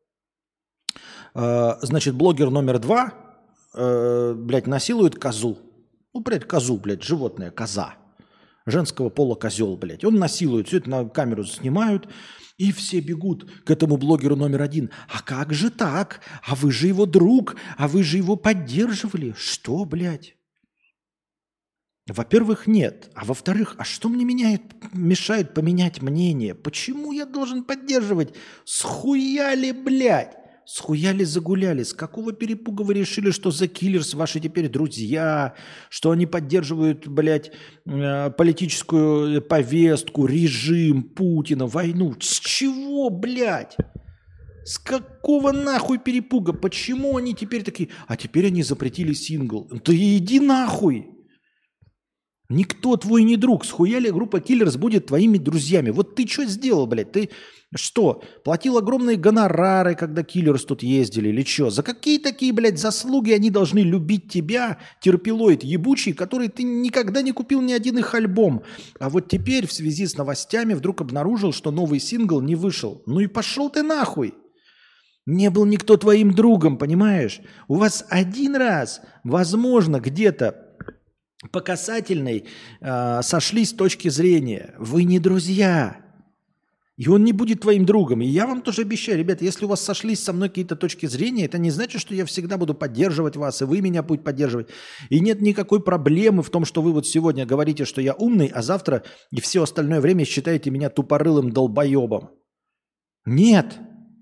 э, значит, блогер номер два, э, блядь, насилует козу. Ну, блядь, козу, блядь, животное, коза. Женского пола козел, блядь. Он насилует, все это на камеру снимают, и все бегут к этому блогеру номер один. А как же так? А вы же его друг, а вы же его поддерживали. Что, блядь? Во-первых, нет. А во-вторых, а что мне меняет, мешает поменять мнение? Почему я должен поддерживать? Схуяли, блядь? Схуяли, загуляли. С какого перепуга вы решили, что The Killers ваши теперь друзья, что они поддерживают, блядь, э, политическую повестку, режим Путина, войну? С чего, блядь? С какого нахуй перепуга? Почему они теперь такие? А теперь они запретили сингл. Да иди нахуй! Никто твой не друг. Схуяли группа Killers будет твоими друзьями. Вот ты что сделал, блядь? Ты что, платил огромные гонорары, когда Killers тут ездили или что? За какие такие, блядь, заслуги они должны любить тебя, терпилоид ебучий, который ты никогда не купил ни один их альбом? А вот теперь в связи с новостями вдруг обнаружил, что новый сингл не вышел. Ну и пошел ты нахуй. Не был никто твоим другом, понимаешь? У вас один раз, возможно, где-то по касательной э, сошлись точки зрения. Вы не друзья. И он не будет твоим другом. И я вам тоже обещаю, ребята, если у вас сошлись со мной какие-то точки зрения, это не значит, что я всегда буду поддерживать вас, и вы меня будете поддерживать. И нет никакой проблемы в том, что вы вот сегодня говорите, что я умный, а завтра и все остальное время считаете меня тупорылым долбоебом. Нет.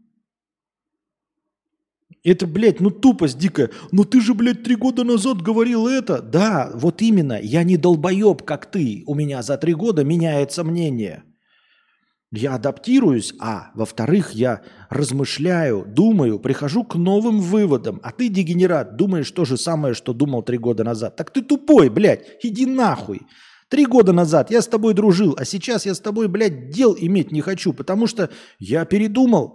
Это, блядь, ну тупость дикая. Ну ты же, блядь, три года назад говорил это. Да, вот именно. Я не долбоеб, как ты. У меня за три года меняется мнение. Я адаптируюсь, а во-вторых, я размышляю, думаю, прихожу к новым выводам. А ты, дегенерат, думаешь то же самое, что думал три года назад. Так ты тупой, блядь, иди нахуй. Три года назад я с тобой дружил, а сейчас я с тобой, блядь, дел иметь не хочу, потому что я передумал.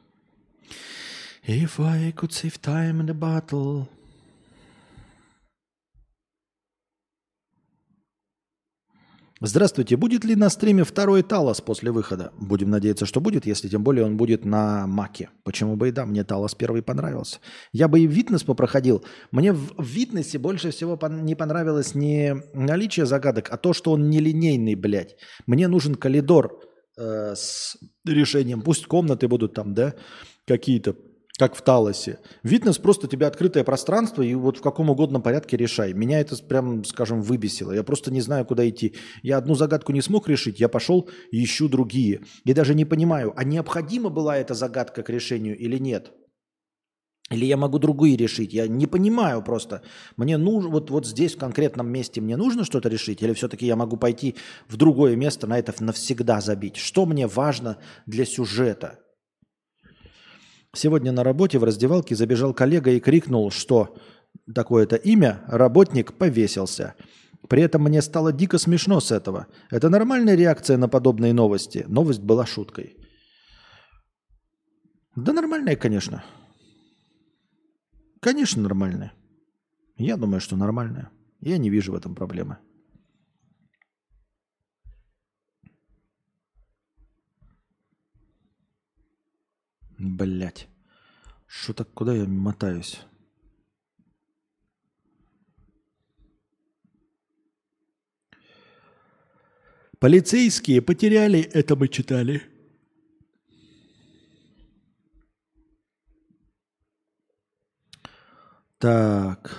If I could save time in the battle. Здравствуйте. Будет ли на стриме второй Талос после выхода? Будем надеяться, что будет, если тем более он будет на Маке. Почему бы и да, мне Талос первый понравился. Я бы и Витнес попроходил. Мне в Витнесе больше всего пон- не понравилось не наличие загадок, а то, что он нелинейный, блядь. Мне нужен коридор э, с решением. Пусть комнаты будут там, да, какие-то, как в Талосе. Витнес просто тебе открытое пространство, и вот в каком угодно порядке решай. Меня это прям, скажем, выбесило. Я просто не знаю, куда идти. Я одну загадку не смог решить, я пошел и ищу другие. И даже не понимаю, а необходима была эта загадка к решению или нет? Или я могу другие решить? Я не понимаю просто. Мне нужно, вот, вот здесь в конкретном месте мне нужно что-то решить? Или все-таки я могу пойти в другое место, на это навсегда забить? Что мне важно для сюжета? Сегодня на работе в раздевалке забежал коллега и крикнул, что такое-то имя, работник повесился. При этом мне стало дико смешно с этого. Это нормальная реакция на подобные новости. Новость была шуткой. Да нормальная, конечно. Конечно, нормальная. Я думаю, что нормальная. Я не вижу в этом проблемы. Блять. Что так, куда я мотаюсь? Полицейские потеряли, это мы читали. Так.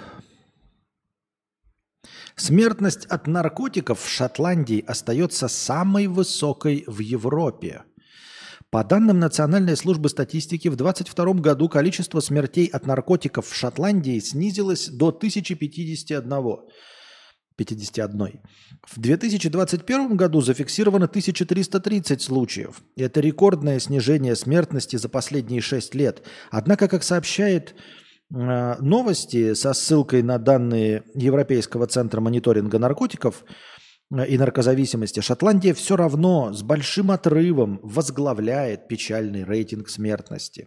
Смертность от наркотиков в Шотландии остается самой высокой в Европе. По данным Национальной службы статистики, в двадцать втором году количество смертей от наркотиков в Шотландии снизилось до тысячи пятидесяти одного. пятидесяти одной. В две тысячи двадцать первом году зафиксировано тысяча триста тридцать случаев. Это рекордное снижение смертности за последние шесть лет. Однако, как сообщает э, новости со ссылкой на данные Европейского центра мониторинга наркотиков и наркозависимости, Шотландия все равно с большим отрывом возглавляет печальный рейтинг смертности.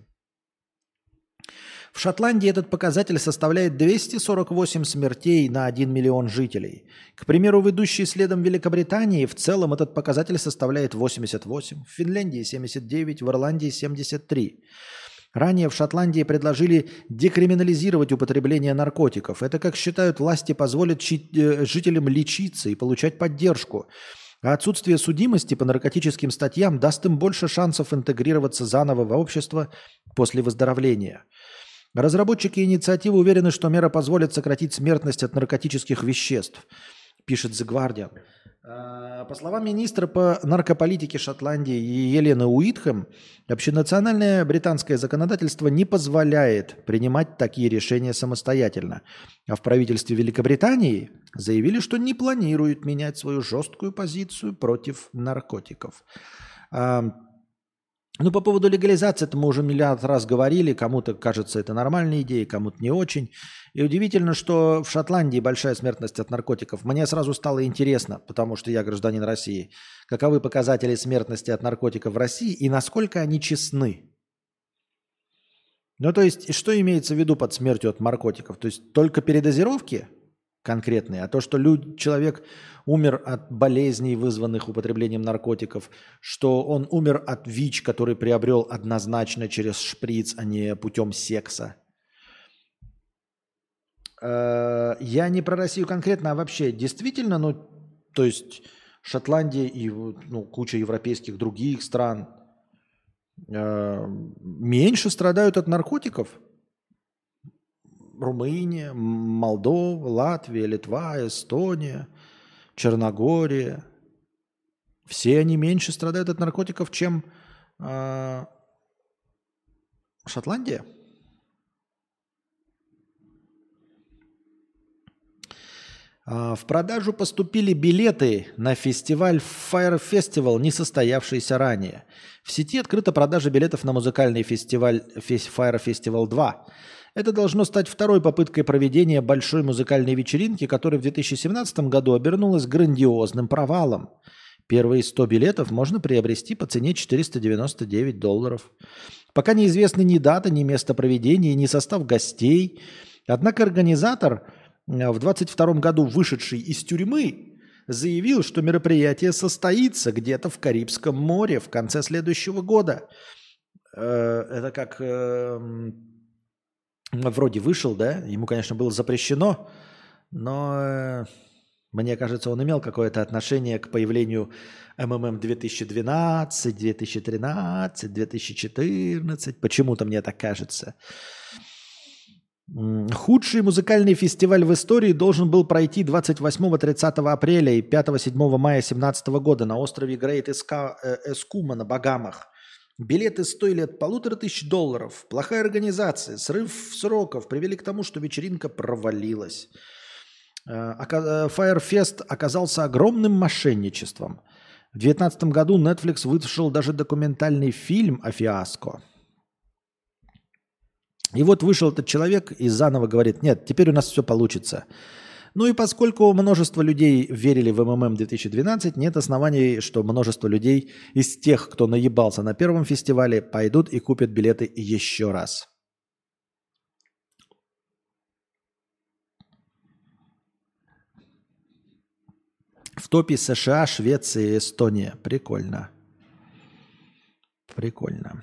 В Шотландии этот показатель составляет двести сорок восемь смертей на один миллион жителей. К примеру, в идущей следом Великобритании в целом этот показатель составляет восемьдесят восемь, в Финляндии семьдесят девять, в Ирландии семьдесят три. Ранее в Шотландии предложили декриминализировать употребление наркотиков. Это, как считают власти, позволит жителям лечиться и получать поддержку. А отсутствие судимости по наркотическим статьям даст им больше шансов интегрироваться заново в общество после выздоровления. Разработчики инициативы уверены, что мера позволит сократить смертность от наркотических веществ, пишет The Guardian. По словам министра по наркополитике Шотландии Елены Уитхэм, общенациональное британское законодательство не позволяет принимать такие решения самостоятельно. А в правительстве Великобритании заявили, что не планируют менять свою жесткую позицию против наркотиков. Ну, по поводу легализации, это мы уже миллиард раз говорили, кому-то кажется это нормальной идеей, кому-то не очень. И удивительно, что в Шотландии большая смертность от наркотиков. Мне сразу стало интересно, потому что я гражданин России, каковы показатели смертности от наркотиков в России и насколько они честны. Ну, то есть, что имеется в виду под смертью от наркотиков? То есть, только передозировки конкретные, а то, что люд, человек умер от болезней, вызванных употреблением наркотиков, что он умер от ВИЧ, который приобрел однозначно через шприц, а не путем секса. Я не про Россию конкретно, а вообще действительно, ну, то есть Шотландия и ну, куча европейских других стран меньше страдают от наркотиков. Румыния, Молдова, Латвия, Литва, Эстония, Черногория. Все они меньше страдают от наркотиков, чем э, Шотландия. В продажу поступили билеты на фестиваль Fire Festival, не состоявшийся ранее. В сети открыта продажа билетов на музыкальный фестиваль Fire Festival два. Это должно стать второй попыткой проведения большой музыкальной вечеринки, которая в две тысячи семнадцатом году обернулась грандиозным провалом. Первые сто билетов можно приобрести по цене четыреста девяносто девять долларов. Пока неизвестны ни дата, ни место проведения, ни состав гостей. Однако организатор, в двадцать втором году вышедший из тюрьмы, заявил, что мероприятие состоится где-то в Карибском море в конце следующего года. Э, Это как э, вроде вышел, да? Ему, конечно, было запрещено, но э, мне кажется, он имел какое-то отношение к появлению эм эм эм две тысячи двенадцать, две тысячи тринадцать, две тысячи четырнадцать. Почему-то мне так кажется. М, Худший музыкальный фестиваль в истории должен был пройти двадцать восьмого-тридцатого апреля и пятого-седьмого мая две тысячи семнадцатого года на острове Грейт Эска- э, Эскума на Багамах. Билеты стоили от полутора тысяч долларов. Плохая организация, срыв сроков привели к тому, что вечеринка провалилась. Э, ока- э, Firefest оказался огромным мошенничеством. В две тысячи девятнадцатом году Netflix вышел даже документальный фильм о фиаско. И вот вышел этот человек и заново говорит, нет, теперь у нас все получится. Ну и поскольку множество людей верили в эм эм эм две тысячи двенадцать, нет оснований, что множество людей из тех, кто наебался на первом фестивале, пойдут и купят билеты еще раз. В топе США, Швеция и Эстония. Прикольно. Прикольно.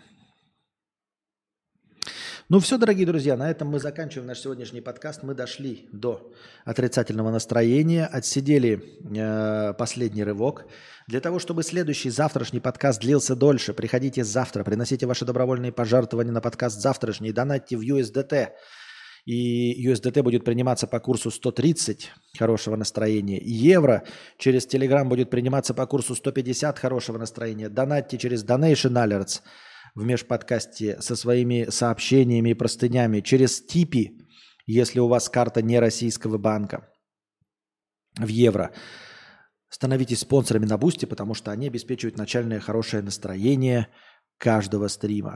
Ну все, дорогие друзья, на этом мы заканчиваем наш сегодняшний подкаст. Мы дошли до отрицательного настроения, отсидели э, последний рывок. Для того, чтобы следующий завтрашний подкаст длился дольше, приходите завтра, приносите ваши добровольные пожертвования на подкаст завтрашний, донатьте в ю эс ди ти. И ю эс ди ти будет приниматься по курсу сто тридцать, хорошего настроения. И евро через Telegram будет приниматься по курсу сто пятьдесят, хорошего настроения. Донатьте через Donation Alerts в межподкасте со своими сообщениями и простынями. Через Типи, если у вас карта не российского банка, в евро. Становитесь спонсорами на Бусти, потому что они обеспечивают начальное хорошее настроение каждого стрима.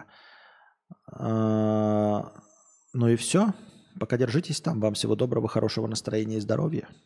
А, Ну и все. Пока держитесь там. Вам всего доброго, хорошего настроения и здоровья.